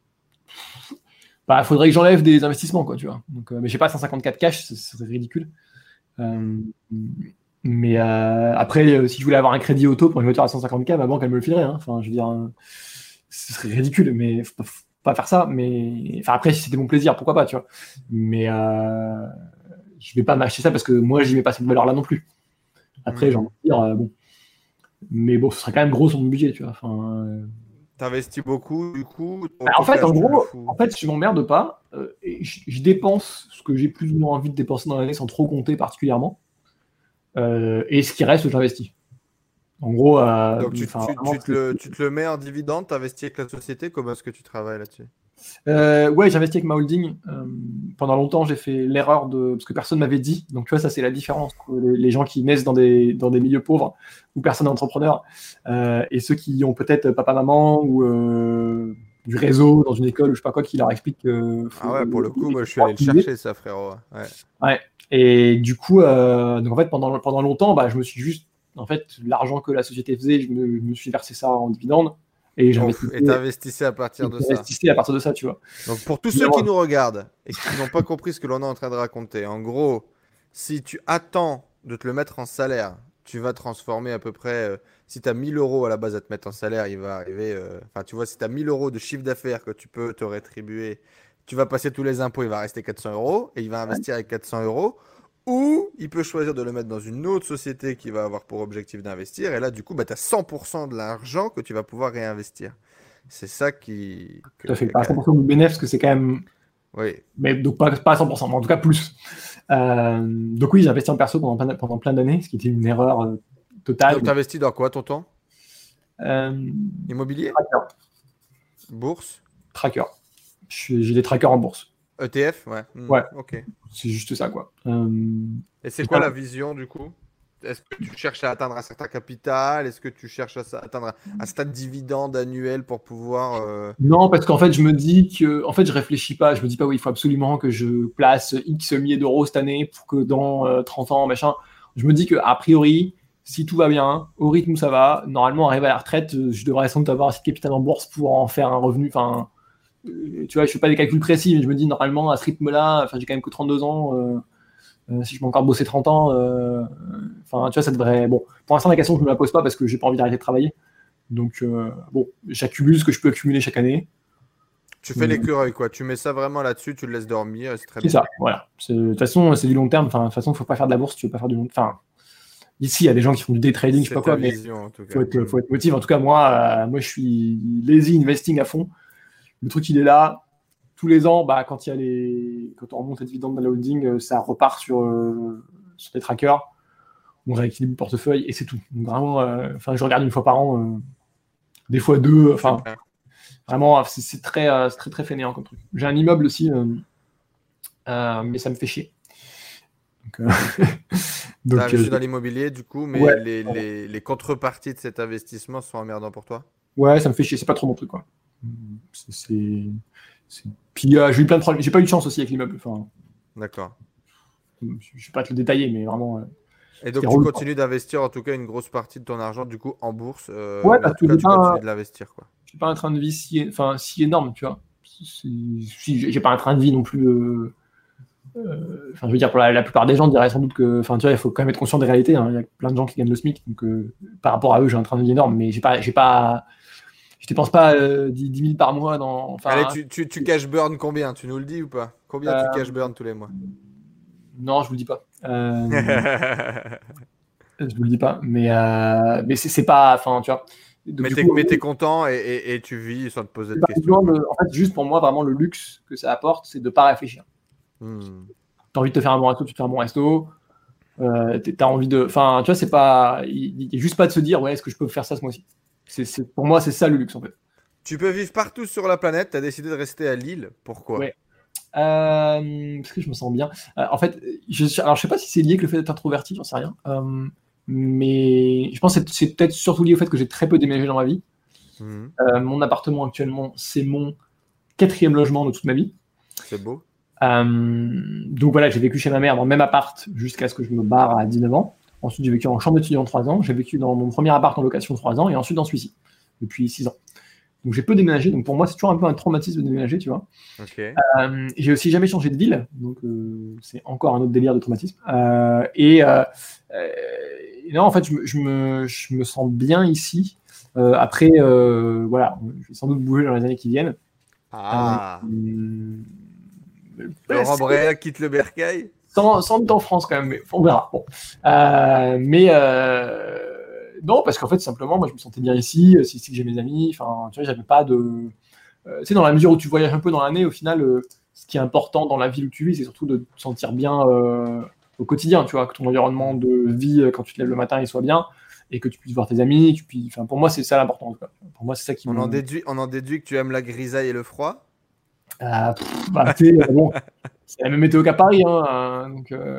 bah, faudrait que j'enlève des investissements, quoi, tu vois. Donc, euh, mais j'ai pas cent cinquante-quatre cash, ce serait ridicule. Euh, Mhm. mais euh, après, euh, si je voulais avoir un crédit auto pour une voiture à cent cinquante K, ma banque, elle me le filerait, hein. Enfin, je veux dire, euh, ce serait ridicule, mais faut pas, faut pas faire ça. Mais enfin, après, si c'était mon plaisir, pourquoi pas, tu vois. Mais euh, je vais pas m'acheter ça parce que moi, j'y mets pas cette valeur-là non plus. Après, j'ai envie Mhm. de dire, euh, bon. Mais bon, ce serait quand même gros sur mon budget, tu vois. Enfin, euh, T'investis beaucoup, du coup, ton, bah, en ton fait, en cash, tu le gros, fous. en fait, je m'emmerde pas. Euh, et je, je dépense ce que j'ai plus ou moins envie de dépenser dans l'année sans trop compter particulièrement. Euh, et ce qui reste, je l'investis. En gros, euh, Donc, tu, enfin, tu, vraiment, tu te c'est- le, tu te le mets en dividende, t'investis avec la société, comment est-ce que tu travailles là-dessus? Euh, ouais, j'ai investi avec ma holding. Euh, pendant longtemps, j'ai fait l'erreur de. Parce que personne m'avait dit. Donc, tu vois, ça, c'est la différence entre les, les gens qui naissent dans des, dans des milieux pauvres où personne n'est entrepreneur euh, et ceux qui ont peut-être papa-maman ou euh, du réseau dans une école ou je sais pas quoi qui leur explique qu'il Ah faut, ouais, pour le coup, il moi, faut je suis pas allé le optimiser. chercher, ça, frérot. Ouais. Ouais. Et du coup, euh, donc en fait, pendant, pendant longtemps, bah, je me suis juste. En fait, l'argent que la société faisait, je me, je me suis versé ça en dividende et Ouf, et j'investissais t'investissais à partir et de ça. j'investissais à partir de ça, tu vois. Donc, pour tous ceux qui Évidemment. nous regardent et qui n'ont pas compris ce que l'on est en train de raconter, en gros, si tu attends de te le mettre en salaire, tu vas transformer à peu près. euh, si tu as mille euros à la base à te mettre en salaire, il va arriver. euh, Enfin, tu vois, si tu as mille euros de chiffre d'affaires que tu peux te rétribuer, tu vas passer tous les impôts, il va rester quatre cents euros et il va investir avec quatre cents euros. Ou il peut choisir de le mettre dans une autre société qui va avoir pour objectif d'investir. Et là, du coup, bah, tu as cent pour cent de l'argent que tu vas pouvoir réinvestir. C'est ça qui... que- Tout à fait. que- Pas à cent pour cent du bénéfice, parce que c'est quand même. Oui. Mais donc pas, pas à cent pour cent, mais en tout cas plus. Euh, donc oui, j'ai investi en perso pendant plein, pendant plein d'années, ce qui était une erreur euh, totale. Donc, tu investis dans quoi, tonton? Euh, Immobilier? tracker. Bourse? Tracker. Je suis- J'ai des trackers en bourse. E T F? Ouais. Hmm, Ouais. Ok. C'est juste ça, quoi. Euh, Et c'est quoi la vision, du coup? Est-ce que tu cherches à atteindre un certain capital? Est-ce que tu cherches à sa- atteindre un, un stade dividende annuel pour pouvoir... euh, Non, parce qu'en fait, je me dis que, en fait, je réfléchis pas. Je me dis pas, oui, il faut absolument que je place X milliers d'euros cette année pour que dans euh, trente ans, machin. Je me dis que a priori, si tout va bien, au rythme où ça va, normalement, arrivé à la retraite, euh, je devrais sans doute avoir assez de capital en bourse pour en faire un revenu. Enfin, euh, tu vois, je fais pas des calculs précis, mais je me dis normalement à ce rythme-là, enfin, j'ai quand même que trente-deux ans. euh, euh, si je m'ai encore bossé trente ans, euh, enfin, tu vois, ça devrait. Bon, pour l'instant, la question, je me la pose pas parce que j'ai pas envie d'arrêter de travailler. Donc, euh, bon, j'accumule ce que je peux accumuler chaque année. Tu fais Euh, l'écureuil, quoi. Tu mets ça vraiment là-dessus, tu le laisses dormir, c'est très C'est bien. ça, voilà. C'est- De toute façon, c'est du long terme. Enfin, de toute façon, il ne faut pas faire de la bourse, tu veux pas faire du long terme. Enfin, ici, il y a des gens qui font du day trading, je sais C'est pas ta quoi, mais vision, en tout il faut cas. être, faut être motivé. En tout cas, moi, euh, moi, je suis lazy investing à fond. Le truc, il est là. Tous les ans, bah, quand, il y a les... quand on remonte les dividendes dans la holding, euh, ça repart sur, euh, sur des trackers. On rééquilibre le portefeuille et c'est tout. Donc, vraiment, euh, enfin, je regarde une fois par an, euh, des fois deux. Enfin, Super. vraiment, c'est c'est très, euh, c'est très, très fainéant comme truc. J'ai un immeuble aussi, euh, euh, mais ça me fait chier. Donc, euh, Tu as donc, euh, investi dans l'immobilier, du coup, mais ouais, les, les- les contreparties de cet investissement sont emmerdants pour toi? ouais, ça me fait chier. C'est pas trop mon truc, quoi. C'est, c'est- c'est- Puis euh, j'ai eu plein de problèmes. J'ai pas eu de chance aussi avec l'immeuble. Enfin, D'accord. je je vais pas te le détailler, mais vraiment, euh, Et c'était donc, tu relou, quoi. continues d'investir, en tout cas, une grosse partie de ton argent, du coup, en bourse. euh, Ouais, mais en parce tout que cas, j'ai tu pas, un- continues de l'investir, quoi. j'ai pas un train de vie si, enfin, si énorme, tu vois. C'est- Si, j'ai j'ai pas un train de vie non plus. euh, euh, Enfin, je veux dire, pour la, la plupart des gens, diraient sans doute que, enfin, tu vois, il faut quand même être conscient des réalités, hein. Il y a plein de gens qui gagnent le SMIC, donc euh, par rapport à eux, j'ai un train de vie énorme, mais j'ai pas, j'ai pas, je dépense pas euh, dix mille par mois dans, Allez, enfin, tu, tu, tu cash burn combien? Tu nous le dis ou pas? Combien tu euh, cash burn tous les mois? non, je vous le dis pas. Euh, je vous le dis pas, mais euh, mais c'est c'est pas, enfin, tu vois. Donc Mais du t'es, coup, mais t'es content et, et- et tu vis sans te poser j'ai de pas questions, besoin quoi. de- en fait, juste pour moi, vraiment, le luxe que ça apporte, c'est de pas réfléchir. Hmm. T'as envie de te faire un bon resto, tu te fais un bon resto. Euh, t'es- t'as envie de, enfin, tu vois, c'est pas, il il y a juste pas de se dire, ouais, est-ce que je peux faire ça ce mois-ci. C'est, c'est- pour moi, c'est ça le luxe en fait. Tu peux vivre partout sur la planète, t'as décidé de rester à Lille. Pourquoi? Ouais. Euh, parce que je me sens bien. Euh, en fait, je, alors je sais pas si c'est lié avec le fait d'être introverti, j'en sais rien. Euh, mais je pense que c'est, c'est peut-être surtout lié au fait que j'ai très peu déménagé dans ma vie. Hmm. Euh, mon appartement actuellement, c'est mon quatrième logement de toute ma vie. C'est beau. Euh, donc voilà, j'ai vécu chez ma mère dans le même appart jusqu'à ce que je me barre à dix-neuf ans. Ensuite, j'ai vécu en chambre d'étudiant trois ans. J'ai vécu dans mon premier appart en location trois ans et ensuite dans celui-ci depuis six ans. Donc j'ai peu déménagé. Donc pour moi, c'est toujours un peu un traumatisme de déménager, tu vois. Ok. Euh, j'ai aussi jamais changé de ville, donc euh, c'est encore un autre délire de traumatisme. Euh, et euh, euh, non, en fait, je me, je me, je me sens bien ici. Euh, après, euh, voilà, je vais sans doute bouger dans les années qui viennent. Ah. Euh, Laurent c'est- Brel quitte le bercail. sans, sans doute en France quand même, mais on verra. Bon. Euh, mais euh, non, parce qu'en fait, simplement, moi, je me sentais bien ici. C'est ici que j'ai mes amis. Enfin, tu vois, j'avais pas de. Euh, tu sais, dans la mesure où tu voyages un peu dans l'année, au final, euh, ce qui est important dans la ville où tu vis, c'est surtout de te sentir bien euh, au quotidien, tu vois, que ton environnement de vie, euh, quand tu te lèves le matin, il soit bien et que tu puisses voir tes amis. Tu puisses... Enfin, pour moi, c'est ça l'important. En tout cas. Pour moi, c'est ça qui On me. en déduit, on en déduit que tu aimes la grisaille et le froid. Ah, pff, bah, tu sais, euh, bon, c'est la même météo qu'à Paris, hein, hein, donc, euh,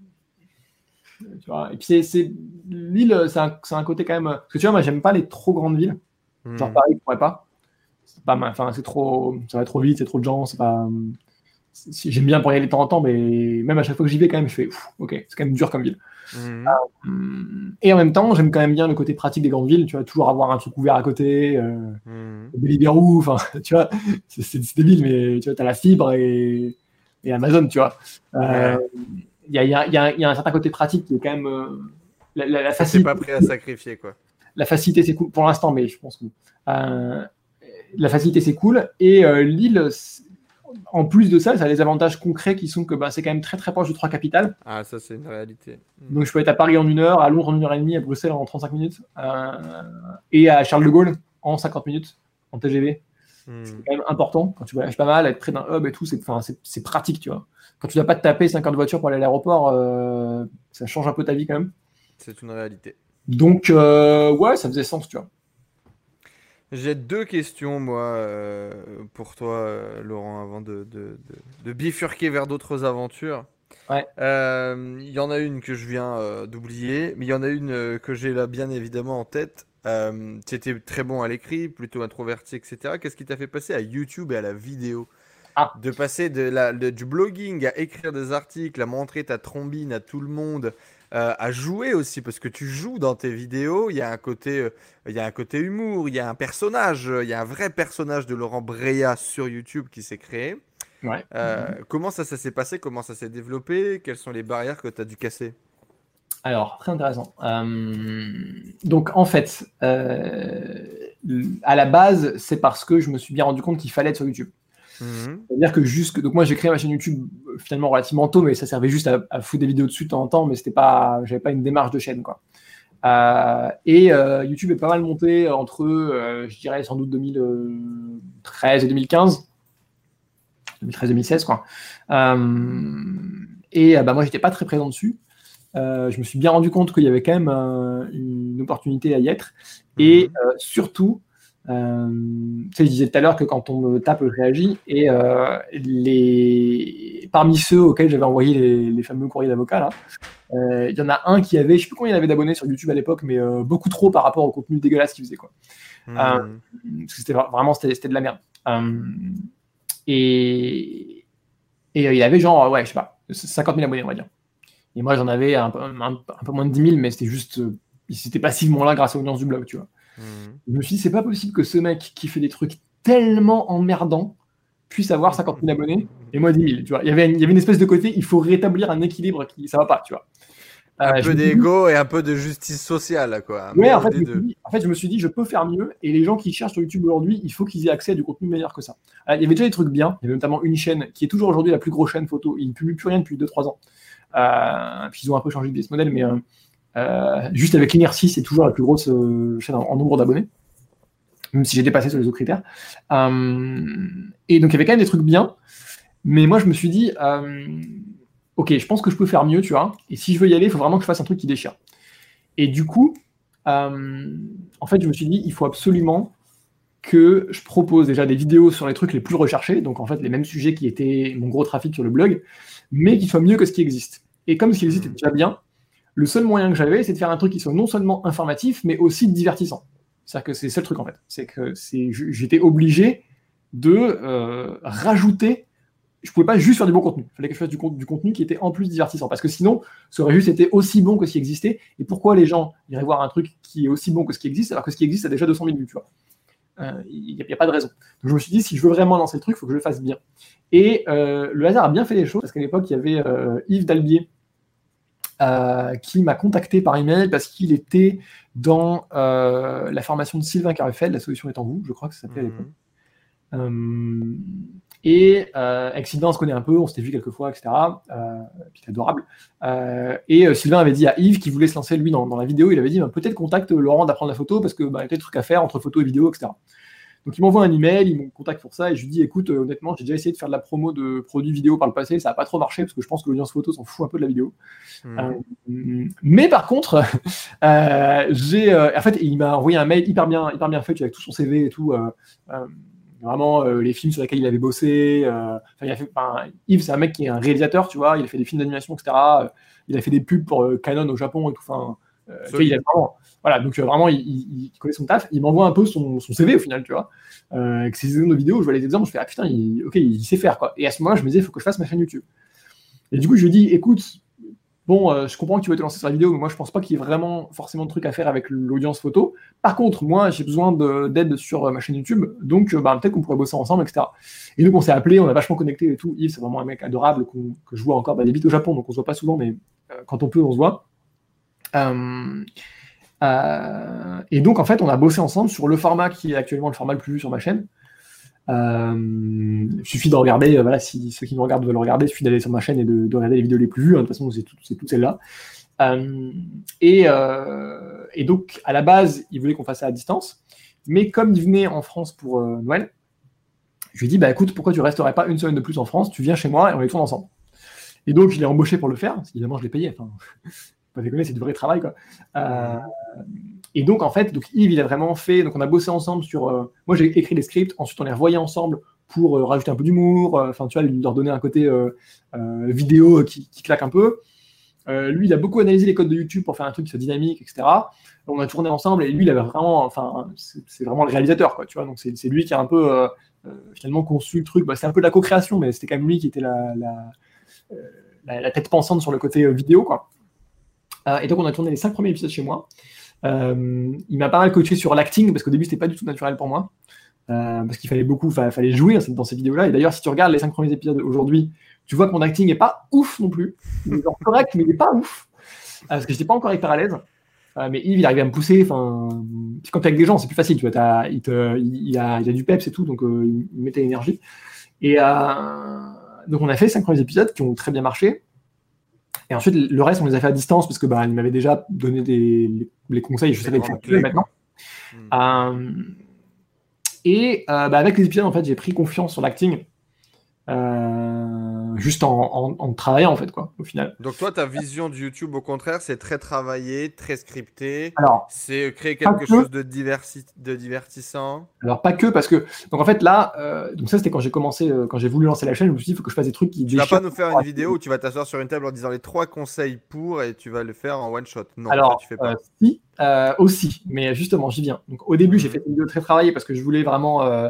tu vois. Et puis c'est, c'est l'île, c'est un, c'est un côté quand même. Parce que tu vois, moi, j'aime pas les trop grandes villes. Genre Hmm. Paris, je pourrais pas. C'est pas mal. Enfin, c'est trop, ça va trop vite, c'est trop de gens. C'est pas. c'est- J'aime bien pour y aller de temps en temps, mais même à chaque fois que j'y vais, quand même, je fais, ouf, ok, c'est quand même dur comme ville. Hmm. Hum, Et en même temps, j'aime quand même bien le côté pratique des grandes villes. Tu vois, toujours avoir un truc ouvert à côté. Euh, Hmm. Deliveroo, enfin, tu vois, c'est, c'est, c'est débile, mais tu vois, t'as la fibre et, et Amazon, tu vois. Euh, Ouais. Il y, a, il y, a, il y, a, il y a un certain côté pratique qui est quand même. euh, la, la, la T'es facilité, pas prêt à sacrifier, quoi. la facilité, c'est cool pour l'instant, mais je pense que. Euh, la facilité, c'est cool. Et euh, l'île, c'est- en plus de ça, ça a des avantages concrets qui sont que bah, c'est quand même très très proche de trois capitales. Ah, ça c'est une réalité. Donc je peux être à Paris en une heure, à Londres en une heure et demie, à Bruxelles en trente-cinq minutes, euh, et à Charles de Gaulle en cinquante minutes en T G V. Hmm. C'est quand même important quand tu voyages pas mal, être près d'un hub et tout, c'est, c'est, c'est pratique, tu vois. Quand tu dois pas te taper cinquante voitures pour aller à l'aéroport, euh, ça change un peu ta vie quand même. C'est une réalité. Donc euh, ouais, ça faisait sens, tu vois. J'ai deux questions, moi, euh, pour toi, euh, Laurent, avant de, de, de, de bifurquer vers d'autres aventures. Ouais. Euh, Il y en a une que je viens euh, d'oublier, mais il y en a une euh, que j'ai là bien évidemment en tête. Euh, tu étais très bon à l'écrit, plutôt introverti, et cetera. Qu'est-ce qui t'a fait passer à YouTube et à la vidéo? Ah. De passer de la, de- du blogging à écrire des articles, à montrer ta trombine à tout le monde, euh, à jouer aussi, parce que tu joues dans tes vidéos. Il y a un côté, euh, il y a un côté humour, il y a un personnage, euh, il y a un vrai personnage de Laurent Breya sur YouTube qui s'est créé. Ouais. Euh, comment ça, ça s'est passé? Comment ça s'est développé? Quelles sont les barrières que tu as dû casser? Alors, très intéressant. Euh, donc, en fait, euh, à la base, c'est parce que je me suis bien rendu compte qu'il fallait être sur YouTube. Mhm. C'est-à-dire que jusque... Donc moi, j'ai créé ma chaîne YouTube euh, finalement relativement tôt, mais ça servait juste à, à foutre des vidéos dessus de temps en temps, mais c'était pas... j'avais pas une démarche de chaîne, quoi. Euh, et euh, YouTube est pas mal monté entre, euh, je dirais, sans doute deux mille treize et deux mille quinze. deux mille treize deux mille seize, quoi. Euh, et euh, bah, moi, j'étais pas très présent dessus. Euh, je me suis bien rendu compte qu'il y avait quand même euh, une opportunité à y être. Et euh, surtout, euh, tu sais, je disais tout à l'heure que quand on me tape, je réagis. Et euh, les... parmi ceux auxquels j'avais envoyé les, les fameux courriers d'avocat, là, euh, il y en a un qui avait, je sais plus combien il y avait d'abonnés sur YouTube à l'époque, mais euh, beaucoup trop par rapport au contenu dégueulasse qu'il faisait, quoi. Mhm. Euh, parce que c'était vraiment c'était, c'était de la merde. Euh, et, et euh, il avait genre, ouais, je sais pas, cinquante mille abonnés, on va dire. Et moi, j'en avais un peu, un, un peu moins de dix mille, mais c'était juste, euh, c'était passivement là grâce à l'audience du blog, tu vois. Mhm. Je me suis dit, c'est pas possible que ce mec qui fait des trucs tellement emmerdants puisse avoir cinquante mille abonnés et moi dix mille, tu vois. Il y avait, il y avait une espèce de côté, il faut rétablir un équilibre qui, ça va pas, tu vois. Un Euh, peu d'ego et un peu de justice sociale, quoi. Ouais, en fait, je me suis dit, en fait, je me suis dit, je peux faire mieux. Et les gens qui cherchent sur YouTube aujourd'hui, il faut qu'ils aient accès à du contenu meilleur que ça. Alors, il y avait déjà des trucs bien. Il y avait notamment une chaîne qui est toujours aujourd'hui la plus grosse chaîne photo. Ils ne publient plus rien depuis deux trois ans. Euh, puis ils ont un peu changé de business model, mais euh, euh, juste avec l'inertie, c'est toujours la plus grosse euh, chaîne en, en nombre d'abonnés, même si j'ai dépassé sur les autres critères. Euh, et donc, il y avait quand même des trucs bien. Mais moi, je me suis dit, euh, ok, je pense que je peux faire mieux, tu vois. Et si je veux y aller, il faut vraiment que je fasse un truc qui déchire. Et du coup, euh, en fait, je me suis dit, il faut absolument que je propose déjà des vidéos sur les trucs les plus recherchés, donc en fait les mêmes sujets qui étaient mon gros trafic sur le blog, mais qui soient mieux que ce qui existe. Et comme ce qui existe est déjà bien, le seul moyen que j'avais, c'est de faire un truc qui soit non seulement informatif, mais aussi divertissant. C'est-à-dire que c'est le seul truc en fait. C'est que c'est, j'étais obligé de euh, rajouter. Je pouvais pas juste faire du bon contenu. Il fallait que je fasse du, du contenu qui était en plus divertissant. Parce que sinon, ça aurait juste été aussi bon que ce qui existait. Et pourquoi les gens iraient voir un truc qui est aussi bon que ce qui existe, alors que ce qui existe a déjà deux cent mille vues, tu vois. Il n'y a, a pas de raison. Donc je me suis dit, si je veux vraiment lancer le truc, il faut que je le fasse bien. Et euh, le hasard a bien fait les choses, parce qu'à l'époque, il y avait euh, Yves Dalbier euh, qui m'a contacté par email parce qu'il était dans euh, la formation de Sylvain Carrefeld, La solution est en vous, je crois que ça s'appelait à l'époque. Euh, et euh, avec Sylvain, on se connaît un peu, on s'était vu quelques fois, et cetera. Euh, puis c'est adorable. Euh, et euh, Sylvain avait dit à Yves qu'il voulait se lancer lui dans, dans la vidéo. Il avait dit bah, peut-être contacte Laurent d'apprendre la photo parce que bah, il y a peut-être des trucs à faire entre photo et vidéo, et cetera. Donc il m'envoie un email, il me contacte pour ça et je lui dis écoute, euh, honnêtement, j'ai déjà essayé de faire de la promo de produits vidéo par le passé, ça n'a pas trop marché parce que je pense que l'audience photo s'en fout un peu de la vidéo. Mmh. Euh, mais par contre, euh, j'ai, euh, en fait, il m'a envoyé un mail hyper bien, hyper bien fait avec tout son C V et tout. Euh, euh, Vraiment, euh, les films sur lesquels il avait bossé. Euh, il a fait, Yves, c'est un mec qui est un réalisateur, tu vois. Il a fait des films d'animation, et cetera. Euh, il a fait des pubs pour euh, Canon au Japon et tout. Enfin, euh, tu vois, il a vraiment, voilà, donc euh, vraiment, il, il, il connaît son taf. Il m'envoie un peu son, son C V au final, tu vois. Euh, avec ses exemples de vidéos, je vois les exemples, je fais ah putain, il, ok, il sait faire quoi. Et à ce moment-là, je me disais, il faut que je fasse ma chaîne YouTube. Et du coup, je lui dis, écoute. Bon, euh, je comprends que tu veux te lancer sur la vidéo, mais moi, je pense pas qu'il y ait vraiment forcément de trucs à faire avec l'audience photo. Par contre, moi, j'ai besoin d'aide sur euh, ma chaîne YouTube, donc euh, bah, peut-être qu'on pourrait bosser ensemble, et cetera. Et donc, on s'est appelé, on a vachement connecté et tout. Yves, c'est vraiment un mec adorable que je vois encore. Bah, il habite au Japon, donc on se voit pas souvent, mais euh, quand on peut, on se voit. Euh, euh, et donc, en fait, on a bossé ensemble sur le format qui est actuellement le format le plus vu sur ma chaîne. Euh, il suffit de regarder, euh, voilà, si ceux qui nous regardent veulent le regarder, il suffit d'aller sur ma chaîne et de, de regarder les vidéos les plus vues. Hein, de toute façon, c'est, tout, c'est toutes celles-là. Euh, et, euh, et donc, à la base, il voulait qu'on fasse ça à distance. Mais comme il venait en France pour euh, Noël, je lui ai dit, bah écoute, pourquoi tu resterais pas une semaine de plus en France? Tu viens chez moi et on les tourne ensemble. Et donc, je l'ai embauché pour le faire, parce qu'évidemment, je l'ai payé. Enfin, pas déconner, c'est du vrai travail, quoi. Euh, et donc, en fait, donc Yves, il a vraiment fait. Donc, on a bossé ensemble sur. Euh, moi, j'ai écrit les scripts, ensuite, on les revoyait ensemble pour euh, rajouter un peu d'humour, enfin, euh, tu vois, leur donner un côté euh, euh, vidéo qui, qui claque un peu. Euh, lui, il a beaucoup analysé les codes de YouTube pour faire un truc qui soit dynamique, et cetera. On a tourné ensemble et lui, il avait vraiment. Enfin, c'est, c'est vraiment le réalisateur, quoi, tu vois. Donc, c'est, c'est lui qui a un peu. Euh, euh, finalement, conçu le truc. Bah, c'est un peu de la co-création, mais c'était quand même lui qui était la. la euh, la, la tête pensante sur le côté euh, vidéo, quoi. Euh, et donc, on a tourné les cinq premiers épisodes chez moi. Euh, il m'a pas mal coaché sur l'acting, parce qu'au début, c'était pas du tout naturel pour moi. Euh, parce qu'il fallait beaucoup, il fallait jouer dans ces vidéos-là. Et d'ailleurs, si tu regardes les cinq premiers épisodes aujourd'hui, tu vois que mon acting n'est pas ouf non plus. Il est genre correct, mais il n'est pas ouf. Euh, parce que j'étais pas encore hyper à l'aise. Euh, mais Yves, il arrivait à me pousser. Quand tu es avec des gens, c'est plus facile. Tu vois, t'as, il, te, il, il, a, il a du peps et tout, donc euh, il mettait l'énergie. Et euh, donc, on a fait les cinq premiers épisodes qui ont très bien marché. Et ensuite, le reste, on les a fait à distance parce que bah, il m'avait déjà donné des, les, les conseils. Je savais le faire maintenant. Mmh. Euh, et euh, bah, avec les épisodes, en fait, j'ai pris confiance sur l'acting. Euh, juste en, en, en travaillant, en fait, quoi, au final. Donc toi, ta vision du YouTube, au contraire, c'est très travaillé, très scripté. Alors, c'est créer quelque chose de, diversi- de divertissant. Alors, pas que, parce que... Donc, en fait, là, euh, donc ça, c'était quand j'ai commencé, euh, quand j'ai voulu lancer la chaîne, je me suis dit, il faut que je fasse des trucs qui... Tu vas pas nous faire une vidéo où tu vas t'asseoir sur une table en disant les trois conseils pour et tu vas le faire en one shot. Non, Alors, ça, tu fais pas. Euh, si, euh, aussi, mais justement, j'y viens. Donc, au début, mmh. j'ai fait une vidéo très travaillée parce que je voulais vraiment euh,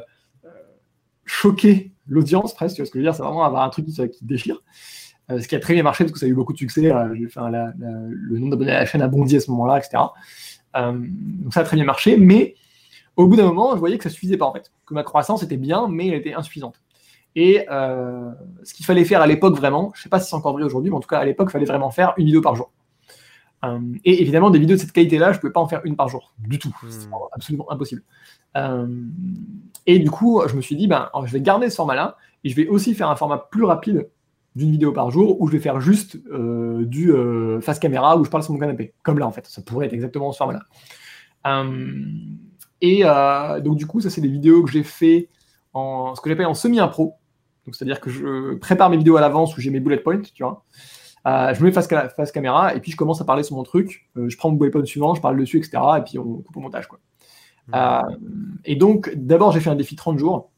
choquer l'audience, presque, parce que je veux dire, c'est vraiment avoir un truc qui, qui déchire. Euh, ce qui a très bien marché parce que ça a eu beaucoup de succès. Euh, j'ai fait, la, la, le nombre d'abonnés à la chaîne a bondi à ce moment-là, et cetera. Euh, donc, ça a très bien marché, mais au bout d'un moment, je voyais que ça suffisait pas, en fait. Que ma croissance était bien, mais elle était insuffisante. Et euh, ce qu'il fallait faire à l'époque, vraiment, je sais pas si c'est encore vrai aujourd'hui, mais en tout cas, à l'époque, il fallait vraiment faire une vidéo par jour. Euh, et évidemment, des vidéos de cette qualité-là, je ne pouvais pas en faire une par jour, du tout. Mmh. C'est absolument impossible. Euh, et du coup, je me suis dit, ben, je vais garder ce format-là, et je vais aussi faire un format plus rapide d'une vidéo par jour, où je vais faire juste euh, du euh, face caméra, où je parle sur mon canapé. Comme là, en fait. Ça pourrait être exactement ce format-là. Euh, et euh, donc, du coup, ça, c'est des vidéos que j'ai fait en ce que j'appelle en semi-impro. Donc, c'est-à-dire que je prépare mes vidéos à l'avance, où j'ai mes bullet points, tu vois. Euh, je me mets face, ca- face caméra et puis je commence à parler sur mon truc. Euh, je prends mon bullet point suivant, je parle dessus, et cetera. Et puis on coupe au montage, quoi. Mmh. Euh, et donc, d'abord, j'ai fait un défi trente jours.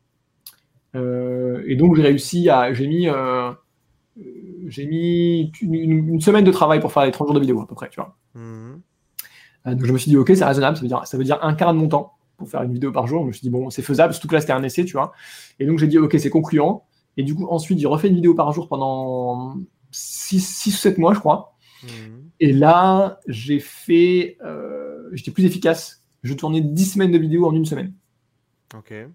Euh, et donc, j'ai réussi à. J'ai mis, euh, j'ai mis une, une semaine de travail pour faire les trente jours de vidéo, à peu près, tu vois. Mmh. Euh, donc, je me suis dit, OK, c'est raisonnable. Ça veut dire, ça veut dire un quart de mon temps pour faire une vidéo par jour. Je me suis dit, bon, c'est faisable, surtout que là, c'était un essai, tu vois. Et donc, j'ai dit, OK, c'est concluant. Et du coup, ensuite, j'ai refait une vidéo par jour pendant six ou sept mois, je crois. Mmh. Et là, j'ai fait... Euh, j'étais plus efficace. Je tournais dix semaines de vidéos en une semaine. Ok. Euh,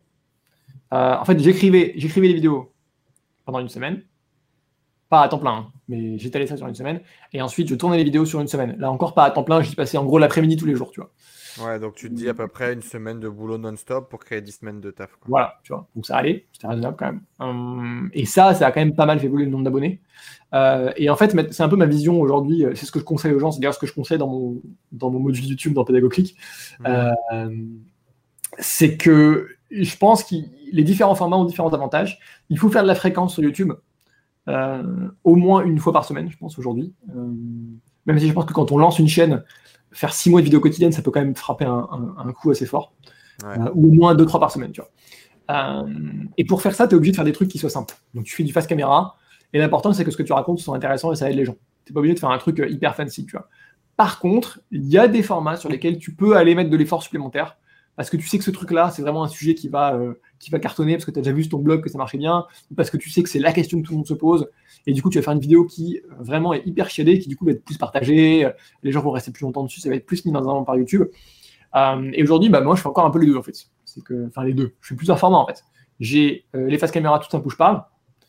en fait, j'écrivais, j'écrivais les vidéos pendant une semaine. Pas à temps plein, hein, mais j'étalais ça sur une semaine. Et ensuite, je tournais les vidéos sur une semaine. Là, encore pas à temps plein. J'y passais en gros l'après-midi tous les jours, tu vois. Ouais, donc tu te dis à peu près une semaine de boulot non-stop pour créer dix semaines de taf, quoi. Voilà, tu vois. Donc ça allait, c'était raisonnable quand même. Hum, et ça, ça a quand même pas mal fait évoluer le nombre d'abonnés. Euh, et en fait, c'est un peu ma vision aujourd'hui. C'est ce que je conseille aux gens, c'est d'ailleurs ce que je conseille dans mon, dans mon module YouTube, dans Pédago-Click. Mmh. Euh, c'est que je pense que les différents formats ont différents avantages. Il faut faire de la fréquence sur YouTube, euh, au moins une fois par semaine, je pense, aujourd'hui. Euh, même si je pense que quand on lance une chaîne, faire six mois de vidéos quotidiennes, ça peut quand même frapper un, un, un coup assez fort. Ouais. Euh, ou au moins deux trois par semaine, tu vois. Euh, et pour faire ça, tu es obligé de faire des trucs qui soient simples. Donc tu fais du face caméra, et l'important, c'est que ce que tu racontes soit intéressant et ça aide les gens. Tu n'es pas obligé de faire un truc hyper fancy, tu vois. Par contre, il y a des formats sur lesquels tu peux aller mettre de l'effort supplémentaire, parce que tu sais que ce truc-là, c'est vraiment un sujet qui va, euh, qui va cartonner, parce que tu as déjà vu sur ton blog que ça marchait bien, ou parce que tu sais que c'est la question que tout le monde se pose, et du coup, tu vas faire une vidéo qui vraiment est hyper chiadée, qui du coup va être plus partagée, les gens vont rester plus longtemps dessus, ça va être plus mis dans un moment par YouTube. Euh, et aujourd'hui, bah, moi, je fais encore un peu les deux, en fait. C'est que, enfin, les deux. Je fais plusieurs formats, en fait. J'ai euh, les faces caméra tout simple où je parle.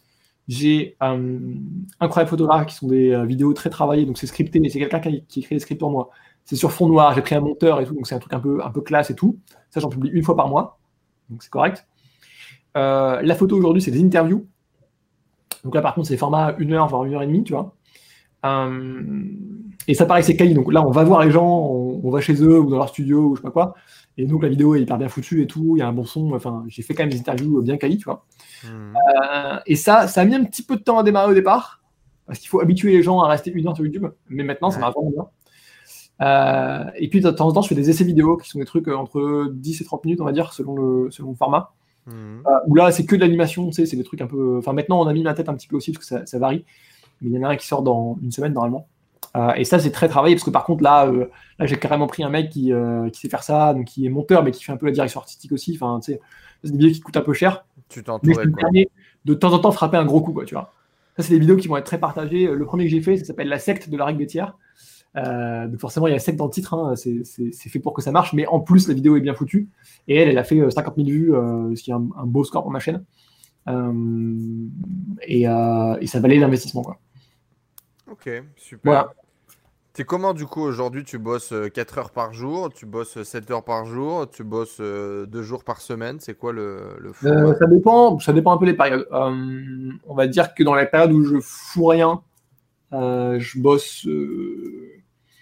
J'ai euh, Incroyable Photographe, qui sont des euh, vidéos très travaillées, donc c'est scripté, mais c'est quelqu'un qui, qui écrit les scripts pour moi. C'est sur fond noir, j'ai pris un monteur et tout, donc c'est un truc un peu, un peu classe et tout. Ça, j'en publie une fois par mois, donc c'est correct. Euh, la photo aujourd'hui, c'est des interviews. Donc là, par contre, c'est format une heure, voire une heure et demie, tu vois. Euh, et ça, pareil, c'est quali. Donc là, on va voir les gens, on, on va chez eux ou dans leur studio ou je sais pas quoi. Et donc la vidéo est hyper bien foutue et tout. Il y a un bon son. Enfin, j'ai fait quand même des interviews bien quali, tu vois. Mhm. Euh, et ça, ça a mis un petit peu de temps à démarrer au départ parce qu'il faut habituer les gens à rester une heure sur YouTube. Mais maintenant, ça Ouais. marche vraiment bien. Euh, et puis de temps en temps, je fais des essais vidéo qui sont des trucs entre dix et trente minutes, on va dire, selon le, selon le format. Mhm. Euh, où là, c'est que de l'animation, tu sais, c'est des trucs un peu. Enfin, maintenant, on a mis ma tête un petit peu aussi parce que ça, ça varie. Mais il y en a un qui sort dans une semaine normalement. Euh, et ça, c'est très travaillé parce que par contre, là, euh, là j'ai carrément pris un mec qui, euh, qui sait faire ça, donc qui est monteur, mais qui fait un peu la direction artistique aussi. Enfin, tu sais, c'est des vidéos qui coûtent un peu cher. Tu Mais t'entourais, ça me quoi. permet de temps en temps frapper un gros coup, quoi, tu vois. Ça, c'est des vidéos qui vont être très partagées. Le premier que j'ai fait, ça s'appelle La secte de la règle des tiers. Euh, donc forcément, il y a secte dans le titre, hein, c'est, c'est, c'est fait pour que ça marche, mais en plus, la vidéo est bien foutue. Et elle, elle a fait cinquante mille vues, euh, ce qui est un, un beau score pour ma chaîne. Euh, et, euh, et ça valait l'investissement, quoi. Ok, super. Voilà. T'es comment du coup aujourd'hui? Tu bosses euh, quatre heures par jour, tu bosses sept heures par jour, tu bosses euh, deux jours par semaine, c'est quoi le, le Euh, format? ça dépend, ça dépend un peu des périodes. Euh, on va dire que dans les périodes où je fous rien, euh, je bosse euh,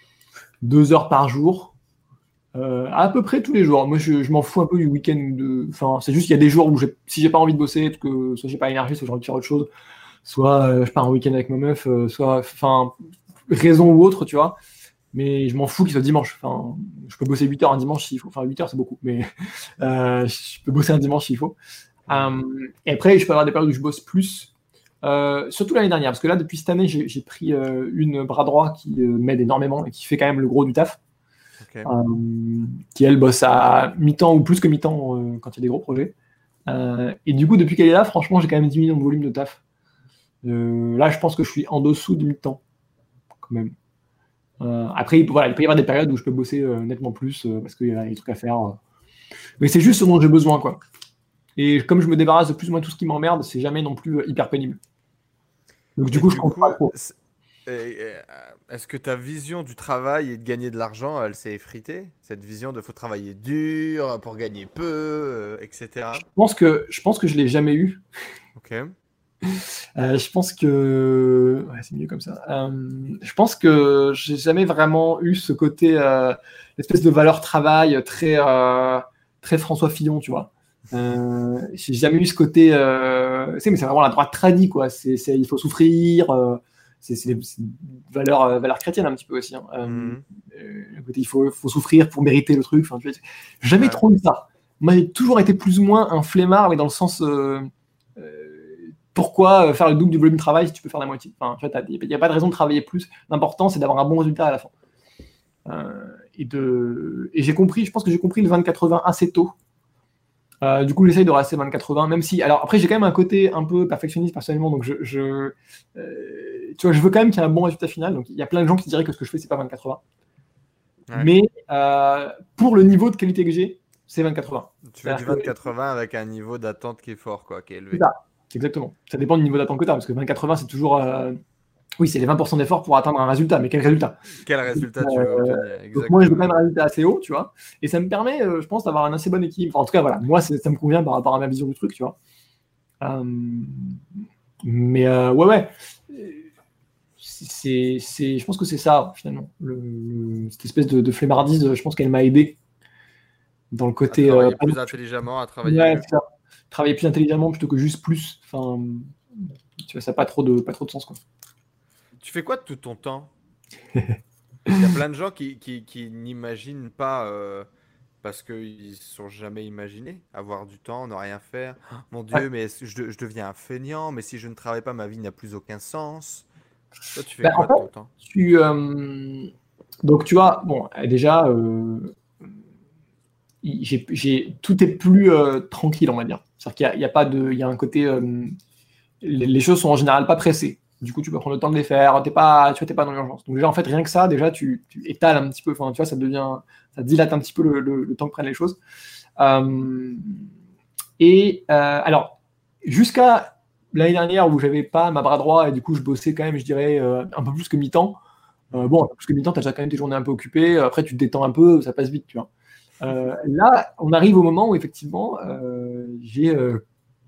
deux heures par jour, euh, à peu près tous les jours. Moi, je, je m'en fous un peu du week-end. De... Enfin, c'est juste qu'il y a des jours où j'ai- si j'ai pas envie de bosser, parce que soit j'ai pas l'énergie, soit j'ai envie de faire autre chose, soit euh, je pars un week-end avec ma meuf, euh, soit, enfin, raison ou autre, tu vois. Mais je m'en fous qu'il soit dimanche. Enfin, je peux bosser huit heures un dimanche s'il faut. Enfin, huit heures, c'est beaucoup, mais euh, je peux bosser un dimanche s'il faut. Mhm. Euh, et après, je peux avoir des périodes où je bosse plus. Euh, surtout l'année dernière, parce que là, depuis cette année, j'ai, j'ai pris euh, une bras droit qui euh, m'aide énormément et qui fait quand même le gros du taf. Ok. Euh, qui, elle, bosse à mi-temps ou plus que mi-temps euh, quand il y a des gros projets. Euh, et du coup, depuis qu'elle est là, franchement, j'ai quand même diminué mon volume de taf. Euh, là, je pense que je suis en dessous du mi-temps, quand même. Euh, après, il, voilà, il peut y avoir des périodes où je peux bosser euh, nettement plus euh, parce qu'il y a des trucs à faire. euh. Mais c'est juste ce dont j'ai besoin, quoi. Et comme je me débarrasse de plus ou moins tout ce qui m'emmerde, c'est jamais non plus euh, hyper pénible. Donc du Et coup, je du compte pas coup, trop. c'est- et- et, euh, est-ce que ta vision du travail et de gagner de l'argent, elle s'est effritée? Cette vision de faut travailler dur pour gagner peu, euh, et cetera. Je pense que je pense que je l'ai jamais eu. Ok. Euh, je pense que ouais, c'est mieux comme ça. Euh, je pense que j'ai jamais vraiment eu ce côté, euh, l'espèce de valeur travail très euh, très François Fillon, tu vois. Euh, j'ai jamais eu ce côté, euh, tu sais, mais c'est vraiment la droite tradie, quoi. C'est, c'est- il faut souffrir. euh, c'est c'est des c'est une valeur, euh, valeur chrétienne un petit peu aussi, hein. Euh, Mhm. euh, le côté il faut, faut souffrir pour mériter le truc. Enfin, tu vois, j'ai jamais Ouais. trop eu ça. Moi, j'ai toujours été plus ou moins un flemmard, mais dans le sens euh, euh, pourquoi faire le double du volume de travail si tu peux faire la moitié? Enfin, en fait, il n'y a pas de raison de travailler plus. L'important, c'est d'avoir un bon résultat à la fin. Euh, et de... et j'ai compris, je pense que j'ai compris le vingt quatre-vingts assez tôt. Euh, du coup, j'essaye de rester vingt quatre-vingts, même si. Alors, après, j'ai quand même un côté un peu perfectionniste personnellement, donc je. je euh, tu vois, je veux quand même qu'il y ait un bon résultat final. Donc, il y a plein de gens qui diraient que ce que je fais, c'est pas vingt quatre-vingts. Ouais. Mais euh, pour le niveau de qualité que j'ai, c'est vingt quatre-vingts. Tu fais du C'est-à-dire que vingt quatre-vingts avec un niveau d'attente qui est fort, quoi, qui est c'est élevé. ça. Exactement. Ça dépend du niveau d'attente que tu as, parce que vingt quatre-vingts, c'est toujours. euh, Oui, c'est les vingt pour cent d'effort pour atteindre un résultat, mais quel résultat? Quel résultat tu veux Euh, obtenir? donc moi, je veux quand même Exactement. un résultat assez haut, tu vois. Et ça me permet, euh, je pense, d'avoir un assez bon équilibre. Enfin, en tout cas, voilà, moi, c'est- ça me convient par rapport à ma vision du truc, tu vois. Euh, mais euh, ouais, ouais. C'est, c'est, je pense que c'est ça, finalement. Le, le- cette espèce de, de flemmardise, je pense qu'elle m'a aidé dans le À côté. euh, travailler plus intelligemment, à travailler ouais, mieux. c'est ça. Travailler plus intelligemment plutôt que juste plus. Enfin, tu vois, ça n'a pas trop de, pas trop de sens, quoi. Tu fais quoi de tout ton temps? Il y a plein de gens qui, qui, qui n'imaginent pas, euh, parce qu'ils ne se sont jamais imaginés, avoir du temps, ne rien faire. Ah, mon Ouais. Dieu, mais est-ce que je, de- je deviens un feignant, mais si je ne travaille pas, ma vie n'a plus aucun sens. Toi, tu fais Ben, en quoi de ton fait, temps? tu, euh, donc tu vois, bon, euh, déjà, euh, j'ai, j'ai- tout est plus euh, tranquille, on va dire. C'est-à-dire qu'il y a, il y a pas de, il y a un côté, euh, les, les choses sont en général pas pressées. Du coup, tu peux prendre le temps de les faire. T'es pas, tu vois, t'es pas dans l'urgence. Donc déjà, en fait, rien que ça, déjà, tu, tu étales un petit peu. Enfin, tu vois, ça devient, ça dilate un petit peu le, le- le temps que prennent les choses. Euh, et euh, alors, jusqu'à l'année dernière où j'avais pas ma bras droit et du coup, je bossais quand même, je dirais, euh, un peu plus que mi-temps. Euh, Mhm. bon, parce que mi-temps, tu as déjà quand même tes journées un peu occupées. Après, tu te détends un peu, ça passe vite, tu vois. Euh, là, on arrive au moment où effectivement, euh, j'ai euh,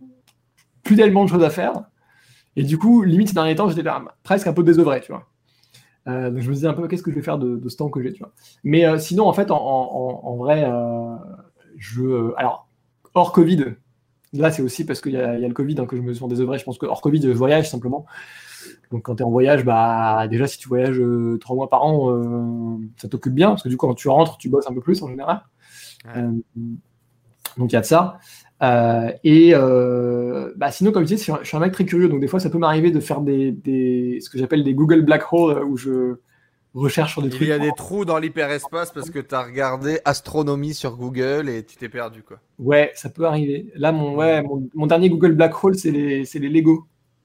plus tellement de choses à faire. Et du coup, limite, ces derniers temps, j'étais là, presque un peu désœuvré, tu vois. Euh, donc je me disais un peu, qu'est-ce que je vais faire de, de ce temps que j'ai, tu vois. Mais euh, sinon, en fait, en, en, en vrai, euh, je... euh, alors, hors Covid, là, c'est aussi parce qu'il y, y a le Covid hein, que je me sens désœuvré. Je pense que hors Covid, je voyage simplement. Donc quand tu es en voyage, bah, déjà, si tu voyages euh, trois mois par an, euh, ça t'occupe bien, parce que du coup, quand tu rentres, tu bosses un peu plus en général. Ouais. Euh, donc il y a de ça. Euh, et euh, bah, sinon, comme je disais, je suis, un, je suis un mec très curieux, donc des fois, ça peut m'arriver de faire des, des ce que j'appelle des Google Black Hole, où je recherche sur des Il trucs. y a des trous dans l'hyperespace parce que tu as regardé astronomie sur Google et tu t'es perdu, quoi. Ouais, ça peut arriver. Là, mon, ouais, mon, mon dernier Google Black Hole, c'est les, c'est les Lego.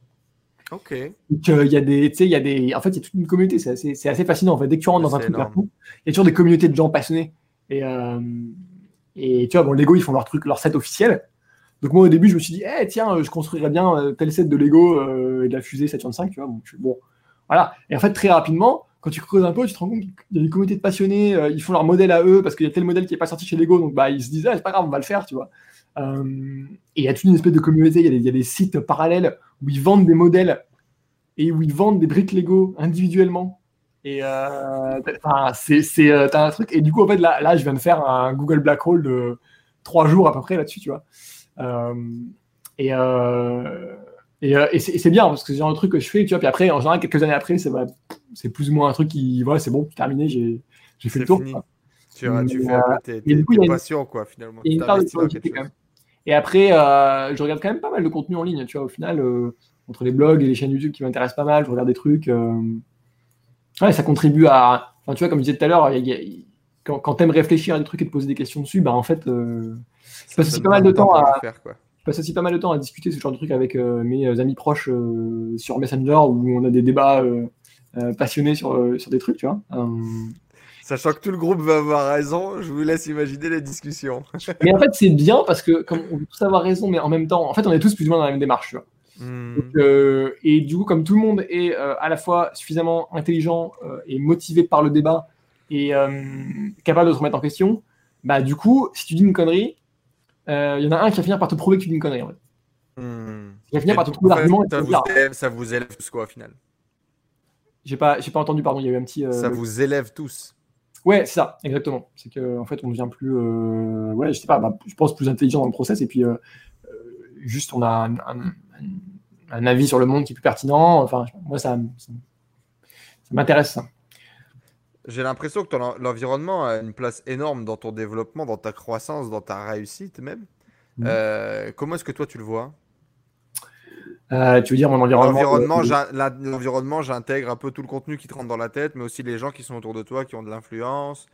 Ok. Donc, euh, y a des, tu sais, il y a des, en fait, il y a toute une communauté. C'est assez, c'est assez fascinant. En fait, dès que tu rentres dans un truc, il y a toujours des communautés de gens passionnés. Et, euh, et tu vois, bon, Lego, ils font leur truc, leur set officiel. Donc moi, au début, je me suis dit, eh, tiens, je construirais bien tel set de Lego euh, et de la fusée Saturn cinq, tu vois. Bon, je, bon, voilà. Et en fait, très rapidement, quand tu creuses un peu, tu te rends compte qu'il y a des communautés de passionnés. Euh, ils font leur modèle à eux parce qu'il y a tel modèle qui n'est pas sorti chez Lego. Donc, bah, ils se disent, ah, c'est pas grave, on va le faire, tu vois. Euh, et il y a toute une espèce de communauté. Il y, y a des sites parallèles où ils vendent des modèles et où ils vendent des briques Lego individuellement. Et euh, c'est, c'est, euh, t'as un truc. Et du coup, en fait, là, là, je viens de faire un Google Black Hole de trois jours à peu près là-dessus, tu vois. Euh, et, euh, et, euh, et, c'est, et c'est bien parce que c'est le genre de truc que je fais, tu vois. Puis après, en général, quelques années après, c'est, bah, c'est plus ou moins un truc qui, voilà, c'est bon, terminé, j'ai, j'ai fait c'est le tour. Fini. Tu, Mais, tu fais euh, un peu tes, tes, coup, tes passions, une, quoi, finalement. Il y a une part de curiosité quand même. Et après, euh, je regarde quand même pas mal de contenu en ligne, tu vois, au final, euh, entre les blogs et les chaînes YouTube qui m'intéressent pas mal, je regarde des trucs. Euh... Ouais, ça contribue à. Enfin, tu vois, comme je disais tout à l'heure, y a, y a... quand, quand t'aimes réfléchir à des trucs et te poser des questions dessus, bah en fait, euh... je passe aussi pas mal de temps à. Faire, quoi. Je passe aussi pas mal de temps à discuter ce genre de trucs avec euh, mes amis proches euh, sur Messenger où on a des débats euh, euh, passionnés sur, euh, sur des trucs, tu vois. Euh... Sachant que tout le groupe va avoir raison, je vous laisse imaginer les discussions. Mais en fait, c'est bien parce que, comme on veut tous avoir raison, mais en même temps, en fait, on est tous plus ou moins dans la même démarche, tu vois. Mmh. Donc, euh, et du coup, comme tout le monde est euh, à la fois suffisamment intelligent euh, et motivé par le débat et euh, capable de se remettre en question, bah du coup, si tu dis une connerie, il euh, y en a un qui va finir par te prouver que tu dis une connerie. En fait. Mmh. Il va finir et par te trouver l'argument. Ça, vous élève, ça vous élève tous, quoi, au final. J'ai pas, j'ai pas entendu, pardon, il y a eu un petit. Euh, ça vous élève tous. Ouais, c'est ça, exactement. C'est qu'en en fait, on devient plus, euh, ouais, je sais pas, bah, je pense plus intelligent dans le process et puis euh, juste on a un, un, un, un avis sur le monde qui est plus pertinent. Enfin, moi, ça, ça, ça m'intéresse ça. J'ai l'impression que ton, l'environnement a une place énorme dans ton développement, dans ta croissance, dans ta réussite même. Mmh. Euh, comment est-ce que toi tu le vois? Euh, tu veux dire mon environnement L'environnement, de... l'environnement, j'intègre un peu tout le contenu qui te rentre dans la tête, mais aussi les gens qui sont autour de toi, qui ont de l'influence.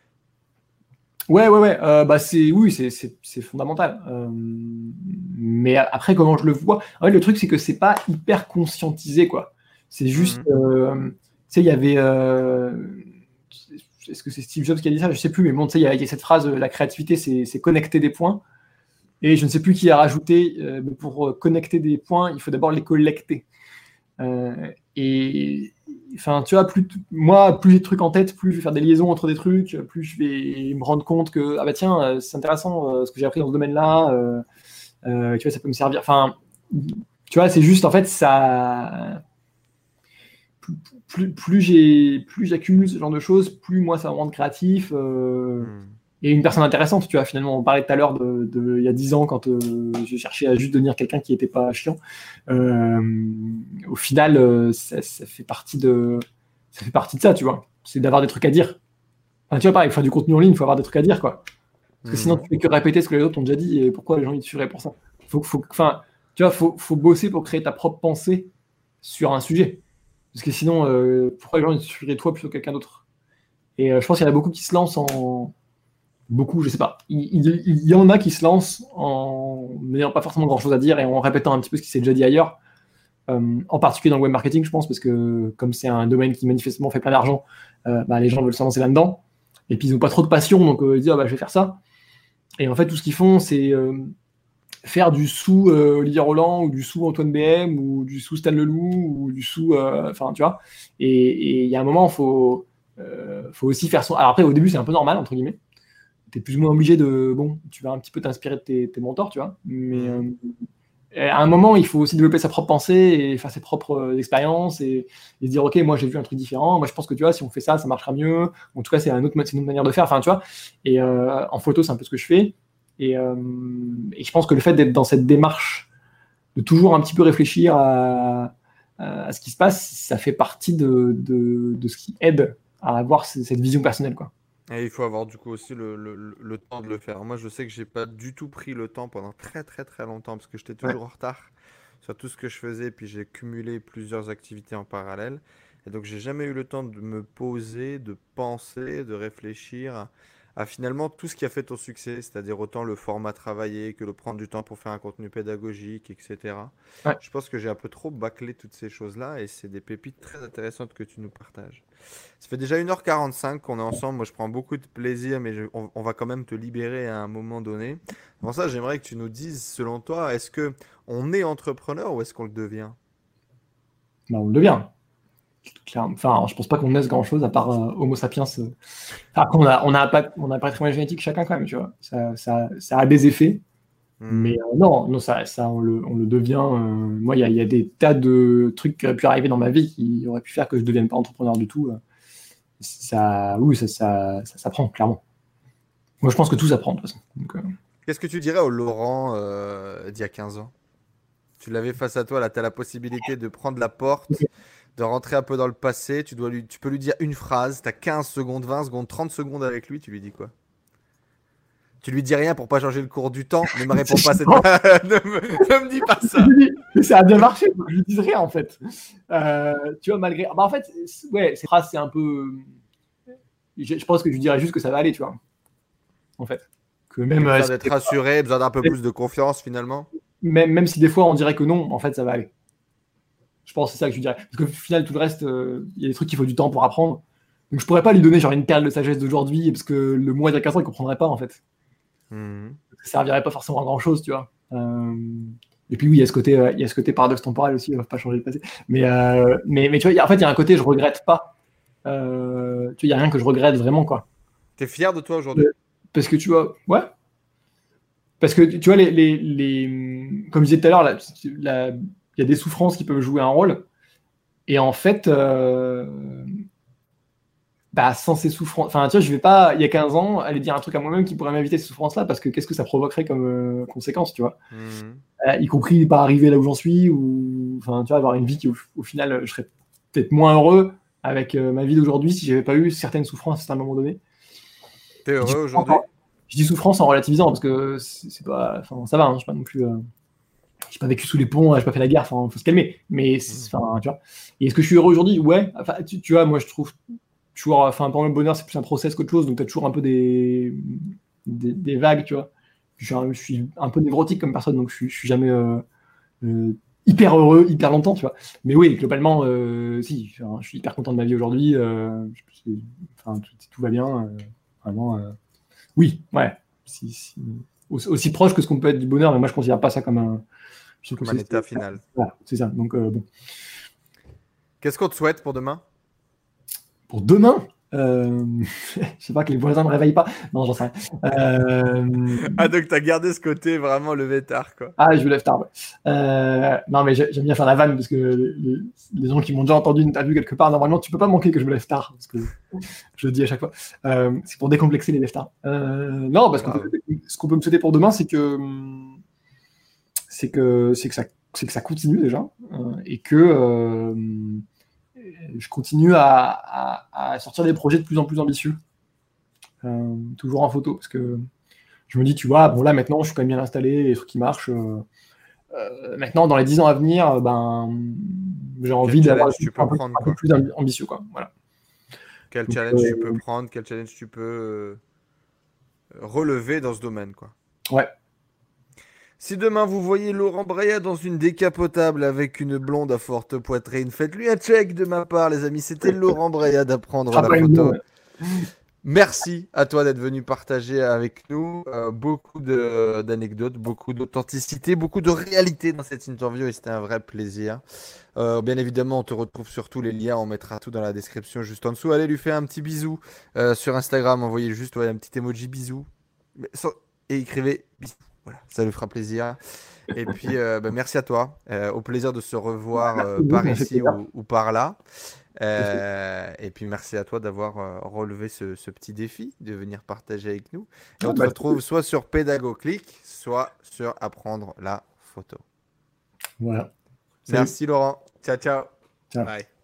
Ouais, ouais, ouais. Euh, bah c'est, oui, c'est, c'est, c'est fondamental. Euh, mais après, comment je le vois? En fait, le truc, c'est que c'est pas hyper conscientisé, quoi. C'est juste, mmh. euh, tu sais, il y avait, euh, est-ce que c'est Steve Jobs qui a dit ça? Je sais plus, mais bon, tu sais, il y, y a cette phrase, la créativité, c'est, c'est connecter des points. Et je ne sais plus qui a rajouté, euh, mais pour connecter des points, il faut d'abord les collecter. Euh, et enfin, tu vois, plus moi, plus j'ai de trucs en tête, plus je vais faire des liaisons entre des trucs, plus je vais me rendre compte que ah bah tiens, c'est intéressant euh, ce que j'ai appris dans ce domaine-là. Euh, euh, tu vois, ça peut me servir. Enfin, tu vois, c'est juste en fait ça. Plus, plus, plus j'ai, plus j'accumule ce genre de choses, plus moi ça me rend créatif. Euh, mm. Et une personne intéressante, tu vois, finalement, on parlait tout à l'heure de, de il y a dix ans quand euh, je cherchais à juste devenir quelqu'un qui n'était pas chiant. Euh, au final, euh, ça, ça fait partie de, ça fait partie de ça, tu vois. C'est d'avoir des trucs à dire. Enfin, tu vois, pareil, faire du contenu en ligne, il faut avoir des trucs à dire, quoi. Parce que mmh. sinon, tu fais que répéter ce que les autres ont déjà dit et pourquoi les gens ils te suivraient pour ça. Faut, faut, enfin, tu vois, faut, faut bosser pour créer ta propre pensée sur un sujet. Parce que sinon, euh, pourquoi les gens ils te suivraient toi plutôt que quelqu'un d'autre? Et euh, je pense qu'il y en a beaucoup qui se lancent en Beaucoup, je sais pas. Il, il, il y en a qui se lancent en n'ayant pas forcément grand-chose à dire et en répétant un petit peu ce qui s'est déjà dit ailleurs. Euh, en particulier dans le web marketing, je pense, parce que comme c'est un domaine qui manifestement fait plein d'argent, euh, bah, les gens veulent se lancer là-dedans. Et puis ils n'ont pas trop de passion, donc euh, ils disent ah, bah, je vais faire ça. Et en fait, tout ce qu'ils font, c'est euh, faire du sous euh, Olivier Roland ou du sous Antoine B M ou du sous Stan Leloup ou du sous, enfin, euh, tu vois. Et il y a un moment, il faut, euh, faut aussi faire son. Alors après, au début, c'est un peu normal entre guillemets. T'es plus ou moins obligé de, bon, tu vas un petit peu t'inspirer de tes, tes mentors, tu vois, mais, euh, à un moment, il faut aussi développer sa propre pensée et faire ses propres euh, expériences et, et se dire, ok, moi j'ai vu un truc différent, moi je pense que tu vois, si on fait ça, ça marchera mieux. En tout cas, c'est un autre, c'est une autre manière de faire. Enfin, tu vois. Et euh, en photo, c'est un peu ce que je fais. Et, euh, et je pense que le fait d'être dans cette démarche, de toujours un petit peu réfléchir à, à ce qui se passe, ça fait partie de, de, de ce qui aide à avoir cette vision personnelle, quoi. Et il faut avoir du coup aussi le, le- le- le temps de le faire. Moi, je sais que j'ai pas du tout pris le temps pendant très très très longtemps parce que j'étais Ouais. toujours en retard sur tout ce que je faisais, puis j'ai cumulé plusieurs activités en parallèle. Et donc, j'ai jamais eu le temps de me poser, de penser, de réfléchir à, à finalement tout ce qui a fait ton succès, c'est-à-dire autant le format travaillé que le prendre du temps pour faire un contenu pédagogique, et cetera. Ouais. Je pense que j'ai un peu trop bâclé toutes ces choses-là et c'est des pépites très intéressantes que tu nous partages. Ça fait déjà une heure quarante-cinq qu'on est ensemble. Moi, je prends beaucoup de plaisir, mais je- on, on va quand même te libérer à un moment donné. Avant ça, j'aimerais que tu nous dises, selon toi, est-ce que on est entrepreneur ou est-ce qu'on le devient? Ben, on le devient. Clairement. Enfin, je pense pas qu'on naisse grand-chose à part euh, Homo sapiens. euh. Enfin, on a, on a pas, on a un patrimoine génétique chacun quand même, tu vois. Ça, ça, ça a des effets, mais Hmm. euh, non, non, ça, ça, on le, on le devient. euh, moi, il y a, il y a des tas de trucs qui auraient pu arriver dans ma vie qui auraient pu faire que je ne devienne pas entrepreneur du tout. euh. Ça, oui, ça, ça, ça s'apprend, clairement. Moi, je pense que tout s'apprend, de toute façon. Donc, euh, Qu'est-ce que tu dirais au Laurent euh, d'il y a quinze ans? Tu l'avais face à toi, là, tu as la possibilité de prendre la porte, de rentrer un peu dans le passé. Tu dois lui, tu peux lui dire une phrase, tu as quinze secondes, vingt secondes, trente secondes avec lui, tu lui dis quoi? Tu lui dis rien pour pas changer le cours du temps. Ne me réponds pas cette... Non, ne me, ne me dis pas ça. mais ça a bien marché, donc je ne dis rien en fait. Euh, tu vois, malgré. Bah, en fait, c'est- ouais, ces phrases, c'est un peu. Je, je pense que je dirais juste que ça va aller, tu vois, en fait. Que J'ai même, euh, besoin si d'être rassuré, besoin d'un peu plus de confiance finalement. même, même si des fois on dirait que non, en fait, ça va aller. Je pense que c'est ça que je dirais. Parce qu'au final, tout le reste, euh, il y a des trucs qu'il faut du temps pour apprendre. Donc je pourrais pas lui donner genre une perle de sagesse d'aujourd'hui, parce que le mois d'il y a quinze ans, il comprendrait pas, en fait. Mhm. Ça servirait pas forcément à grand chose, tu vois. Euh, Et puis oui, il y a ce côté, euh, il y a ce côté paradoxe temporel aussi, il va pas changer le passé. Mais, euh, mais, mais tu vois, il y a- en fait, il y a un côté, je regrette pas. Euh, tu vois, il y a rien que je regrette vraiment, quoi. T'es fier de toi aujourd'hui? Euh, Parce que tu vois, ouais. Parce que tu vois, les, les, les- comme je disais tout à l'heure, là, la- il y a des souffrances qui peuvent jouer un rôle. Et en fait, euh, bah, sans ces souffrances, enfin, tu vois, je vais pas, il y a quinze ans, aller dire un truc à moi-même qui pourrait m'inviter ces souffrances-là, parce que qu'est-ce que ça provoquerait comme euh, conséquence, tu vois. Mhm. Euh, y compris pas arriver là où j'en suis, ou enfin, tu vois, avoir une vie qui, au, au final, je serais peut-être moins heureux avec euh, ma vie d'aujourd'hui si j'avais pas eu certaines souffrances à un moment donné. T'es Je dis, heureux souffrance aujourd'hui? en, je dis souffrance en relativisant, parce que c'est c'est pas, enfin, ça va, hein, je suis pas non plus, euh, j'ai pas vécu sous les ponts, j'ai pas fait la guerre, enfin, faut se calmer. Mais, Mhm. enfin, tu vois. Et est-ce que je suis heureux aujourd'hui? Ouais. Enfin, tu, tu vois, moi, je trouve toujours, enfin, pour moi, le bonheur, c'est plus un process qu'autre chose, donc tu as toujours un peu des, des, des vagues, tu vois. Je suis, un, je suis un peu névrotique comme personne, donc je suis, je suis jamais euh, euh, hyper heureux, hyper longtemps, tu vois. Mais oui, globalement, euh, si, enfin, je suis hyper content de ma vie aujourd'hui, euh, je- enfin, tout, tout va bien, euh, vraiment. euh, oui, ouais. Si, si- aussi, aussi proche que ce qu'on peut être du bonheur, mais moi, je considère pas ça comme un. Je trouve Comme que un c'est état final. voilà, c'est ça. Donc, euh, bon. Qu'est-ce qu'on te souhaite pour demain? Pour demain, euh, je sais pas que les voisins ne me réveillent pas. Non, j'en sais rien. Euh, Ah, donc t'as gardé ce côté vraiment levé tard, quoi. Ah, je me lève tard, ouais. Euh, non, mais j'ai- j'aime bien faire la vanne parce que les, les gens qui m'ont déjà entendu une interview quelque part, normalement, tu peux pas manquer que je me lève tard parce que je le dis à chaque fois. Euh, c'est pour décomplexer les lève tard. Euh, non, parce qu'on peut, Grave. ce qu'on peut me souhaiter pour demain, c'est que c'est que c'est que ça c'est que ça continue déjà euh, et que euh, je continue à, à- à sortir des projets de plus en plus ambitieux, euh, toujours en photo, parce que je me dis, tu vois, bon là maintenant, je suis quand même bien installé, les trucs qui marchent. euh, euh, maintenant, dans les dix ans à venir, euh, ben, j'ai Quel envie d'avoir challenge tu un peux peu, prendre, un peu quoi? plus ambi- ambitieux, quoi. Voilà. Quel Donc, challenge tu peux euh, prendre? Quel challenge tu peux euh, relever dans ce domaine, quoi? ouais. Si demain vous voyez Laurent Breillat dans une décapotable avec une blonde à forte poitrine, faites-lui un check de ma part, les amis. C'était Laurent Breillat Ce d'apprendre sera la pas une blonde, photo. ouais. Merci à toi d'être venu partager avec nous euh, beaucoup de- d'anecdotes, beaucoup d'authenticité, beaucoup de réalité dans cette interview et c'était un vrai plaisir. Euh, bien évidemment, on te retrouve sur tous les liens, on mettra tout dans la description juste en dessous. Allez lui faire un petit bisou euh, sur Instagram, envoyez juste ouais, un petit emoji bisou Mais sans- et écrivez bisou. Voilà, ça lui fera plaisir. Et puis, euh, bah, merci à toi. Euh, au plaisir de se revoir Merci euh, beaucoup, par ça fait ici plaisir. ou, ou par là. Tout à fait. Euh, et puis, merci à toi d'avoir euh, relevé ce, ce petit défi, de venir partager avec nous. Et Ouais, on te bah, c'est retrouve cool. soit sur PédagoClick, soit sur Apprendre la photo. Voilà. Salut. Merci Laurent. Ciao, ciao. Ciao. Bye.